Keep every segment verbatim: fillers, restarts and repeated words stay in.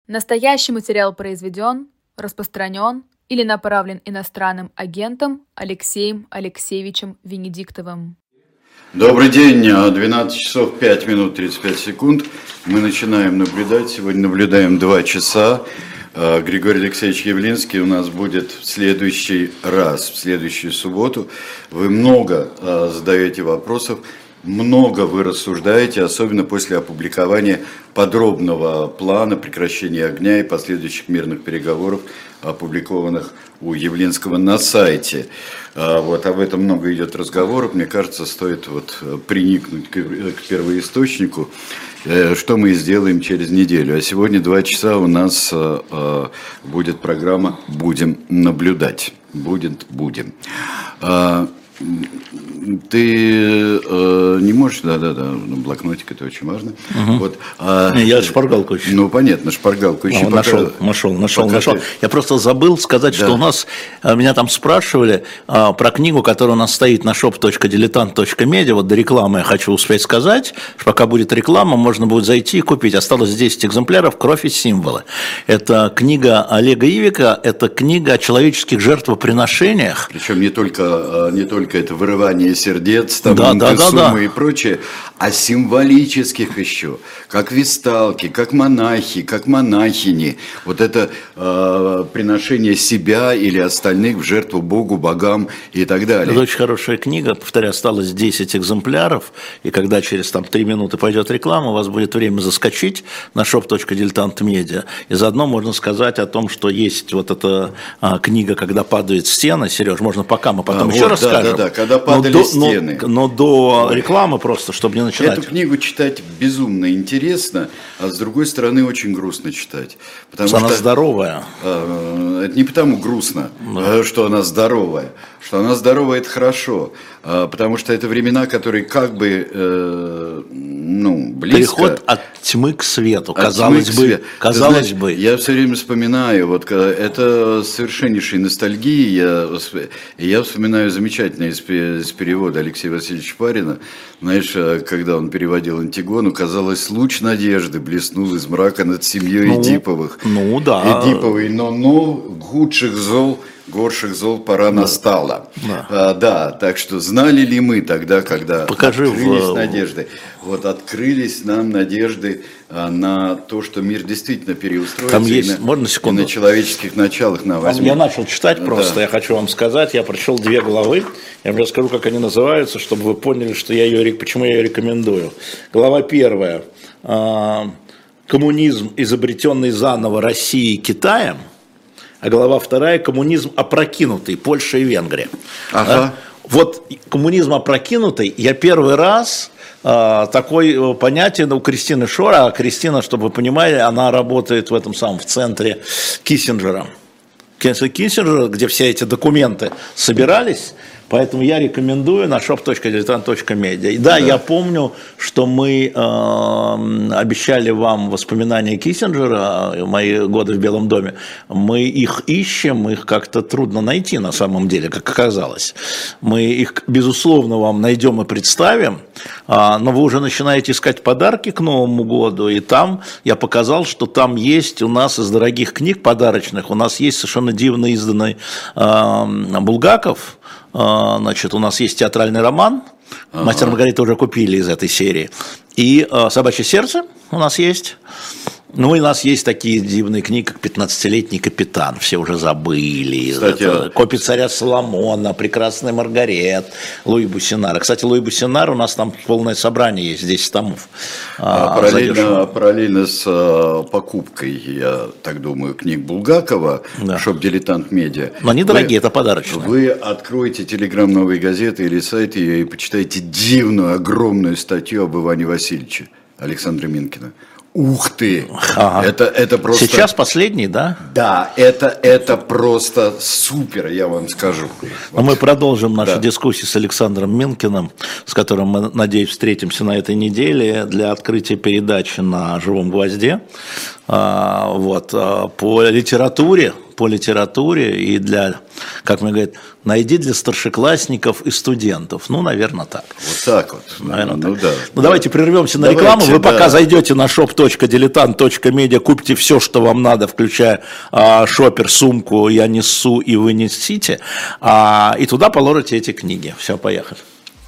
Настоящий материал произведен, распространен или направлен иностранным агентом Алексеем Алексеевичем Венедиктовым. Добрый день, двенадцать часов пять минут тридцать пять секунд. Мы начинаем наблюдать. Сегодня наблюдаем два часа. Григорий Алексеевич Явлинский у нас будет в следующий раз, в следующую субботу. Вы много задаете вопросов. Много вы рассуждаете, особенно после опубликования подробного плана прекращения огня и последующих мирных переговоров, опубликованных у Явлинского на сайте. Вот об этом много идет разговоров. Мне кажется, стоит вот приникнуть к первоисточнику, что мы и сделаем через неделю. А сегодня два часа у нас будет программа «Будем наблюдать». Будет, будем. Ты э, не можешь, да-да-да, блокнотик, это очень важно. Угу. Вот, а, я шпаргалку ищу. Ну, понятно, шпаргалку ищу. О, нашел, пока, нашел, нашел, нашел. Ты... Я просто забыл сказать, да. Что у нас, меня там спрашивали а, про книгу, которая у нас стоит на шоп точка дилетант точка медиа. Вот до рекламы я хочу успеть сказать, что пока будет реклама, можно будет зайти и купить. Осталось десять экземпляров «Кровь и символы». Это книга Олега Ивика, это книга о человеческих жертвоприношениях. Причем не только, не только это вырывание сердец, там, да, да, да, да. и прочее, а символических еще, как весталки, как монахи, как монахини. Вот это э, приношение себя или остальных в жертву Богу, богам и так далее. Это очень хорошая книга, повторяю, осталось десять экземпляров, и когда через там, три минуты пойдет реклама, у вас будет время заскочить на шоп точка дилетант точка медиа, и заодно можно сказать о том, что есть вот эта а, книга «Когда падают стены». Сереж, можно пока мы потом а, еще вот, расскажем. Да, да, да, когда падали но стены. До, но, но до рекламы просто, чтобы не начинать. Эту книгу читать безумно интересно, а с другой стороны очень грустно читать. Потому что, что она здоровая. Э, это не потому грустно, да. что она здоровая. Что она здоровая – это хорошо. Э, потому что это времена, которые как бы э, ну, близко. Переход от тьмы к свету, от казалось, бы, к свету. казалось знаешь, бы. Я все время вспоминаю, вот, это совершеннейшей ностальгии. Я, я вспоминаю замечательное из, из перевода Алексея Васильевича Парина. Знаешь, когда он переводил Антигону, казалось, луч надежды блеснул из мрака над семьей ну, Эдиповых. Ну да. Эдиповой, но ну, худших зол, горших зол пора да. настала. Да. А, да, так что знали ли мы тогда, когда Покажи открылись в... надежды, вот открылись нам надежды а, на то, что мир действительно переустроится. Там есть, на, можно секунду? И на человеческих началах на возьмем. Я начал читать просто, да. Я хочу вам сказать, я прочел две главы, я вам расскажу, как они называются, чтобы вы поняли, что я ее, почему я ее рекомендую. Глава первая. Коммунизм, изобретенный заново Россией и Китаем. А глава вторая – коммунизм опрокинутый, Польша и Венгрия. Ага. Да? Вот коммунизм опрокинутый, я первый раз э, такое понятие у Кристины Шора, а Кристина, чтобы вы понимали, она работает в этом самом, в центре Киссинджера. Киссинджера, где все эти документы собирались. Поэтому я рекомендую на шоп точка дилетант точка медиа. Да, да, я помню, что мы э, обещали вам воспоминания Киссинджера, мои годы в Белом доме. Мы их ищем, их как-то трудно найти на самом деле, как оказалось. Мы их, безусловно, вам найдем и представим, э, но вы уже начинаете искать подарки к Новому году, и там я показал, что там есть у нас из дорогих книг подарочных, у нас есть совершенно дивно изданный э, Булгаков. Значит, у нас есть театральный роман, ага. «Мастер и Маргарита» уже купили из этой серии, и «Собачье сердце» у нас есть. Ну, и у нас есть такие дивные книги, как «Пятнадцатилетний капитан», все уже забыли. Кстати, это, «Копия царя Соломона», «Прекрасный Маргарет», Луи Буссенара. Кстати, Луи Буссенар у нас там полное собрание есть, десять томов. А, параллельно, параллельно с а, покупкой, я так думаю, книг Булгакова, да. шоп «Дилетант Медиа». Но они дорогие, это подарочные. Вы откроете телеграм «Новой газеты» или сайт ее и почитаете дивную, огромную статью об Иване Васильевиче Александра Минкина. Ух ты! Ага. Это, это просто... Сейчас последний, да? Да, это, это просто супер, я вам скажу. Вот. Мы продолжим наши да. дискуссии с Александром Минкиным, с которым мы, надеюсь, встретимся на этой неделе для открытия передачи на «Живом гвозде». А, вот, а, по литературе, по литературе и для, как мне говорят, найди для старшеклассников и студентов. Ну, наверное, так. Вот так вот. Наверное, ну, так. Да. Ну, давайте прервемся на Давайте, рекламу. Вы да. пока зайдете на шоп точка дилетант точка медиа, купите все, что вам надо, включая а, шопер, сумку «Я несу» и «Вы несите», а, и туда положите эти книги. Все, поехали.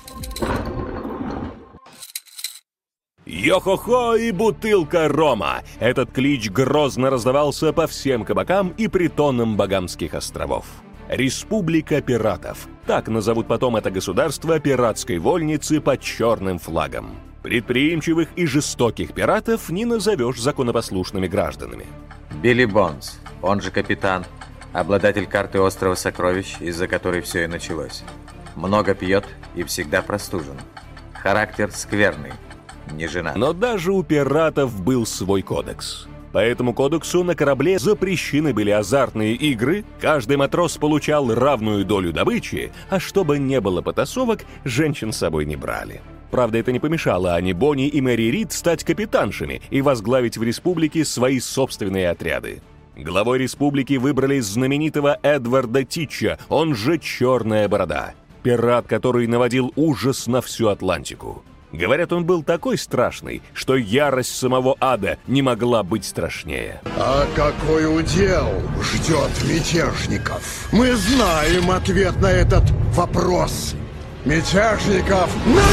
Йо-хо-хо и бутылка рома. Этот клич грозно раздавался по всем кабакам и притонам Багамских островов. Республика пиратов. Так назовут потом это государство пиратской вольницы под черным флагом. Предприимчивых и жестоких пиратов не назовешь законопослушными гражданами. Билли Бонс, он же капитан, обладатель карты острова Сокровищ, из-за которой все и началось. Много пьет и всегда простужен. Характер скверный. Не женат. Но даже у пиратов был свой кодекс. По этому кодексу на корабле запрещены были азартные игры, каждый матрос получал равную долю добычи, а чтобы не было потасовок, женщин с собой не брали. Правда, это не помешало Анне Бонни и Мэри Рид стать капитаншами и возглавить в республике свои собственные отряды. Главой республики выбрали знаменитого Эдварда Тича, он же Черная Борода. Пират, который наводил ужас на всю Атлантику. Говорят, он был такой страшный, что ярость самого ада не могла быть страшнее. А какой удел ждет мятежников? Мы знаем ответ на этот вопрос. Мятежников!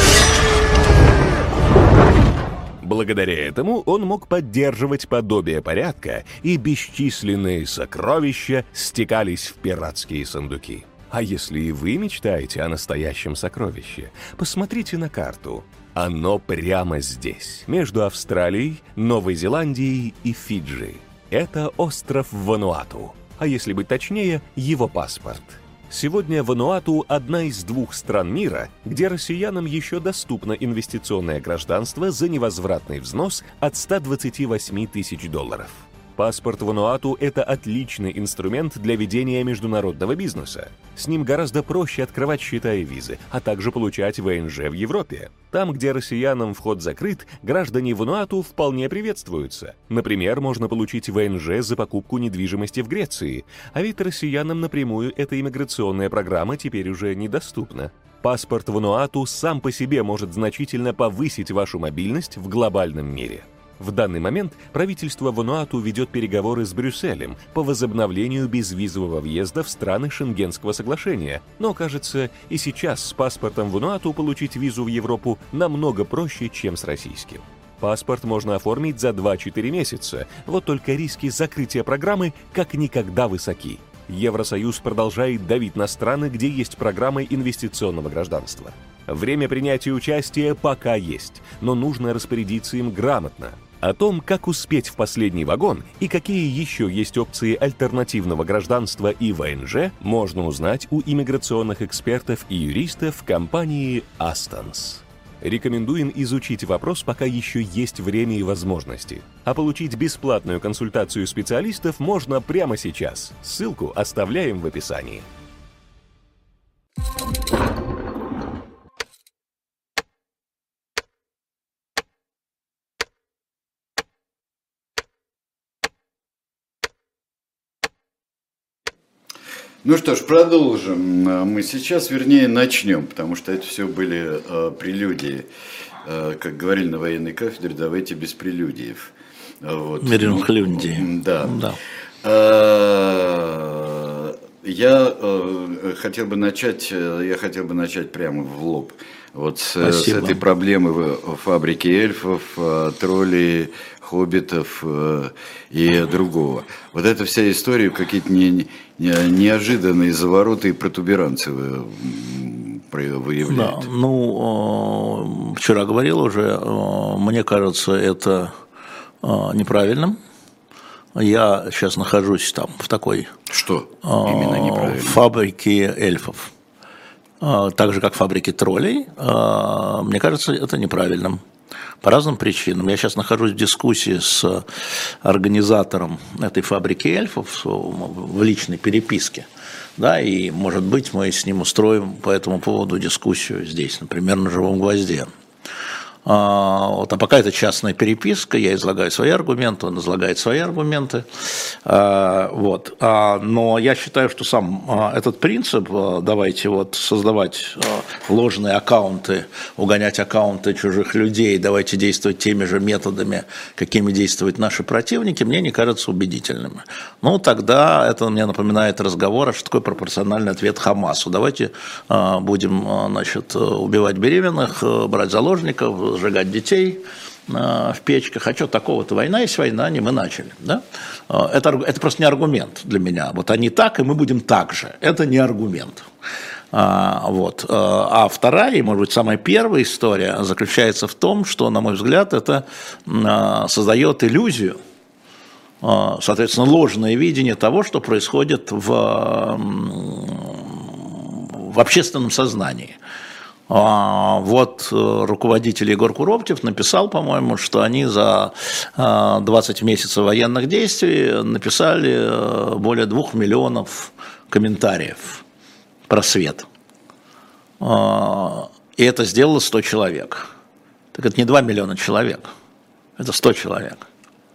Благодаря этому он мог поддерживать подобие порядка, и бесчисленные сокровища стекались в пиратские сундуки. А если и вы мечтаете о настоящем сокровище, посмотрите на карту. Оно прямо здесь, между Австралией, Новой Зеландией и Фиджи. Это остров Вануату, а если быть точнее, его паспорт. Сегодня Вануату – одна из двух стран мира, где россиянам еще доступно инвестиционное гражданство за невозвратный взнос от ста двадцати восьми тысяч долларов. Паспорт Вануату – это отличный инструмент для ведения международного бизнеса. С ним гораздо проще открывать счета и визы, а также получать вэ эн жэ в Европе. Там, где россиянам вход закрыт, граждане Вануату вполне приветствуются. Например, можно получить вэ эн жэ за покупку недвижимости в Греции, а ведь россиянам напрямую эта иммиграционная программа теперь уже недоступна. Паспорт Вануату сам по себе может значительно повысить вашу мобильность в глобальном мире. В данный момент правительство Вануату ведет переговоры с Брюсселем по возобновлению безвизового въезда в страны Шенгенского соглашения, но, кажется, и сейчас с паспортом Вануату получить визу в Европу намного проще, чем с российским. Паспорт можно оформить за два-четыре месяца, вот только риски закрытия программы как никогда высоки. Евросоюз продолжает давить на страны, где есть программы инвестиционного гражданства. Время принятия участия пока есть, но нужно распорядиться им грамотно. О том, как успеть в последний вагон и какие еще есть опции альтернативного гражданства и вэ эн жэ, можно узнать у иммиграционных экспертов и юристов компании Астонс. Рекомендуем изучить вопрос, пока еще есть время и возможности. А получить бесплатную консультацию специалистов можно прямо сейчас. Ссылку оставляем в описании. Ну что ж, продолжим мы сейчас, вернее, начнем, потому что это все были э, прелюдии. Э, как говорили на военной кафедре, давайте без прелюдиев. Вот. Меренхлюндии. Да. да. Э, я э, хотел бы начать, я хотел бы начать прямо в лоб. Вот с, с этой проблемы фабрики эльфов, троллей, хоббитов и другого. Вот эта вся история, какие-то не, не, неожиданные завороты и протуберанцы выявляют. Да, ну, вчера говорил уже, мне кажется, это неправильным. Я сейчас нахожусь там в такой Что именно неправильно? Фабрике эльфов. Так же, как фабрики троллей, мне кажется, это неправильным. По разным причинам. Я сейчас нахожусь в дискуссии с организатором этой фабрики эльфов в личной переписке. Да, и, может быть, мы с ним устроим по этому поводу дискуссию здесь, например, на «Живом гвозде». Вот, а пока это частная переписка, я излагаю свои аргументы, он излагает свои аргументы. Вот. Но я считаю, что сам этот принцип, давайте вот создавать ложные аккаунты, угонять аккаунты чужих людей, давайте действовать теми же методами, какими действуют наши противники, мне не кажется убедительным. Ну, тогда это мне напоминает разговор, что такое пропорциональный ответ Хамасу. Давайте будем, значит, убивать беременных, брать заложников, сжигать детей в печках. А что такого-то? Война есть война, не мы начали. Да? Это, это просто не аргумент для меня. Вот они так, и мы будем так же. Это не аргумент. А, вот. А вторая, и, может быть, самая первая история заключается в том, что, на мой взгляд, это создает иллюзию, соответственно, ложное видение того, что происходит в, в общественном сознании. Вот руководитель Егор Куроптев написал, по-моему, что они за двадцать месяцев военных действий написали более двух миллионов комментариев про свет. И это сделало сто человек. Так это не два миллиона человек, это сто человек.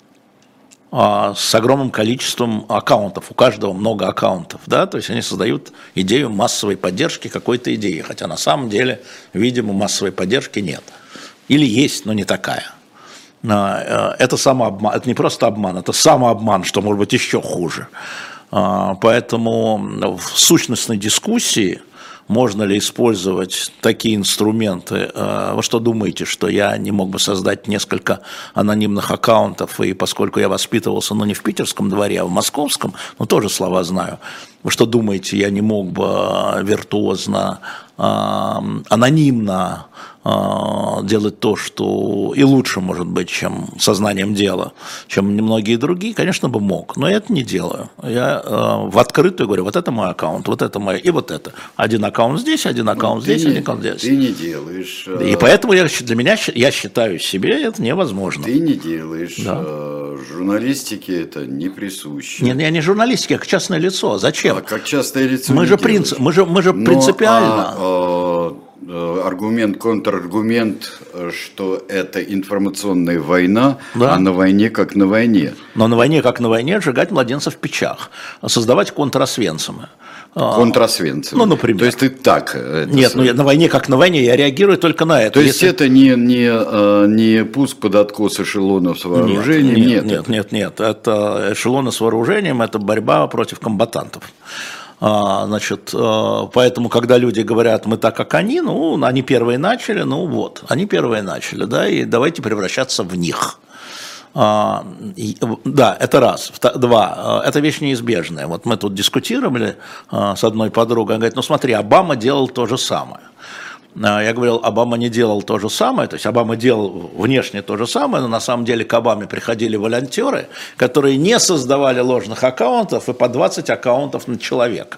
С огромным количеством аккаунтов, у каждого много аккаунтов, да, то есть они создают идею массовой поддержки какой-то идеи, хотя на самом деле, видимо, массовой поддержки нет. Или есть, но не такая. Это самообман, это не просто обман, это самообман, что может быть еще хуже. Поэтому в сущностной дискуссии можно ли использовать такие инструменты? Вы что думаете, что я не мог бы создать несколько анонимных аккаунтов, и поскольку я воспитывался, ну, не в питерском дворе, а в московском, ну, тоже слова знаю. Вы что думаете, я не мог бы виртуозно, анонимно делать то, что и лучше, может быть, чем сознанием дела, чем многие другие? Конечно бы мог, но я это не делаю. Я в открытую говорю, вот это мой аккаунт, вот это мой, и вот это. Один аккаунт здесь, один аккаунт ну, здесь, один аккаунт здесь. Ты не делаешь. И поэтому я, для меня, я считаю себе это невозможно. Ты не делаешь. Да. Журналистике это не присуще. Нет, я не журналистика, я как частное лицо. Зачем? А как частное лицо мы же, принцип, мы же, мы же но, принципиально. А, а, аргумент, контраргумент, что это информационная война, да. А на войне как на войне. Но на войне как на войне сжигать младенцев в печах, создавать контрасвенцимы. Контрасвенцимы. Ну, например. То есть ты так. Нет, ну, я, на войне как на войне, я реагирую только на это. То есть Если... это не, не, не пуск под откос эшелонов с вооружением? Нет, нет, нет, нет, нет. Это эшелоны с вооружением, это борьба против комбатантов. Значит, поэтому, когда люди говорят, мы так, как они, ну, они первые начали, ну вот, они первые начали, да, и давайте превращаться в них. А, и, да, это раз. Два, это вещь неизбежная. Вот мы тут дискутировали а, с одной подругой, она говорит, ну смотри, Обама делал то же самое. А, я говорил, Обама не делал то же самое, то есть Обама делал внешне то же самое, но на самом деле к Обаме приходили волонтеры, которые не создавали ложных аккаунтов и по двадцать аккаунтов на человека.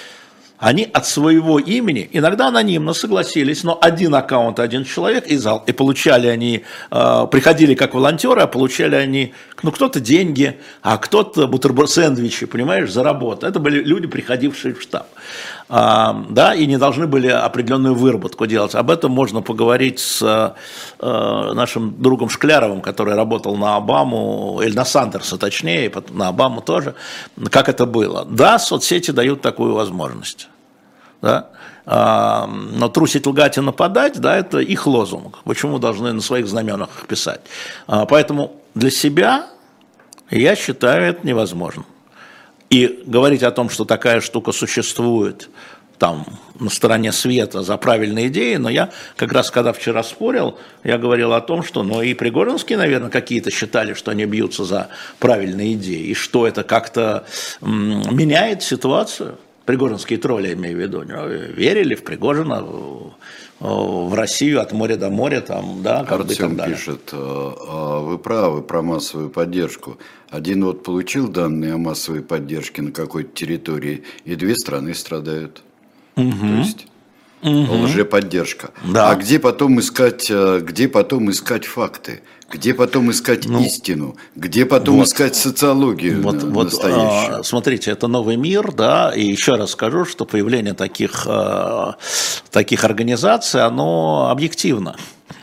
Они от своего имени, иногда анонимно согласились, но один аккаунт, один человек, и, зал, и получали они, э, приходили как волонтеры, а получали они, ну, кто-то деньги, а кто-то бутерброд, сэндвичи, понимаешь, за работу. Это были люди, приходившие в штаб. А, да, и не должны были определенную выработку делать. Об этом можно поговорить с э, нашим другом Шкляровым, который работал на Обаму, или на Сандерса точнее, на Обаму тоже, как это было. Да, соцсети дают такую возможность. Да? А, но трусить, лгать и нападать, да, это их лозунг. Почему должны на своих знаменах писать? А, поэтому для себя я считаю это невозможным. И говорить о том, что такая штука существует там на стороне света за правильные идеи, но я как раз, когда вчера спорил, я говорил о том, что, ну и Пригожинские, наверное, какие-то считали, что они бьются за правильные идеи, и что это как-то м- меняет ситуацию. Пригожинские тролли, я имею в виду, верили в Пригожина, в, в Россию от моря до моря, там, да, как бы и так далее. Пишет, вы правы про массовую поддержку. Один вот получил данные о массовой поддержке на какой-то территории, и две страны страдают. Угу. То есть угу. лжеподдержка. Да. А где потом искать, где потом искать факты? Где потом искать ну, истину? Где потом вот, искать социологию вот, на, вот, настоящую? А, смотрите, это новый мир, да, и еще раз скажу, что появление таких, а, таких организаций, оно объективно.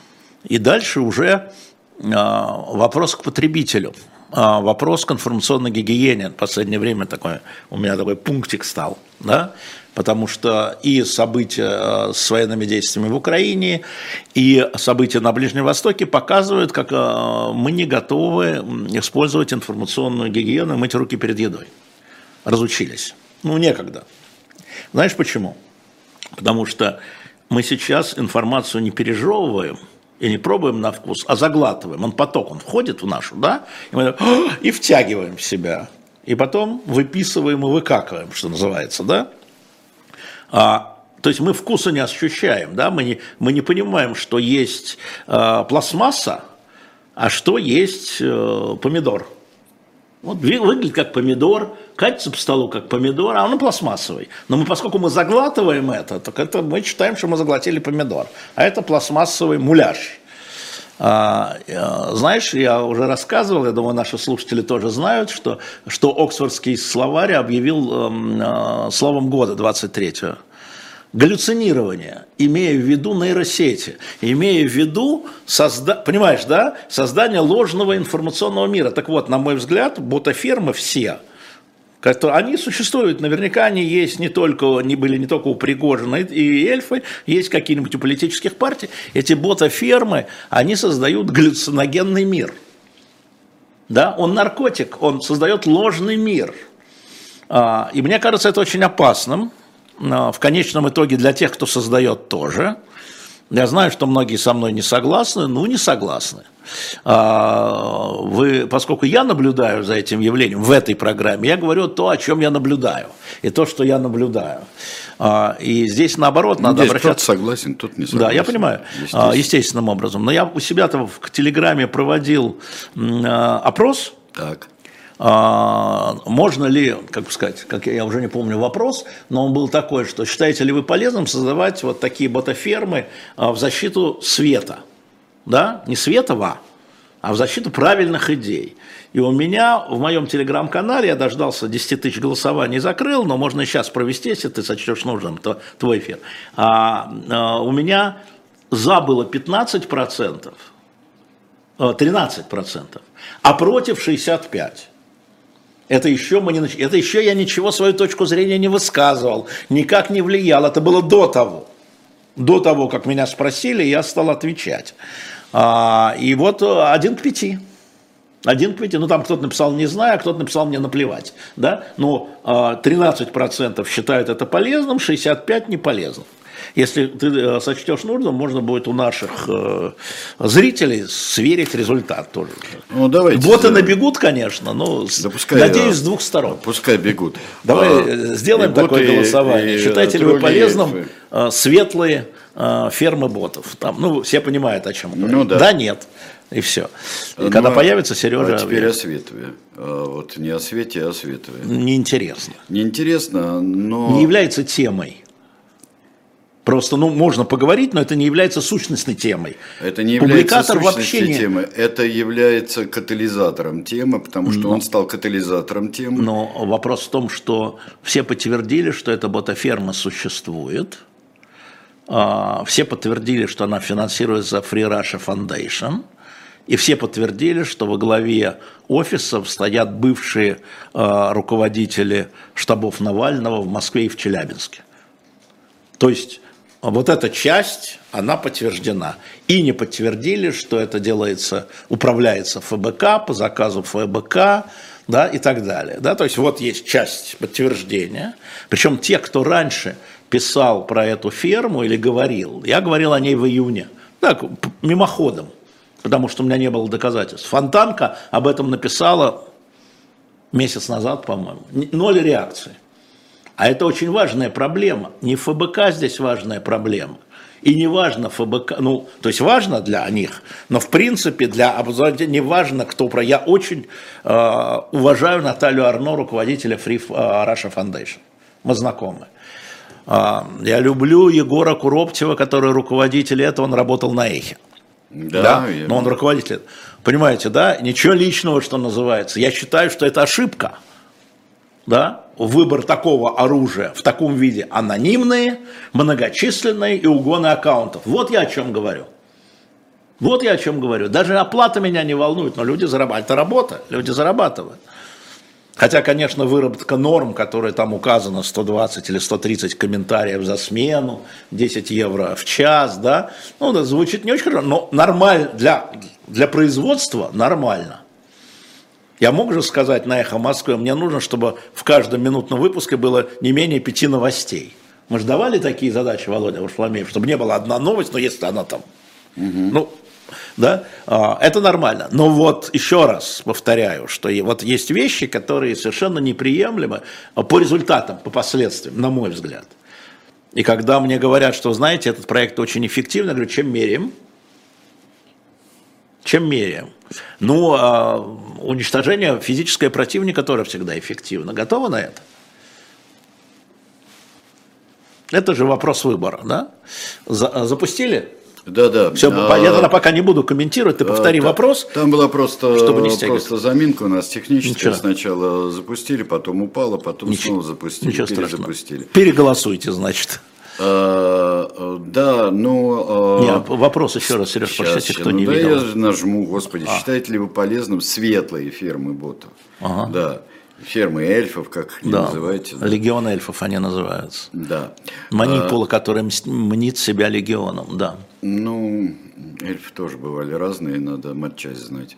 И дальше уже вопрос к потребителю. Вопрос к информационной гигиене. В последнее время такой, у меня такой пунктик стал, да? Потому что и события с военными действиями в Украине, и события на Ближнем Востоке показывают, как мы не готовы использовать информационную гигиену и мыть руки перед едой. Разучились. Ну, некогда. Знаешь почему? Потому что мы сейчас информацию не пережевываем, и не пробуем на вкус, а заглатываем. Он поток, он входит в нашу, да, и мы и втягиваем в себя. И потом выписываем и выкакиваем, что называется, да. А, то есть мы вкуса не ощущаем, да, мы не, мы не понимаем, что есть а, пластмасса, а что есть а, помидор. Вот выглядит как помидор, катится по столу как помидор, а он пластмассовый. Но мы, поскольку мы заглатываем это, так это мы считаем, что мы заглотили помидор. А это пластмассовый муляж. А, знаешь, я уже рассказывал, я думаю, наши слушатели тоже знают, что, что Оксфордский словарь объявил э, словом года двадцать третьего. Галлюцинирование, имея в виду нейросети, имея в виду, созда... понимаешь, да, создание ложного информационного мира. Так вот, на мой взгляд, ботафермы все, они существуют, наверняка они есть не только, не были не только у Пригожина и эльфы, есть какие-нибудь у политических партий. Эти ботафермы, они создают галлюциногенный мир. Да? Он наркотик, он создает ложный мир. И мне кажется, это очень опасным. В конечном итоге для тех, кто создает, тоже. Я знаю, что многие со мной не согласны, ну не согласны. Вы, поскольку я наблюдаю за этим явлением в этой программе, я говорю то, о чем я наблюдаю, и то, что я наблюдаю. И здесь наоборот надо здесь обращаться... Тот согласен, тот не согласен. Да, я понимаю, естественно. естественным образом. Но я у себя-то в Телеграме проводил опрос. Так. Можно ли, как бы сказать, как я уже не помню вопрос, но он был такой, что считаете ли вы полезным создавать вот такие ботафермы в защиту света, да, не светова, а в защиту правильных идей. И у меня в моем телеграм-канале, я дождался десять тысяч голосований и закрыл, но можно и сейчас провести, если ты сочтешь нужным, то твой эфир. А, а, у меня за было пятнадцать процентов, тринадцать процентов, а против шестьдесят пять процентов. Это еще, мы не, это еще я ничего, свою точку зрения не высказывал, никак не влиял. Это было до того. До того, как меня спросили, я стал отвечать. А, и вот один к пяти. Один к пяти. Ну, там кто-то написал «не знаю», а кто-то написал «мне наплевать». Да? Но а, тринадцать процентов считают это полезным, шестьдесят пять процентов не полезным. Если ты сочтешь нужным, можно будет у наших э, зрителей сверить результат тоже. Ну, давайте. Боты набегут, конечно, но да пускай, надеюсь, с двух сторон. Пускай бегут. Давай а, сделаем такое боты, голосование. И, Считаете и, ли вы полезным эльфы. светлые э, фермы ботов? Там, ну, все понимают, о чем я говорю. Ну, да. да, нет. И все. И ну, когда появится Сережа... А теперь о светове. А вот не о свете, а о светове. Неинтересно. Неинтересно, но... Не является темой. Просто, ну, можно поговорить, но это не является сущностной темой. Это не является Публикатор сущностной вообще не... темой, это является катализатором темы, потому что но, он стал катализатором темы. Но вопрос в том, что все подтвердили, что эта ботаферма существует, все подтвердили, что она финансируется Free Russia Foundation, и все подтвердили, что во главе офисов стоят бывшие руководители штабов Навального в Москве и в Челябинске. То есть... Вот эта часть, она подтверждена. И не подтвердили, что это делается, управляется ФБК по заказу ФБК, да, и так далее. Да? То есть вот есть часть подтверждения. Причем те, кто раньше писал про эту ферму или говорил, я говорил о ней в июне, так, мимоходом, потому что у меня не было доказательств. Фонтанка об этом написала месяц назад, по-моему. Ноль реакции. А это очень важная проблема. Не ФБК здесь важная проблема. И не важно ФБК, ну, то есть важно для них, но в принципе для обозрения не важно, кто про. Я очень э, уважаю Наталью Арно, руководителя Free Russia Foundation. Мы знакомы. Э, я люблю Егора Куроптева, который руководитель этого, он работал на Эхе. Да, да? Я... Но он руководитель. Понимаете, да? Ничего личного, что называется. Я считаю, что это ошибка. Да? Выбор такого оружия в таком виде анонимные, многочисленные и угоны аккаунтов. Вот я о чем говорю. Вот я о чем говорю. Даже оплата меня не волнует, но люди зарабатывают. Это работа, люди зарабатывают. Хотя, конечно, выработка норм, которые там указано, сто двадцать или сто тридцать комментариев за смену, десять евро в час, да, ну, это звучит не очень хорошо, но нормально, для, для производства нормально. Я мог же сказать на «Эхо Москвы», мне нужно, чтобы в каждом минутном выпуске было не менее пяти новостей. Мы же давали такие задачи, Володя Варфоломеев, чтобы не было одна новость, но если она там, угу. ну... Да? Это нормально. Но вот еще раз повторяю, что вот есть вещи, которые совершенно неприемлемы по результатам, по последствиям, на мой взгляд. И когда мне говорят, что, знаете, этот проект очень эффективный, я говорю, чем меряем? Чем меряем? Ну, уничтожение физического противника тоже всегда эффективно. Готовы на это? Это же вопрос выбора, да? Запустили? Да, да. Все, а, я тогда пока не буду комментировать, ты повтори там, вопрос. Там была просто, чтобы не просто заминка у нас техническая. Ничего. Сначала запустили, потом упало, потом Ничего. снова запустили, Ничего перезапустили. страшного. Переголосуйте, значит. А, да, ну... Не, вопрос еще раз, Сереж, прочтите, кто ну, не да видел. я нажму, господи. А. Считаете ли вы полезным светлые фермы ботов? Ага. Да. Фермы эльфов, как их да. называете. Да. Легион эльфов они называются. Да. Манипула, а, который мнит себя легионом, да. Ну, эльфы тоже бывали разные, надо матчасть знать.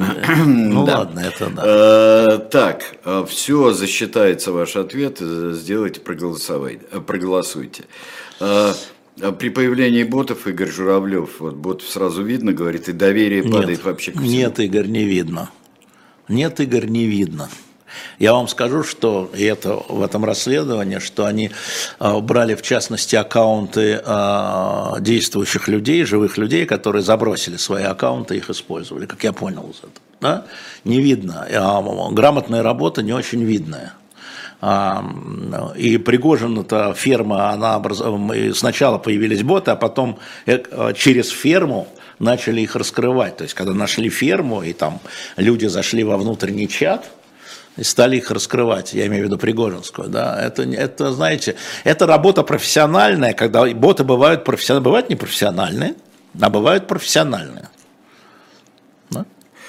Ну да. ладно, это да. А, так, все, засчитается ваш ответ, сделайте, проголосуйте. А, при появлении ботов Игорь Журавлев, вот ботов сразу видно, говорит, и доверие Нет, падает вообще ко всему. Нет, Игорь, не видно. Нет, Игорь, не видно. Я вам скажу, что и это в этом расследовании, что они а, брали в частности аккаунты а, действующих людей, живых людей, которые забросили свои аккаунты, их использовали, как я понял из этого. Да? Не видно. А, грамотная работа не очень видная. А, и Пригожин, эта ферма, она образ... сначала появились боты, а потом через ферму начали их раскрывать. То есть, когда нашли ферму, и там люди зашли во внутренний чат, и стали их раскрывать, я имею в виду Пригожинскую, да, это, это, знаете, это работа профессиональная, когда боты бывают профессиональные, бывают непрофессиональные, а бывают профессиональные. Да?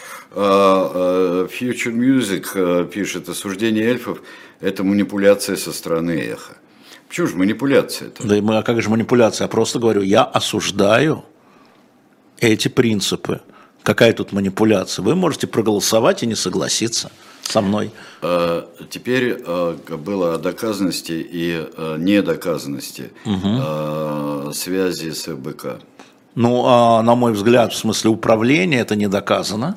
Uh, uh, Future Music uh, пишет, осуждение эльфов – это манипуляция со стороны Эхо. Почему же манипуляция это? Да, а как же манипуляция? Я просто говорю, я осуждаю эти принципы. Какая тут манипуляция? Вы можете проголосовать и не согласиться со мной. А, теперь а, было о доказанности и а, недоказанности угу. а, связи с ФБК. Ну, а, на мой взгляд, в смысле управления это не доказано.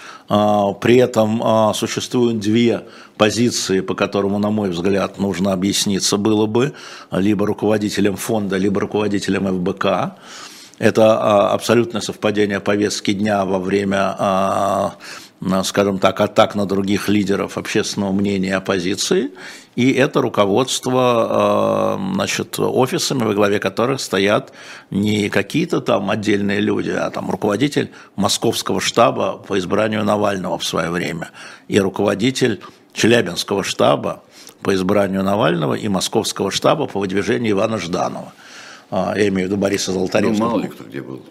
А, при этом а, существуют две позиции, по которым, на мой взгляд, нужно объясниться было бы либо руководителем фонда, либо руководителем ФБК. Это а, абсолютное совпадение повестки дня во время, а, скажем так, атак на других лидеров общественного мнения и оппозиции. И это руководство а, значит, офисами, во главе которых стоят не какие-то там отдельные люди, а там руководитель московского штаба по избранию Навального в свое время и руководитель Челябинского штаба по избранию Навального и московского штаба по выдвижению Ивана Жданова. Я имею в виду Бориса Золотаревского. Ну, мало ли кто где был.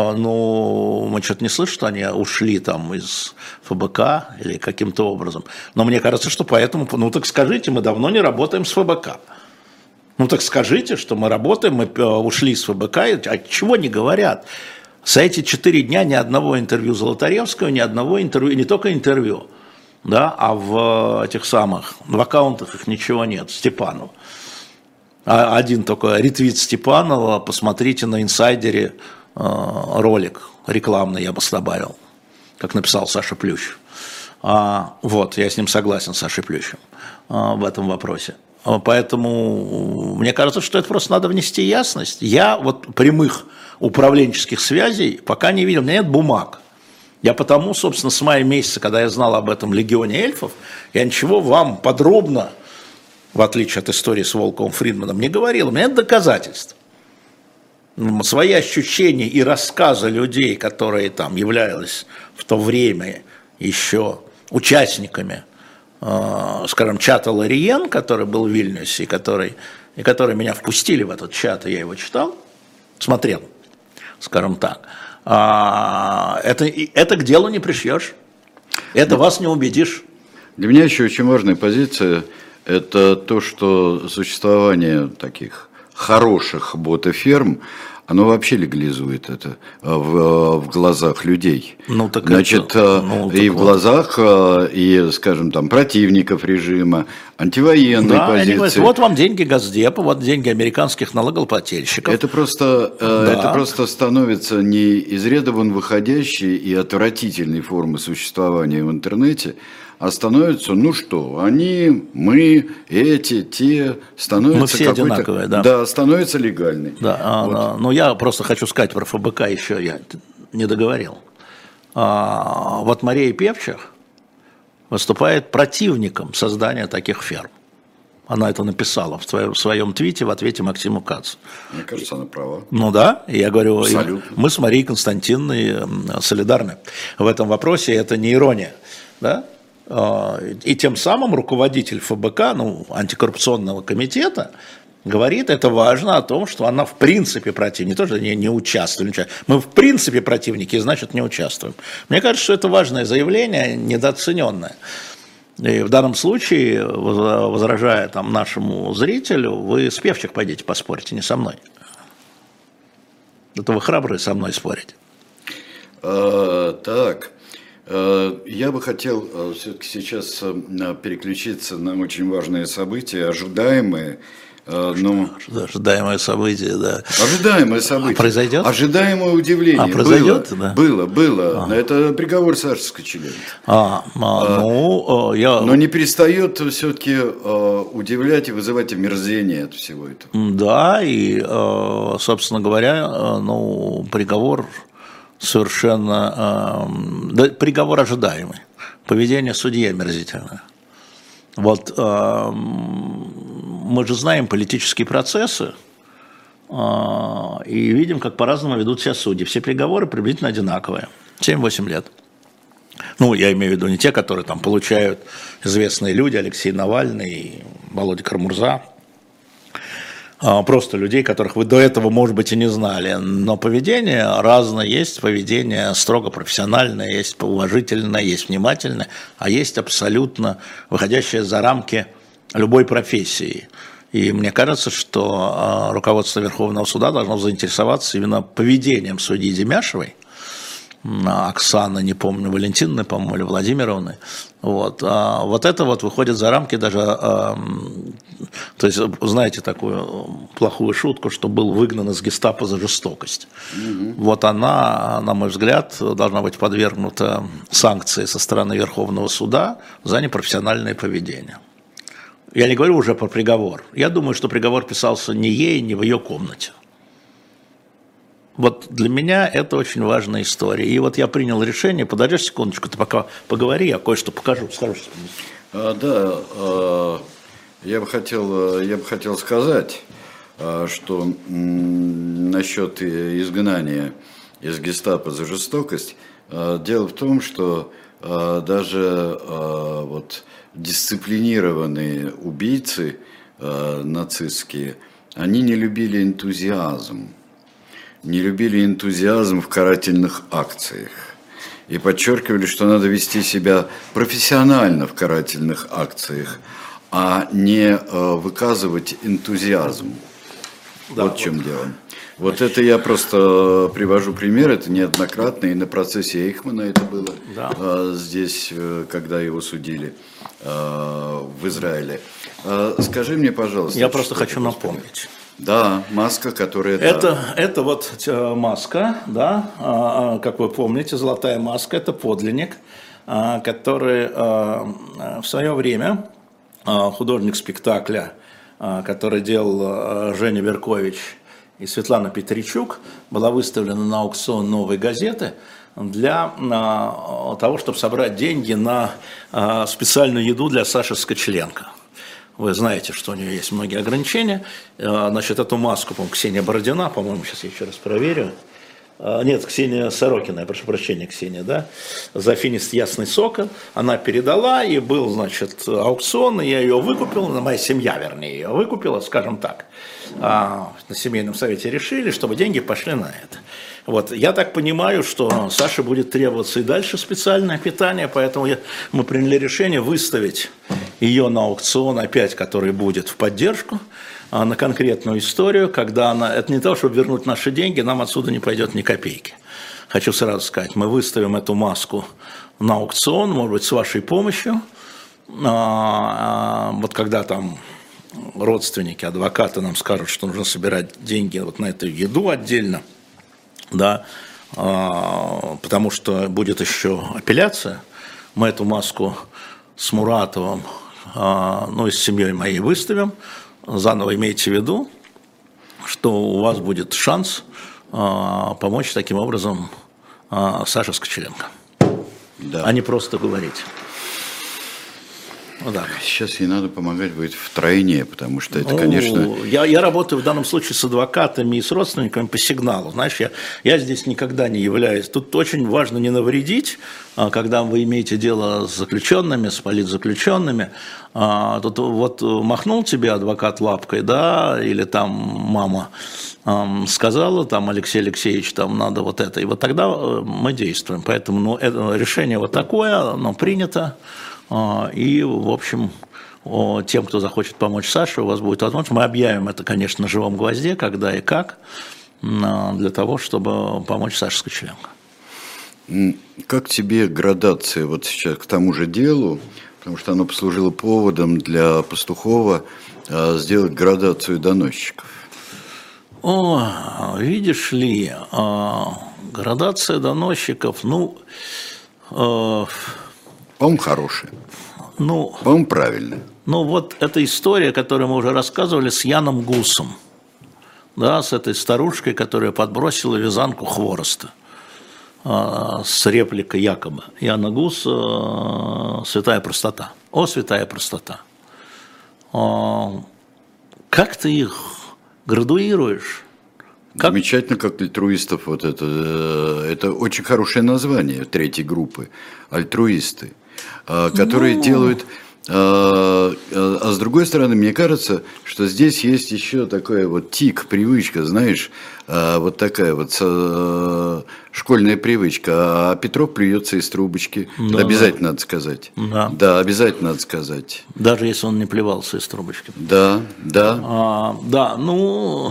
Ну, мы что-то не слышим, что они ушли там из ФБК или каким-то образом. Но мне кажется, что поэтому, ну так скажите, мы давно не работаем с ФБК. Ну так скажите, что мы работаем, мы ушли с ФБК, а чего не говорят? За эти четыре дня ни одного интервью Золотаревского, ни одного интервью, не только интервью, да, а в этих самых, в аккаунтах их ничего нет, Степанова. Один только ретвит Степанова, посмотрите на инсайдере э, ролик рекламный, я бы добавил, как написал Саша Плющев. А, вот, я с ним согласен, с Сашей Плющевым, а, в этом вопросе. Поэтому мне кажется, что это просто надо внести ясность. Я вот прямых управленческих связей пока не видел, у меня нет бумаг. Я потому, собственно, с мая месяца, когда я знал об этом легионе эльфов, я ничего вам подробно, в отличие от истории с Волковым Фридманом, не говорил, у меня нет доказательств. Свои ощущения и рассказы людей, которые там являлись в то время еще участниками, э, скажем, чата Лориен, который был в Вильнюсе, и который, и который меня впустили в этот чат, и я его читал, смотрел, скажем так. А, это, это к делу не пришьешь, это вас не убедишь. Для меня еще очень важная позиция – это то, что существование таких хороших ботоферм, оно вообще легализует это в, в глазах людей. Ну, так Значит, это, ну, и так в вот. глазах, и, скажем, там, противников режима, антивоенной Да, позиции. они говорят, вот вам деньги Госдепа, вот деньги американских налогоплательщиков. Это просто, Да. это просто становится не из ряда вон выходящей и отвратительной формы существования в интернете, а становится, ну что, они, мы, эти, те, становятся Мы все какой-то- одинаковые, да. Да, становится легальной. Да, а, Вот. а, но я просто хочу сказать про ФБК еще, я не договорил. А, вот Мария Певчих выступает противником создания таких ферм. Она это написала в своем, в своем твите в ответе Максиму Кацу. Мне кажется, она права. Ну да, и я говорю, и Абсолютно. мы с Марией Константиновной м, солидарны в этом вопросе, это не ирония. Да? А, И тем самым руководитель ФБК, ну, антикоррупционного комитета, говорит, это важно о том, что она в принципе противник, не то, что не, не участвуем, мы в принципе противники, значит не участвуем. Мне кажется, что это важное заявление, недооцененное. И в данном случае, воз- возражая там нашему зрителю, вы с Певчих пойдите поспорите, не со мной. Это вы храбрые со мной спорите. А, так, а, я бы хотел а, все-таки сейчас а, переключиться на очень важные события, ожидаемые. а, но... Ожидаемое событие, да. Ожидаемое событие. А произойдет? Ожидаемое удивление. А, произойдет, было, да? Было, было. Это приговор Саши Скочеленко. А, а, ну, э, я... Но не перестает все-таки э, удивлять и вызывать омерзение от всего этого. Да, и, э, собственно говоря, э, ну, приговор совершенно... э, Да, приговор ожидаемый. Поведение судьи омерзительное. Вот э, мы же знаем политические процессы э, и видим, как по-разному ведут себя судьи. Все приговоры приблизительно одинаковые. семь-восемь лет. Ну, я имею в виду не те, которые там получают известные люди, Алексей Навальный, Володя Кармурза, а просто людей, которых вы до этого, может быть, и не знали. Но поведение разное. Есть поведение строго профессиональное, есть уважительное, есть внимательное, а есть абсолютно выходящее за рамки любой профессии. И мне кажется, что руководство Верховного суда должно заинтересоваться именно поведением судьи Демяшевой, Оксаны, не помню, Валентиновны, по-моему, или Владимировны. Вот. А вот это вот выходит за рамки даже, а, то есть, знаете, такую плохую шутку, что был выгнан из гестапо за жестокость. Угу. Вот она, на мой взгляд, должна быть подвергнута санкции со стороны Верховного суда за непрофессиональное поведение. Я не говорю уже про приговор. Я думаю, что приговор писался не ей, не в ее комнате. Вот для меня это очень важная история. И вот я принял решение, подожди секундочку, ты пока поговори, я кое-что покажу. Скажу. А, да, а, я бы хотел, я бы хотел сказать, а, что м, насчет изгнания из гестапо за жестокость, а, дело в том, что а, даже а, вот, дисциплинированные убийцы а, нацистские, они не любили энтузиазм. не любили энтузиазм в карательных акциях и подчеркивали, что надо вести себя профессионально в карательных акциях, а не э, выказывать энтузиазм. Да, вот в чем вот. дело. Вот это я просто привожу пример, это неоднократно, и на процессе Эйхмана это было, да. э, здесь, э, когда его судили э, в Израиле. Э, скажи мне, пожалуйста. Я просто хочу напомнить. Да, маска, которая... Это, да. это вот маска, да, как вы помните, золотая маска, это подлинник, который в свое время художник спектакля, который делал Женя Беркович и Светлана Петричук, была выставлена на аукцион «Новой газеты» для того, чтобы собрать деньги на специальную еду для Саши Скочеленко. Вы знаете, что у нее есть многие ограничения. Значит, эту маску, по-моему, Ксения Бородина, по-моему, сейчас я еще раз проверю. Нет, Ксения Сорокина, я прошу прощения, Ксения, да, за финист «Ясный сокол». Она передала, и был, значит, аукцион, и я ее выкупил, моя семья, вернее, ее выкупила, скажем так. На семейном совете решили, чтобы деньги пошли на это. Вот. Я так понимаю, что Саше будет требоваться и дальше специальное питание, поэтому я, мы приняли решение выставить ее на аукцион опять, который будет в поддержку, на конкретную историю, когда она, это не то, чтобы вернуть наши деньги, нам отсюда не пойдет ни копейки. Хочу сразу сказать, мы выставим эту маску на аукцион, может быть, с вашей помощью, вот когда там родственники, адвокаты нам скажут, что нужно собирать деньги вот на эту еду отдельно, да, потому что будет еще апелляция, мы эту маску с Муратовым, ну и с семьей моей выставим, заново имейте в виду, что у вас будет шанс помочь таким образом Саше Скочеленко, да. А не просто говорить. Ну, да. Сейчас ей надо помогать будет втройне, потому что это, ну, конечно... Я, я работаю в данном случае с адвокатами и с родственниками по сигналу. Знаешь, я, я здесь никогда не являюсь... Тут очень важно не навредить, когда вы имеете дело с заключенными, с политзаключенными. Тут вот махнул тебе адвокат лапкой, да, или там мама сказала, там Алексей Алексеевич, там надо вот это. И вот тогда мы действуем. Поэтому ну, это решение вот такое, оно принято. И, в общем, тем, кто захочет помочь Саше, у вас будет возможность. Мы объявим это, конечно, на живом гвозде, когда и как, для того, чтобы помочь Саше Скочеленко. Как тебе градация вот сейчас к тому же делу, потому что оно послужило поводом для Пастухова сделать градацию доносчиков? О, видишь ли, градация доносчиков, ну... По-моему, хорошая. Ну, По-моему, правильно. Ну, вот эта история, которую мы уже рассказывали с Яном Гусом, да, с этой старушкой, которая подбросила вязанку хвороста, э, с репликой якобы. Яна Гус э, «Святая простота». О, святая простота. Э, как ты их градуируешь? Как? Замечательно, как альтруистов. Вот это, это очень хорошее название третьей группы. Альтруисты. Которые ну... делают... А, а с другой стороны, мне кажется, что здесь есть еще такая вот тик, привычка, знаешь, вот такая вот школьная привычка. А Петров плюется из трубочки. Да, обязательно да. надо сказать. Да. да, обязательно надо сказать. Даже если он не плевался из трубочки. Да, да. А, да, ну...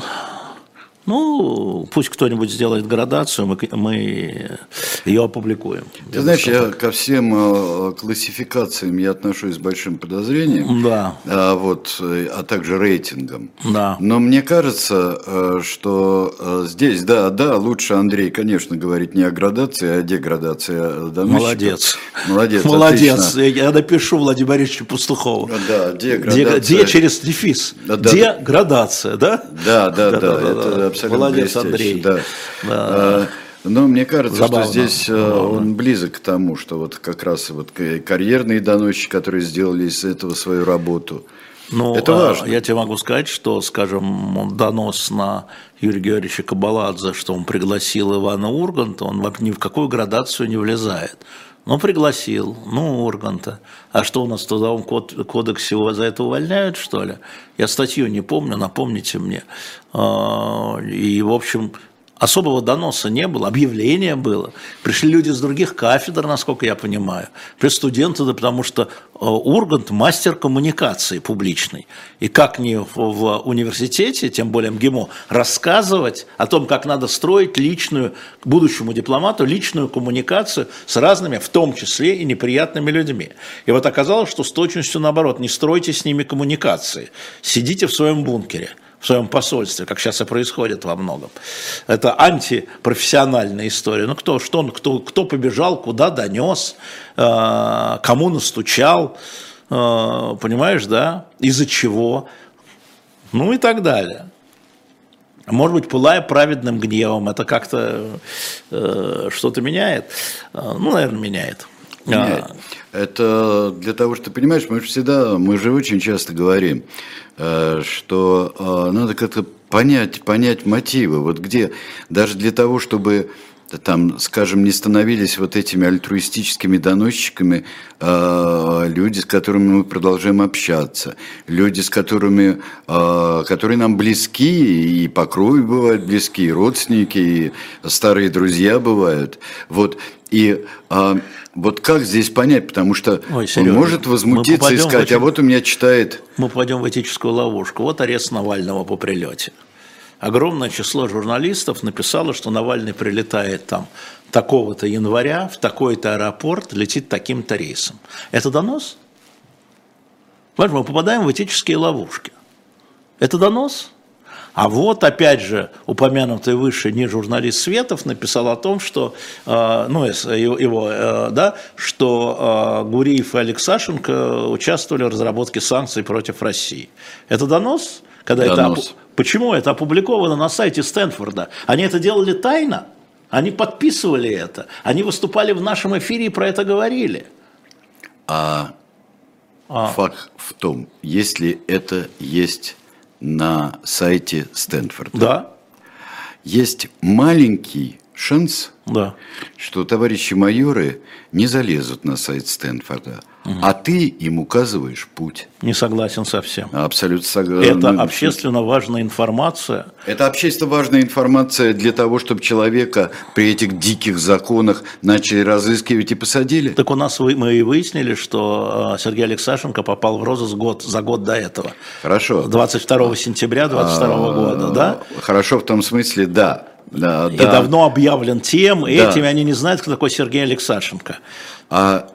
Ну, пусть кто-нибудь сделает градацию, мы, мы ее опубликуем. Ты знаешь, я ко всем классификациям я отношусь с большим подозрением, да. а, вот, а также рейтингом. Да. Но мне кажется, что здесь, да, да, лучше, Андрей, конечно, говорить не о градации, а о деградации доносчиков. Молодец. Молодец, Молодец. Отлично. Я напишу Владимиру Борисовичу Пастухову. Да, деградация. Де через дефис. Да, да. Деградация, да? Да, да, да. да, да, да. Абсолютно молодец, Андрей. Да. Да. Но мне кажется, Забавно. что здесь Забавно. Он близок к тому, что вот как раз вот карьерные доносчики, которые сделали из этого свою работу. Ну, это важно. Я тебе могу сказать, что, скажем, донос на Юрия Георгиевича Кабаладзе, что он пригласил Ивана Урганта, он ни в какую градацию не влезает. Ну, пригласил, ну, Урганта. А что у нас в Трудовом кодексе его за это увольняют, что ли? Я статью не помню, напомните мне. И, в общем, особого доноса не было, объявление было. Пришли люди с других кафедр, насколько я понимаю. Пришли студенты, да, потому что Ургант – мастер коммуникации публичной. И как не в, в университете, тем более МГИМО, рассказывать о том, как надо строить личную, будущему дипломату, личную коммуникацию с разными, в том числе и неприятными людьми. И вот оказалось, что с точностью наоборот, не стройте с ними коммуникации. Сидите в своем бункере. В своем посольстве, как сейчас и происходит во многом. Это антипрофессиональная история. Ну кто, что, кто, кто побежал, куда донес, э, кому настучал, э, понимаешь, да, из-за чего, ну и так далее. Может быть, пылая праведным гневом, это как-то э, что-то меняет? Ну, наверное, меняет. Нет, это для того, что ты понимаешь, мы же всегда, мы же очень часто говорим, что надо как-то понять, понять мотивы, вот где, даже для того, чтобы там, скажем, не становились вот этими альтруистическими доносчиками э, люди, с которыми мы продолжаем общаться, люди, с которыми, э, которые нам близки, и по крови бывают близки, и родственники, и старые друзья бывают. Вот. И э, вот как здесь понять, потому что Ой, Сережа, он может возмутиться и сказать, эти... а вот у меня читает... Мы пойдем в этическую ловушку. Вот арест Навального по прилете. Огромное число журналистов написало, что Навальный прилетает там такого-то января в такой-то аэропорт, летит таким-то рейсом. Это донос? Мы попадаем в этические ловушки. Это донос? А вот, опять же, упомянутый выше не журналист Светов написал о том, что, э, ну, его, э, да, что э, Гуриев и Алексашенко участвовали в разработке санкций против России. Это донос? Когда донос. Это, почему это опубликовано на сайте Стэнфорда? Они это делали тайно? Они подписывали это? Они выступали в нашем эфире и про это говорили? А, а. Факт в том, если это есть... на сайте Стэнфорда. Да. Есть маленький шанс, да. что товарищи майоры не залезут на сайт Стэнфорда, угу. а ты им указываешь путь. Не согласен совсем. Абсолютно согласен. Это общественно важная информация. Это общественно важная информация для того, чтобы человека при этих диких законах начали разыскивать и посадили. Так у нас мы и выяснили, что Сергей Алексашенко попал в розыск год, за год до этого. Хорошо. двадцать второго сентября двадцать второго года, да? Хорошо в том смысле, да. Да, и да. давно объявлен тем, да. этими они не знают, кто такой Сергей Алексашенко. А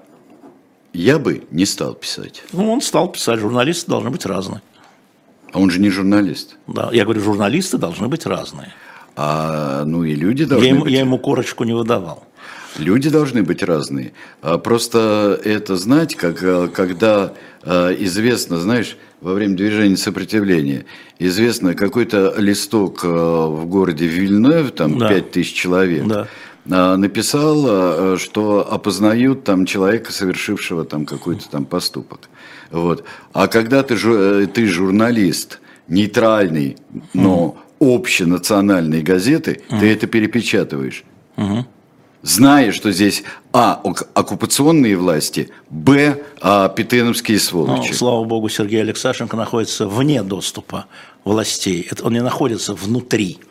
я бы не стал писать. Ну, он стал писать, журналисты должны быть разные. А он же не журналист. Да, я говорю, журналисты должны быть разные. А, ну и люди должны я ему, быть... Я ему корочку не выдавал. Люди должны быть разные. А просто это знать, как, когда известно, знаешь, во время движения сопротивления, известно какой-то листок в городе Вильнёв, там да. пять тысяч человек, да. написал, что опознают там человека, совершившего там какой-то там поступок. Вот. А когда ты, ты журналист, нейтральный, но общенациональной газеты, mm. ты это перепечатываешь. Mm-hmm. Зная, что здесь а. оккупационные власти, б. А, петеновские сволочи. Ну, слава богу, Сергей Алексашенко находится вне доступа властей. Это он не находится внутри.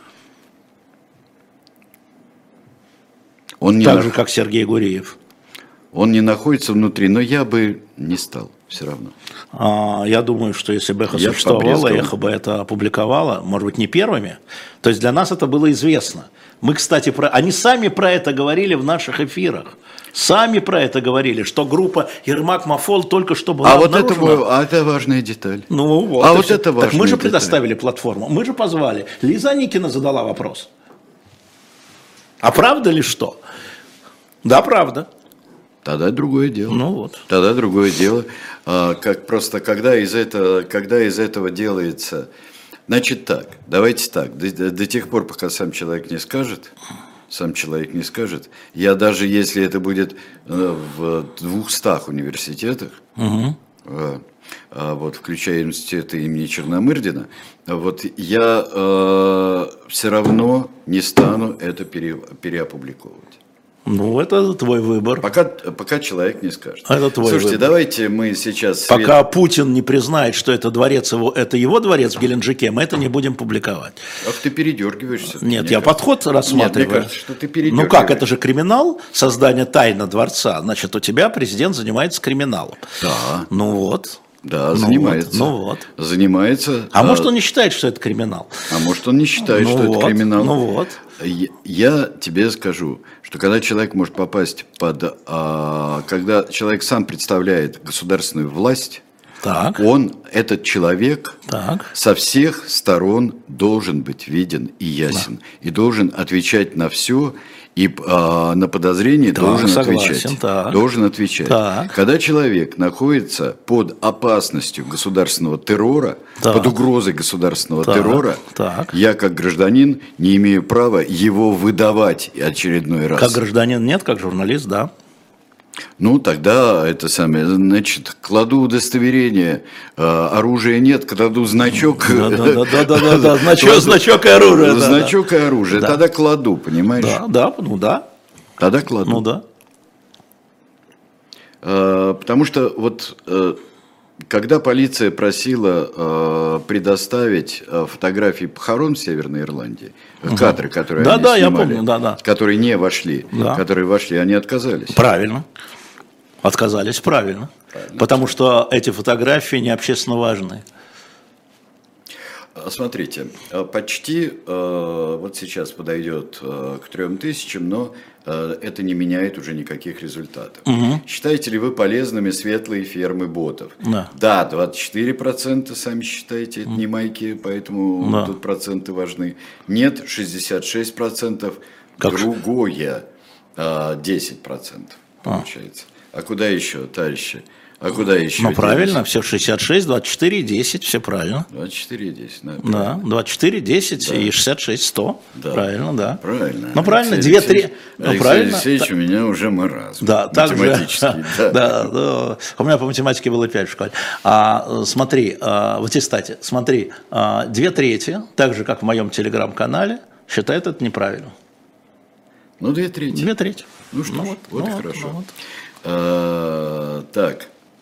Он не так нах... же, как Сергей Гуриев. Он не находится внутри, но я бы не стал все равно. А, я думаю, что если бы «Эхо» я существовало, «Эхо» бы это опубликовало, может быть, не первыми. То есть для нас это было известно. Мы, кстати, про... они сами про это говорили в наших эфирах. Сами про это говорили, что группа Ермак-Мафол только что была а обнаружена. Вот это, а это важная деталь. Ну, вот, а вот это важная Так мы же деталь. Предоставили платформу, мы же позвали. Лиза Никина задала вопрос. А правда ли что? Да, правда. Тогда другое дело. Ну вот. Тогда другое дело. А, как просто когда из этого, когда из этого делается... Значит так, давайте так, до, до тех пор, пока сам человек не скажет, сам человек не скажет, я даже если это будет в двухстах университетах, угу. а, а, вот, включая институт имени Черномырдина, вот, я а, все равно не стану это пере, переопубликовывать. Ну, это твой выбор. Пока, пока человек не скажет. Это твой Слушайте, выбор. давайте мы сейчас... Пока свет... Путин не признает, что это дворец его, это его дворец в Геленджике, мы это не будем публиковать. Ах, ты передергиваешься. Нет, я кажется. подход рассматриваю. Нет, мне кажется, что ты передергиваешься. Ну как, это же криминал, создание тайны дворца. Значит, у тебя президент занимается криминалом. Да. Ну вот. Да, ну занимается. Вот, ну вот. Занимается. А, а может он не считает, что это криминал? А может он не считает, ну что вот, это криминал? Ну вот. Я, я тебе скажу, что когда человек может попасть под... А, когда человек сам представляет государственную власть, так. он, этот человек, так. со всех сторон должен быть виден и ясен. Да. И должен отвечать на все, и а, на подозрение да, должен согласен, отвечать. Так. Должен отвечать. Так. Когда человек находится под опасностью государственного террора, так. под угрозой государственного так. террора, так. я как гражданин не имею права его выдавать очередной раз. Как гражданин нет, как журналист, да. Ну, тогда это самое, значит, кладу удостоверение, оружия нет, кладу значок. Да, да, да, да, да, значок, значок и оружие. Значок и оружие, тогда кладу, понимаешь? Да, да, ну да. Тогда кладу. Ну да. Потому что вот когда полиция просила предоставить фотографии похорон в Северной Ирландии, угу. кадры, которые да, они да, снимали, я помню, да, да. которые не вошли, да. которые вошли, они отказались. Правильно. Отказались, правильно. правильно. Потому что эти фотографии не общественно важные. Смотрите, почти вот сейчас подойдет к трем тысячам, но это не меняет уже никаких результатов. Угу. Считаете ли вы полезными светлые фермы ботов? Да. Да, двадцать четыре процента, сами считаете, это не майки, поэтому да. тут проценты важны. Нет, шестьдесят шесть процентов, как другое десять процентов получается. А. а куда еще, товарищи? А куда еще? Ну, правильно, все шестьдесят шесть, двадцать четыре, десять, все правильно. двадцать четыре, десять, да. Да, двадцать четыре, десять да. и шестьдесят шесть, сто. Да. Правильно, да. Правильно. Ну, правильно, две-три. Ну, правильно. Алексей, у меня уже маразм. Да, математический. Да, да, да. У меня по математике было пять в школе. А, смотри, в аттестате, смотри, две трети, так же, как в моем телеграм-канале, считают это неправильно. Ну, две трети. Две трети. Ну, что ну, ж, вот, вот ну, и хорошо. Ну, вот. А, так.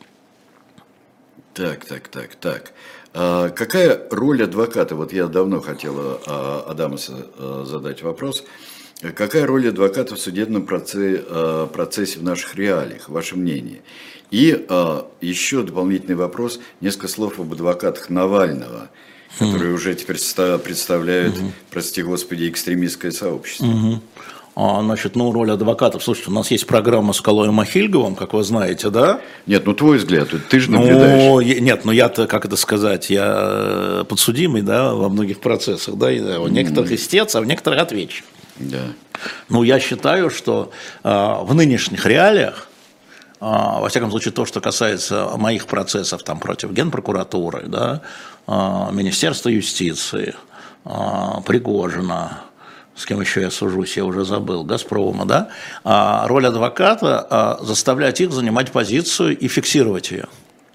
Так, так, так, так. А какая роль адвоката? Вот я давно хотел а, Адамасу а, задать вопрос. Какая роль адвоката в судебном процессе, а, процессе в наших реалиях? Ваше мнение? И а, еще дополнительный вопрос. Несколько слов об адвокатах Навального, которые mm. уже теперь представляют, mm-hmm. прости господи, экстремистское сообщество. Mm-hmm. А, значит, ну, роль адвокатов. Слушайте, у нас есть программа с Калоем Махильговым, как вы знаете, да? Нет, ну, твой взгляд, ты же наблюдаешь. Ну, нет, ну, я-то, как это сказать, я подсудимый, да, во многих процессах, да, и, да, у некоторых истец, а в некоторых ответчик. Да. Ну, я считаю, что а, в нынешних реалиях, а, во всяком случае, то, что касается моих процессов там, против Генпрокуратуры, да, а, Министерства юстиции, а, Пригожина, с кем еще я сужусь, я уже забыл, Газпрома, да, а роль адвоката а, заставлять их занимать позицию и фиксировать ее.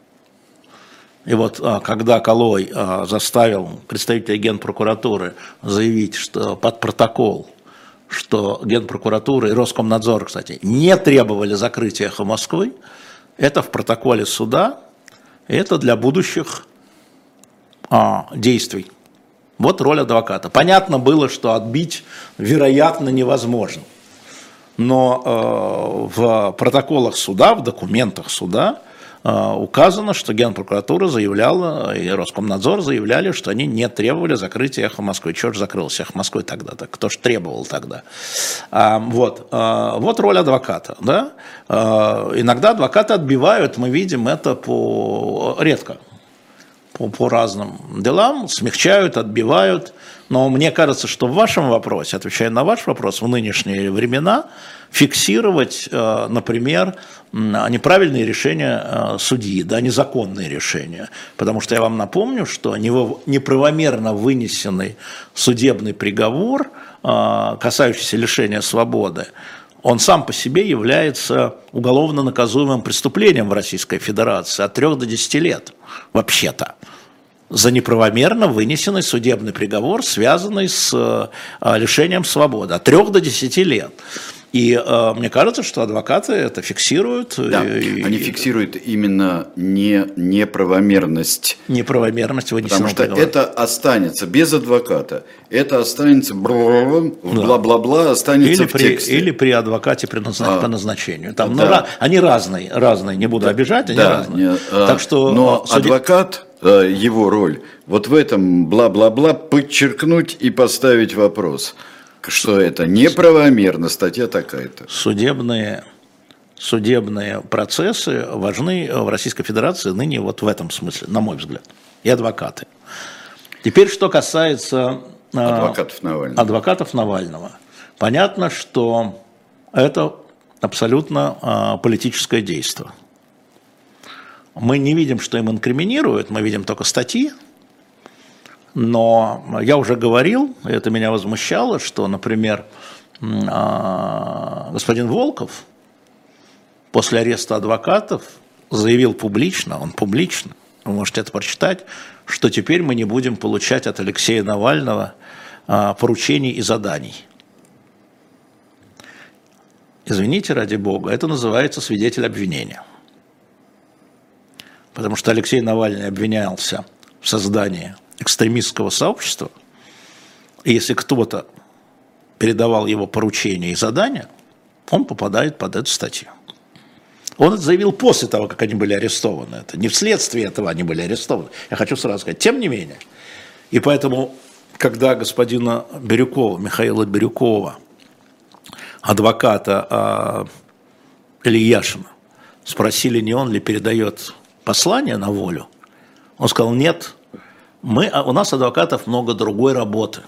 И вот а, когда Калой а, заставил представителя Генпрокуратуры заявить, что под протокол, что Генпрокуратура и Роскомнадзор, кстати, не требовали закрытия «Эхо Москвы», это в протоколе суда, это для будущих а, действий. Вот роль адвоката. Понятно было, что отбить, вероятно, невозможно. Но э, в протоколах суда, в документах суда э, указано, что Генпрокуратура заявляла, и Роскомнадзор заявляли, что они не требовали закрытия «Эхо Москвы». Чего же закрылся «Эхо Москвы» тогда? Так кто же требовал тогда? А, вот, а, вот роль адвоката. Да? А, иногда адвокаты отбивают, мы видим это по редко. По, по разным делам, смягчают, отбивают. Но мне кажется, что в вашем вопросе, отвечая на ваш вопрос, в нынешние времена фиксировать, например, неправильные решения судьи, да, незаконные решения. Потому что я вам напомню, что неправомерно вынесенный судебный приговор, касающийся лишения свободы, он сам по себе является уголовно наказуемым преступлением в Российской Федерации от трёх до десяти лет, вообще-то, за неправомерно вынесенный судебный приговор, связанный с лишением свободы, от трёх до десяти лет. И э, мне кажется, что адвокаты это фиксируют. Да, и, они фиксируют именно не, неправомерность. Неправомерность вынесенного Потому что приговора. это останется без адвоката. Это останется бла-бла-бла, да. останется или в при, тексте. Или при адвокате при назнач... а, по назначению. Там, да. ну, ra... Они разные, разные, не буду да. обижать, они да, разные. Не, а, так что, но суди... адвокат, его роль, вот в этом бла-бла-бла подчеркнуть и поставить вопрос. Что это неправомерно, статья такая-то. Судебные, судебные процессы важны в Российской Федерации ныне вот в этом смысле, на мой взгляд, и адвокаты. Теперь, что касается адвокатов Навального. адвокатов Навального. Понятно, что это абсолютно политическое действие. Мы не видим, что им инкриминируют, мы видим только статьи. Но я уже говорил, это меня возмущало, что, например, господин Волков после ареста адвокатов заявил публично, он публично, вы можете это прочитать, что теперь мы не будем получать от Алексея Навального а, поручений и заданий. Извините, ради бога, это называется свидетель обвинения. Потому что Алексей Навальный обвинялся в создании экстремистского сообщества, и если кто-то передавал его поручения и задания, он попадает под эту статью. Он это заявил после того, как они были арестованы. Это не вследствие этого они были арестованы. Я хочу сразу сказать, тем не менее. И поэтому, когда господина Бирюкова, Михаила Бирюкова, адвоката Ильяшина, спросили, не он ли передает послание на волю, он сказал, нет, мы, у нас, адвокатов, много другой работы,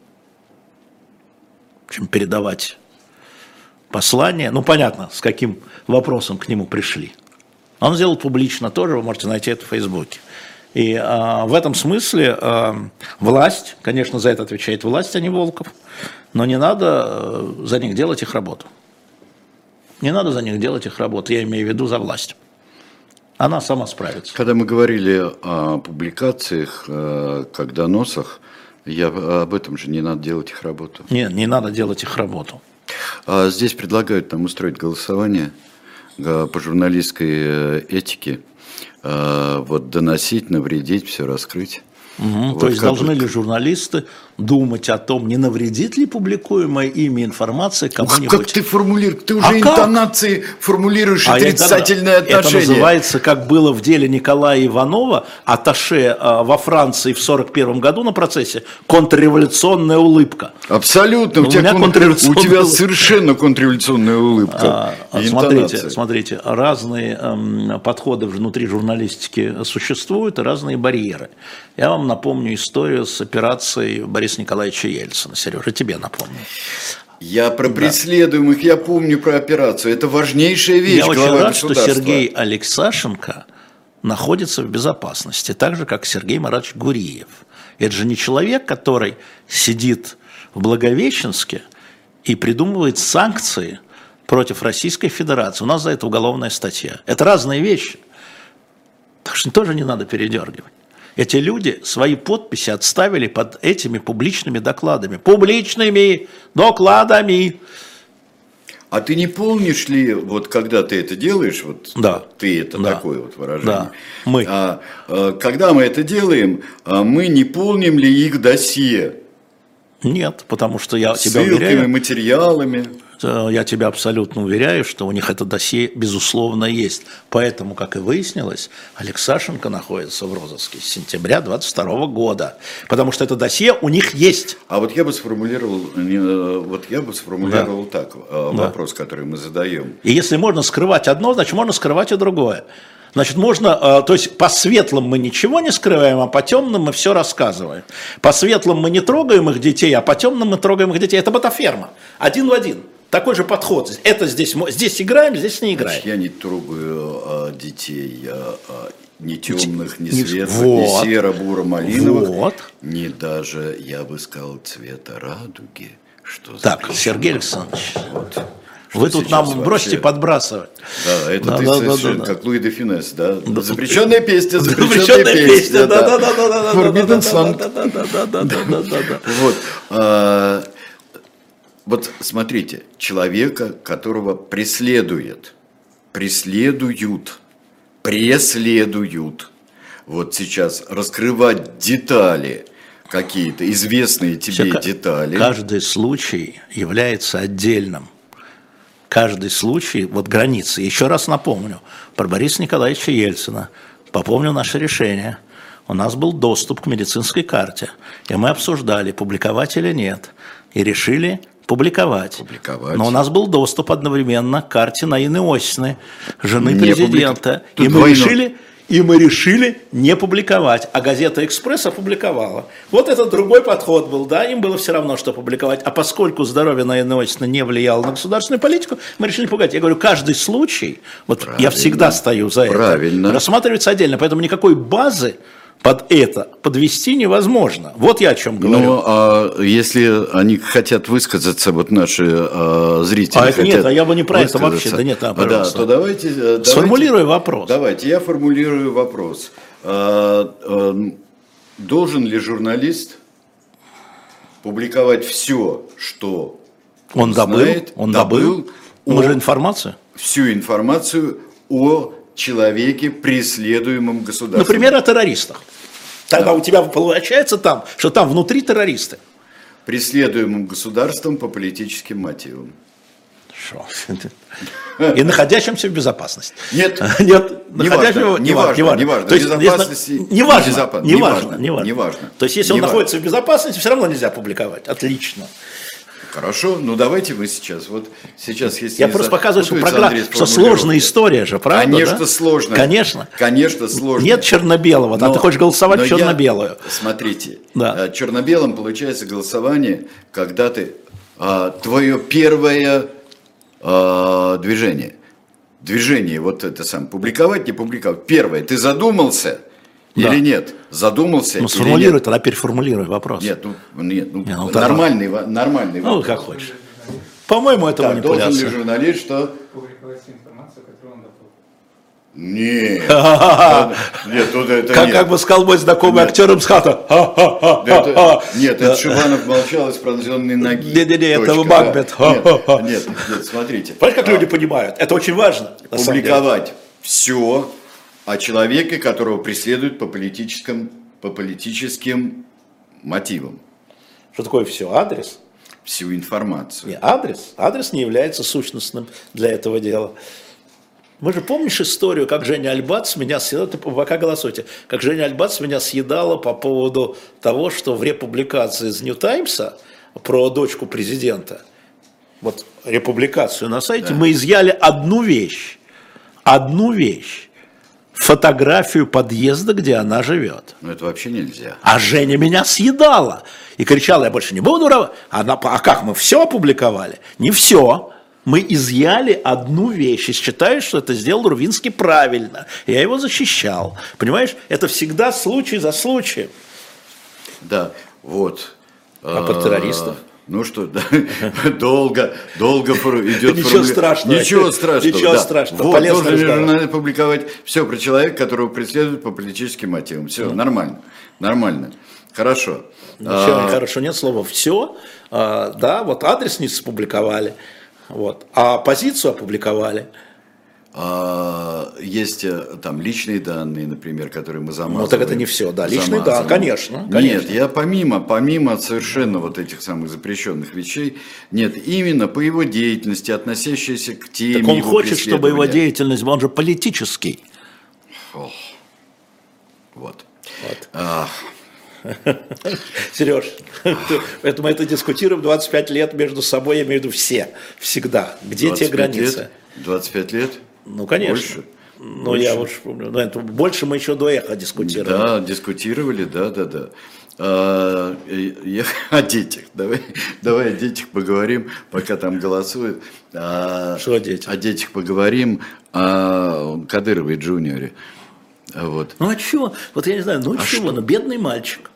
чем передавать послание. Ну, понятно, с каким вопросом к нему пришли. Он сделал публично тоже, вы можете найти это в Фейсбуке. И а, в этом смысле а, власть, конечно, за это отвечает власть, а не Волков, но не надо а, за них делать их работу. Не надо за них делать их работу, я имею в виду за власть. Она сама справится. Когда мы говорили о публикациях, как доносах, я об этом же, не надо делать их работу. Нет, не надо делать их работу. Здесь предлагают нам устроить голосование по журналистской этике, вот доносить, навредить, все раскрыть. Угу. Вот то есть должны вот... ли журналисты думать о том, не навредит ли публикуемая ими информация кому-нибудь? Ух, как ты формулируешь, ты уже а интонации как? формулируешь а отрицательное это, отношение. Это называется, как было в деле Николая Иванова, атташе а, во Франции в сорок первом году на процессе, контрреволюционная улыбка. Абсолютно, у, у тебя, меня кон... у тебя совершенно контрреволюционная улыбка. А, смотрите, смотрите, разные эм, подходы внутри журналистики существуют, и разные барьеры. Я вам напомню историю с операцией Бориса Николаевича Ельцина. Сережа, тебе напомню. Я про преследуемых, да. Я помню про операцию. Это важнейшая вещь. Я очень рад, что Сергей Алексашенко находится в безопасности, так же, как Сергей Маратович Гуриев. Это же не человек, который сидит в Благовещенске и придумывает санкции против Российской Федерации. У нас за это уголовная статья. Это разные вещи. Так что тоже не надо передергивать. Эти люди свои подписи отставили под этими публичными докладами. Публичными докладами. А ты не помнишь ли, вот когда ты это делаешь, вот да. ты это да. такое вот выражение, да. мы. А, а, когда мы это делаем, а мы не помним ли их досье? Нет, потому что я тебя уверяю. Ссылками, материалами. Я тебя абсолютно уверяю, что у них это досье безусловно есть. Поэтому, как и выяснилось, Алексашенко находится в розыске с сентября двадцать второго года. Потому что это досье у них есть. А вот я бы сформулировал, вот я бы сформулировал да. так, вопрос, да. который мы задаем. И если можно скрывать одно, значит можно скрывать и другое. Значит, можно, то есть по светлым мы ничего не скрываем, а по темным мы все рассказываем. По светлым мы не трогаем их детей, а по темным мы трогаем их детей. Это ботаферма. Один в один. Такой же подход. Это здесь, здесь играем, здесь не играем. Значит, я не трогаю а, детей, а, а, ни темных, ни не, светлых, вот, ни серо-буро-малиновых, вот. ни даже, я бы сказал, цвета радуги. Что так, Сергей Александрович, вот. Вы тут нам вообще... бросите подбрасывать. Да, это да, ты да, совершенно да, да, как Луи де Финес, да? да. Запрещенная песня, запрещенная песня. Да, да, да, да, да, Forbidden Song. Да, да, да, да, да, да, да. Вот. А, вот смотрите, человека, которого преследует, преследуют, преследуют. Вот сейчас раскрывать детали, какие-то известные тебе Все, детали. Каждый случай является отдельным. Каждый случай, вот границы. Еще раз напомню, про Бориса Николаевича Ельцина. Попомню наше решение. У нас был доступ к медицинской карте. И мы обсуждали, публиковать или нет. И решили публиковать. публиковать. Но у нас был доступ одновременно к карте Наины Осиной, жены не президента. Публик... И мы решили... И мы решили не публиковать, а газета «Экспресс» опубликовала. Вот это другой подход был, да, им было все равно, что публиковать. А поскольку здоровье Наины Осиной не влияло на государственную политику, мы решили пугать. Я говорю, каждый случай, вот правильно, я всегда стою за правильно. это, рассматривается отдельно, поэтому никакой базы под это подвести невозможно. Вот я о чем говорю. Ну, а если они хотят высказаться, вот наши а, зрители а это хотят нет, а я бы не про это вообще. Да нет, а, да, то давайте, давайте... Сформулируй вопрос. Давайте, я формулирую вопрос. А, а, должен ли журналист публиковать все, что он, он добыл, знает, он добыл, добыл о, информацию? всю информацию о человеке, преследуемом государством? Например, о террористах. Тогда да. у тебя получается там, что там внутри террористы. Преследуемым государством по политическим мотивам. Шо? И находящимся в безопасности. Нет, нет, не важно, не важно, не важно. То есть, безопасности, не важно, безопас... не важно, не важно, не важно. То есть, если не он важно. находится в безопасности, все равно нельзя публиковать. Отлично. Хорошо, ну давайте мы сейчас, вот сейчас, если я просто показываю, что, программа, что сложная история же, правда? Конечно, да? сложная. Конечно. Конечно, сложная. Нет черно-белого, но, а ты хочешь голосовать в черно-белую. Я, смотрите, да. черно-белым получается голосование, когда ты, а, твое первое а, движение, движение, вот это сам, публиковать, не публиковать, первое, ты задумался? Да. Или нет? Задумался? Ну, сформулируй, тогда переформулируй вопрос. Нет, ну, нет, ну, не, ну нормальный, нормальный ну, вопрос. как хочешь. По-моему, это так, манипуляция. Должен ли журналист, что... Публиковать всю информацию, которую он добыл. Нет. Нет, тут это как, нет. как бы сказал мой знакомый актер МСХАТа. Нет, это Шибанов молчал из пронзенной ноги. Не-не-не, это Макбет. Нет, нет, смотрите. Понимаешь, как люди понимают? Это очень важно. Публиковать все о человеке, которого преследуют по политическим, по политическим мотивам. Что такое все? Адрес? Всю информацию. Не, адрес. Адрес не является сущностным для этого дела. Мы же помнишь историю, как Женя Альбац меня съедала, ты пока голосуйте, как Женя Альбац меня съедала по поводу того, что в републикации из Нью Таймса про дочку президента, вот републикацию на сайте, да. мы изъяли одну вещь, одну вещь. Фотографию подъезда, где она живет. Ну, это вообще нельзя. А Женя меня съедала. И кричала, я больше не буду. Она, а как, мы все опубликовали? Не все. Мы изъяли одну вещь. И считаю, что это сделал Рувинский правильно. Я его защищал. Понимаешь, это всегда случай за случаем. Да, вот. А под террористов? Ну что, да, долго, долго идет... Ничего страшного. Ничего страшного, Ничего да. страшного. Вот, Полезно должен ли разговор. журналист публиковать все про человека, которого преследуют по политическим мотивам. Все, mm. нормально, нормально. Хорошо. Ничего а... хорошо, нет слова «все». А, да, вот адрес не опубликовали, вот, а позицию опубликовали. А, есть там личные данные, например, которые мы замазываем. Ну так это не все, да, личные данные, конечно, конечно. Нет, я помимо, помимо совершенно вот этих самых запрещенных вещей, нет, именно по его деятельности, относящейся к теме. Так он его хочет, чтобы его деятельность, он же политический. Ох. Вот. Вот. Ах. Сереж, это мы это дискутируем двадцать пять лет между собой, я имею в виду все, всегда. Где те границы? Лет? двадцать пять лет? Ну, конечно. Больше? Ну, больше. я уж помню. Ну, это больше мы еще до эхо дискутировали. Да, дискутировали, да, да, да. А, я, о детях. Давай, давай о детях поговорим, пока там голосуют. А, Что о детях? О детях поговорим, о Кадыровой Джуниоре. Вот. Ну, а чего? Вот я не знаю, ну а чего? Ну, бедный мальчик.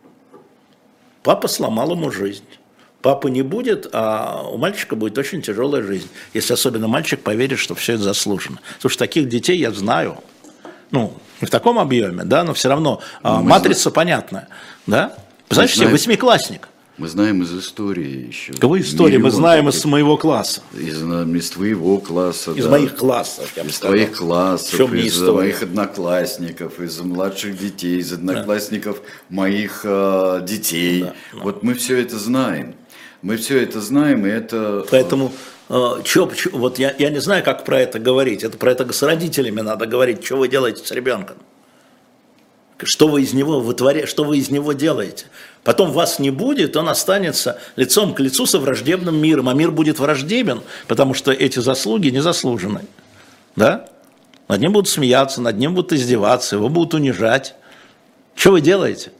Папа сломал ему жизнь. Папы не будет, а у мальчика будет очень тяжелая жизнь. Если особенно мальчик поверит, что все это заслужено. Слушай, таких детей я знаю. Ну, не в таком объеме, да, но все равно а, матрица знаем. понятная. Да? Знаешь, себе восьмиклассник. Мы знаем из истории еще. Какой истории? Мы знаем из моего класса. Из, из твоего класса. Из да. моих классов. Я из твоих классов, из история? моих одноклассников, из младших детей, из одноклассников да. моих э, детей. Да, да. Вот мы все это знаем. Мы все это знаем, и это... Поэтому, э, чё, чё, вот я, я не знаю, как про это говорить. Это про это с родителями надо говорить. Что вы делаете с ребенком? Что вы из него вытворяете, что вы из него делаете? Потом вас не будет, он останется лицом к лицу со враждебным миром, а мир будет враждебен, потому что эти заслуги не заслужены. Да? Над ним будут смеяться, над ним будут издеваться, его будут унижать. Что вы делаете?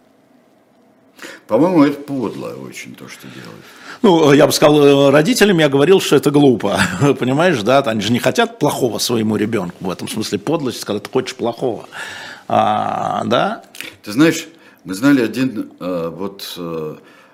По-моему, это подло очень то, что делают. Ну, я бы сказал, родителям я говорил, что это глупо. Понимаешь, да? Они же не хотят плохого своему ребенку. В этом смысле подлость, когда ты хочешь плохого. А, да? Ты знаешь, мы знали один э, вот э,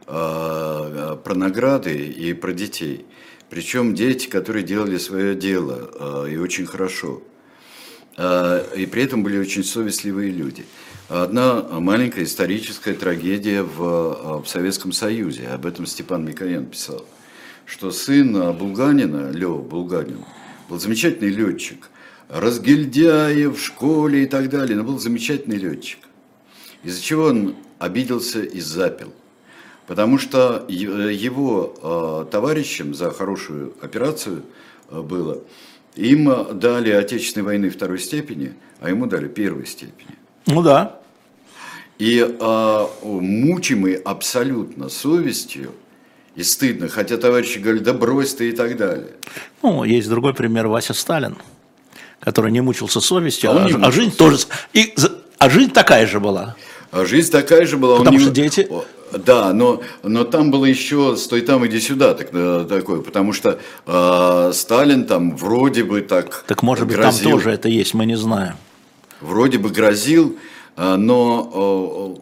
э, про награды и про детей. Причем дети, которые делали свое дело э, и очень хорошо. Э, и при этом были очень совестливые люди. Одна маленькая историческая трагедия в, в Советском Союзе. Об этом Степан Микоян писал. Что сын Булганина, Лёва Булганин, был замечательный летчик. Разгильдяев в школе и так далее. Но был замечательный летчик. Из-за чего он обиделся и запил. Потому что его э, товарищам за хорошую операцию э, было, им дали Отечественной войны второй степени, а ему дали первой степени. Ну да. И э, мучимый абсолютно совестью и стыдно, хотя товарищи говорят, да брось ты и так далее. Ну, есть другой пример, Вася Сталин, который не мучился совестью, а, а, не а мучился. жизнь тоже, и, а жизнь такая же была. А жизнь такая же была. Потому он что не... дети... Да, но, но там было еще стой там, иди сюда, так, такое, потому что э, Сталин там вроде бы так Так может быть грозил, там тоже это есть, мы не знаем. Вроде бы грозил, э, но...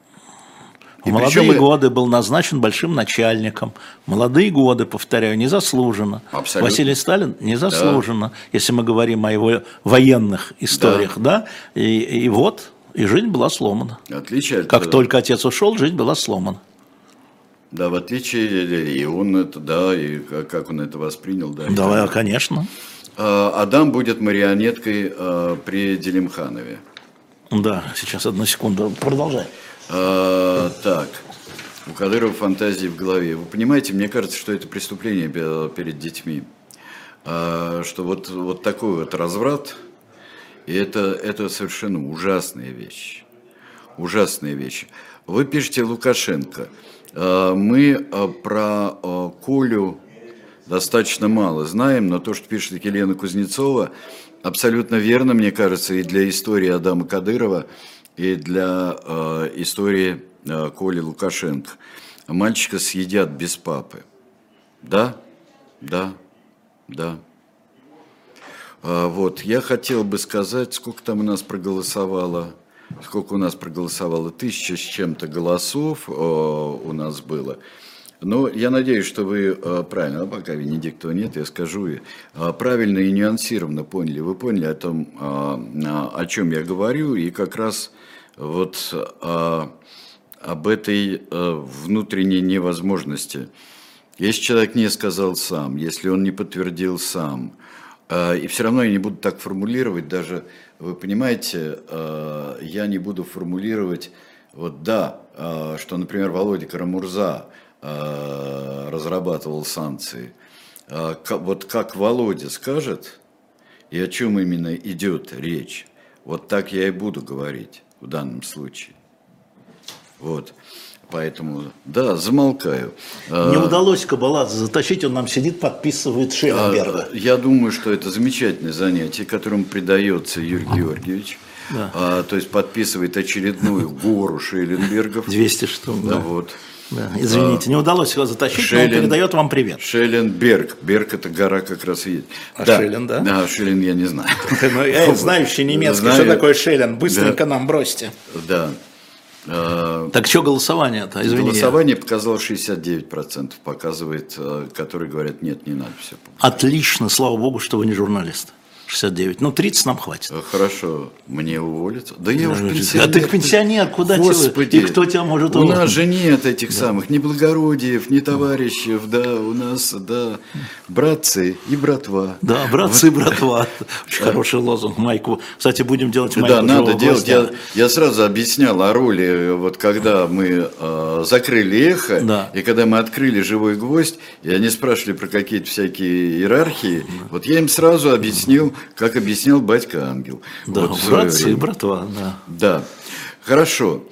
Э, В молодые причем... годы был назначен большим начальником. Молодые годы, повторяю, незаслуженно. Абсолютно. Василий Сталин незаслуженно, да. Если мы говорим о его военных историях, да, да? И, и вот... И жизнь была сломана. Отличие от... Как только отец ушел, жизнь была сломана. Да, в отличие, и он это, да, и как он это воспринял, да. Да, конечно. Адам будет марионеткой при Делимханове. Да, сейчас одну секунду, продолжай. А, так, у Кадырова фантазии в голове. Вы понимаете, мне кажется, что это преступление перед детьми. А, что вот, вот такой вот разврат... И это, это совершенно ужасные вещи. Ужасные вещи. Вы пишете Лукашенко. Мы про Колю достаточно мало знаем, но то, что пишет Елена Кузнецова, абсолютно верно, мне кажется, и для истории Адама Кадырова, и для истории Коли Лукашенко. Мальчика съедят без папы. Да? Да? Да. Вот, я хотел бы сказать, сколько там у нас проголосовало, сколько у нас проголосовало, тысяча с чем-то голосов у нас было. Но я надеюсь, что вы правильно, а пока Венедиктова нет, я скажу, правильно и нюансированно поняли. Вы поняли о том, о чем я говорю, и как раз вот об этой внутренней невозможности. Если человек не сказал сам, если он не подтвердил сам, и все равно я не буду так формулировать, даже, вы понимаете, я не буду формулировать, вот да, что, например, Володя Карамурза разрабатывал санкции. Вот как Володя скажет, и о чем именно идет речь, вот так я и буду говорить в данном случае. Вот. Поэтому, да, замолкаю. Не удалось Кабаладзе затащить, он нам сидит, подписывает Шелленберга. Я думаю, что это замечательное занятие, которому предается Юрий Георгиевич. Да. А, то есть подписывает очередную гору Шелленбергов. двести штук, да. да. Вот. Да. Извините, не удалось его затащить, Шеллен... но он передает вам привет. Шелленберг. Берг – это гора как раз есть. А да. Шеллен, да? Да, Шеллен я не знаю. Знающий немецкий, что такое Шеллен, быстренько нам бросьте. Да. Так что голосование-то? Извини. Голосование показало шестьдесят девять процентов, показывает, которые говорят, нет, не надо все. Отлично, слава богу, что вы не журналист. шестьдесят девять. Ну, тридцать нам хватит. Хорошо, мне уволиться. Да я уже пенсионер. А ты пенсионер, куда Господи, тебе? И кто тебя может уволить? У нас же нет этих да. самых ни благородиев, ни товарищей, да, у нас, да, братцы и братва. Да, братцы вот. И братва. Очень хороший лозунг, майку. Кстати, будем делать майку. Да, надо делать. Я, я сразу объяснял о роли, вот когда мы э, закрыли эхо, да. и когда мы открыли живой гвоздь, и они спрашивали про какие-то всякие иерархии, да. вот я им сразу объяснил, как объяснял батька Ангел. Да, вот братцы и братва, да. Да, хорошо.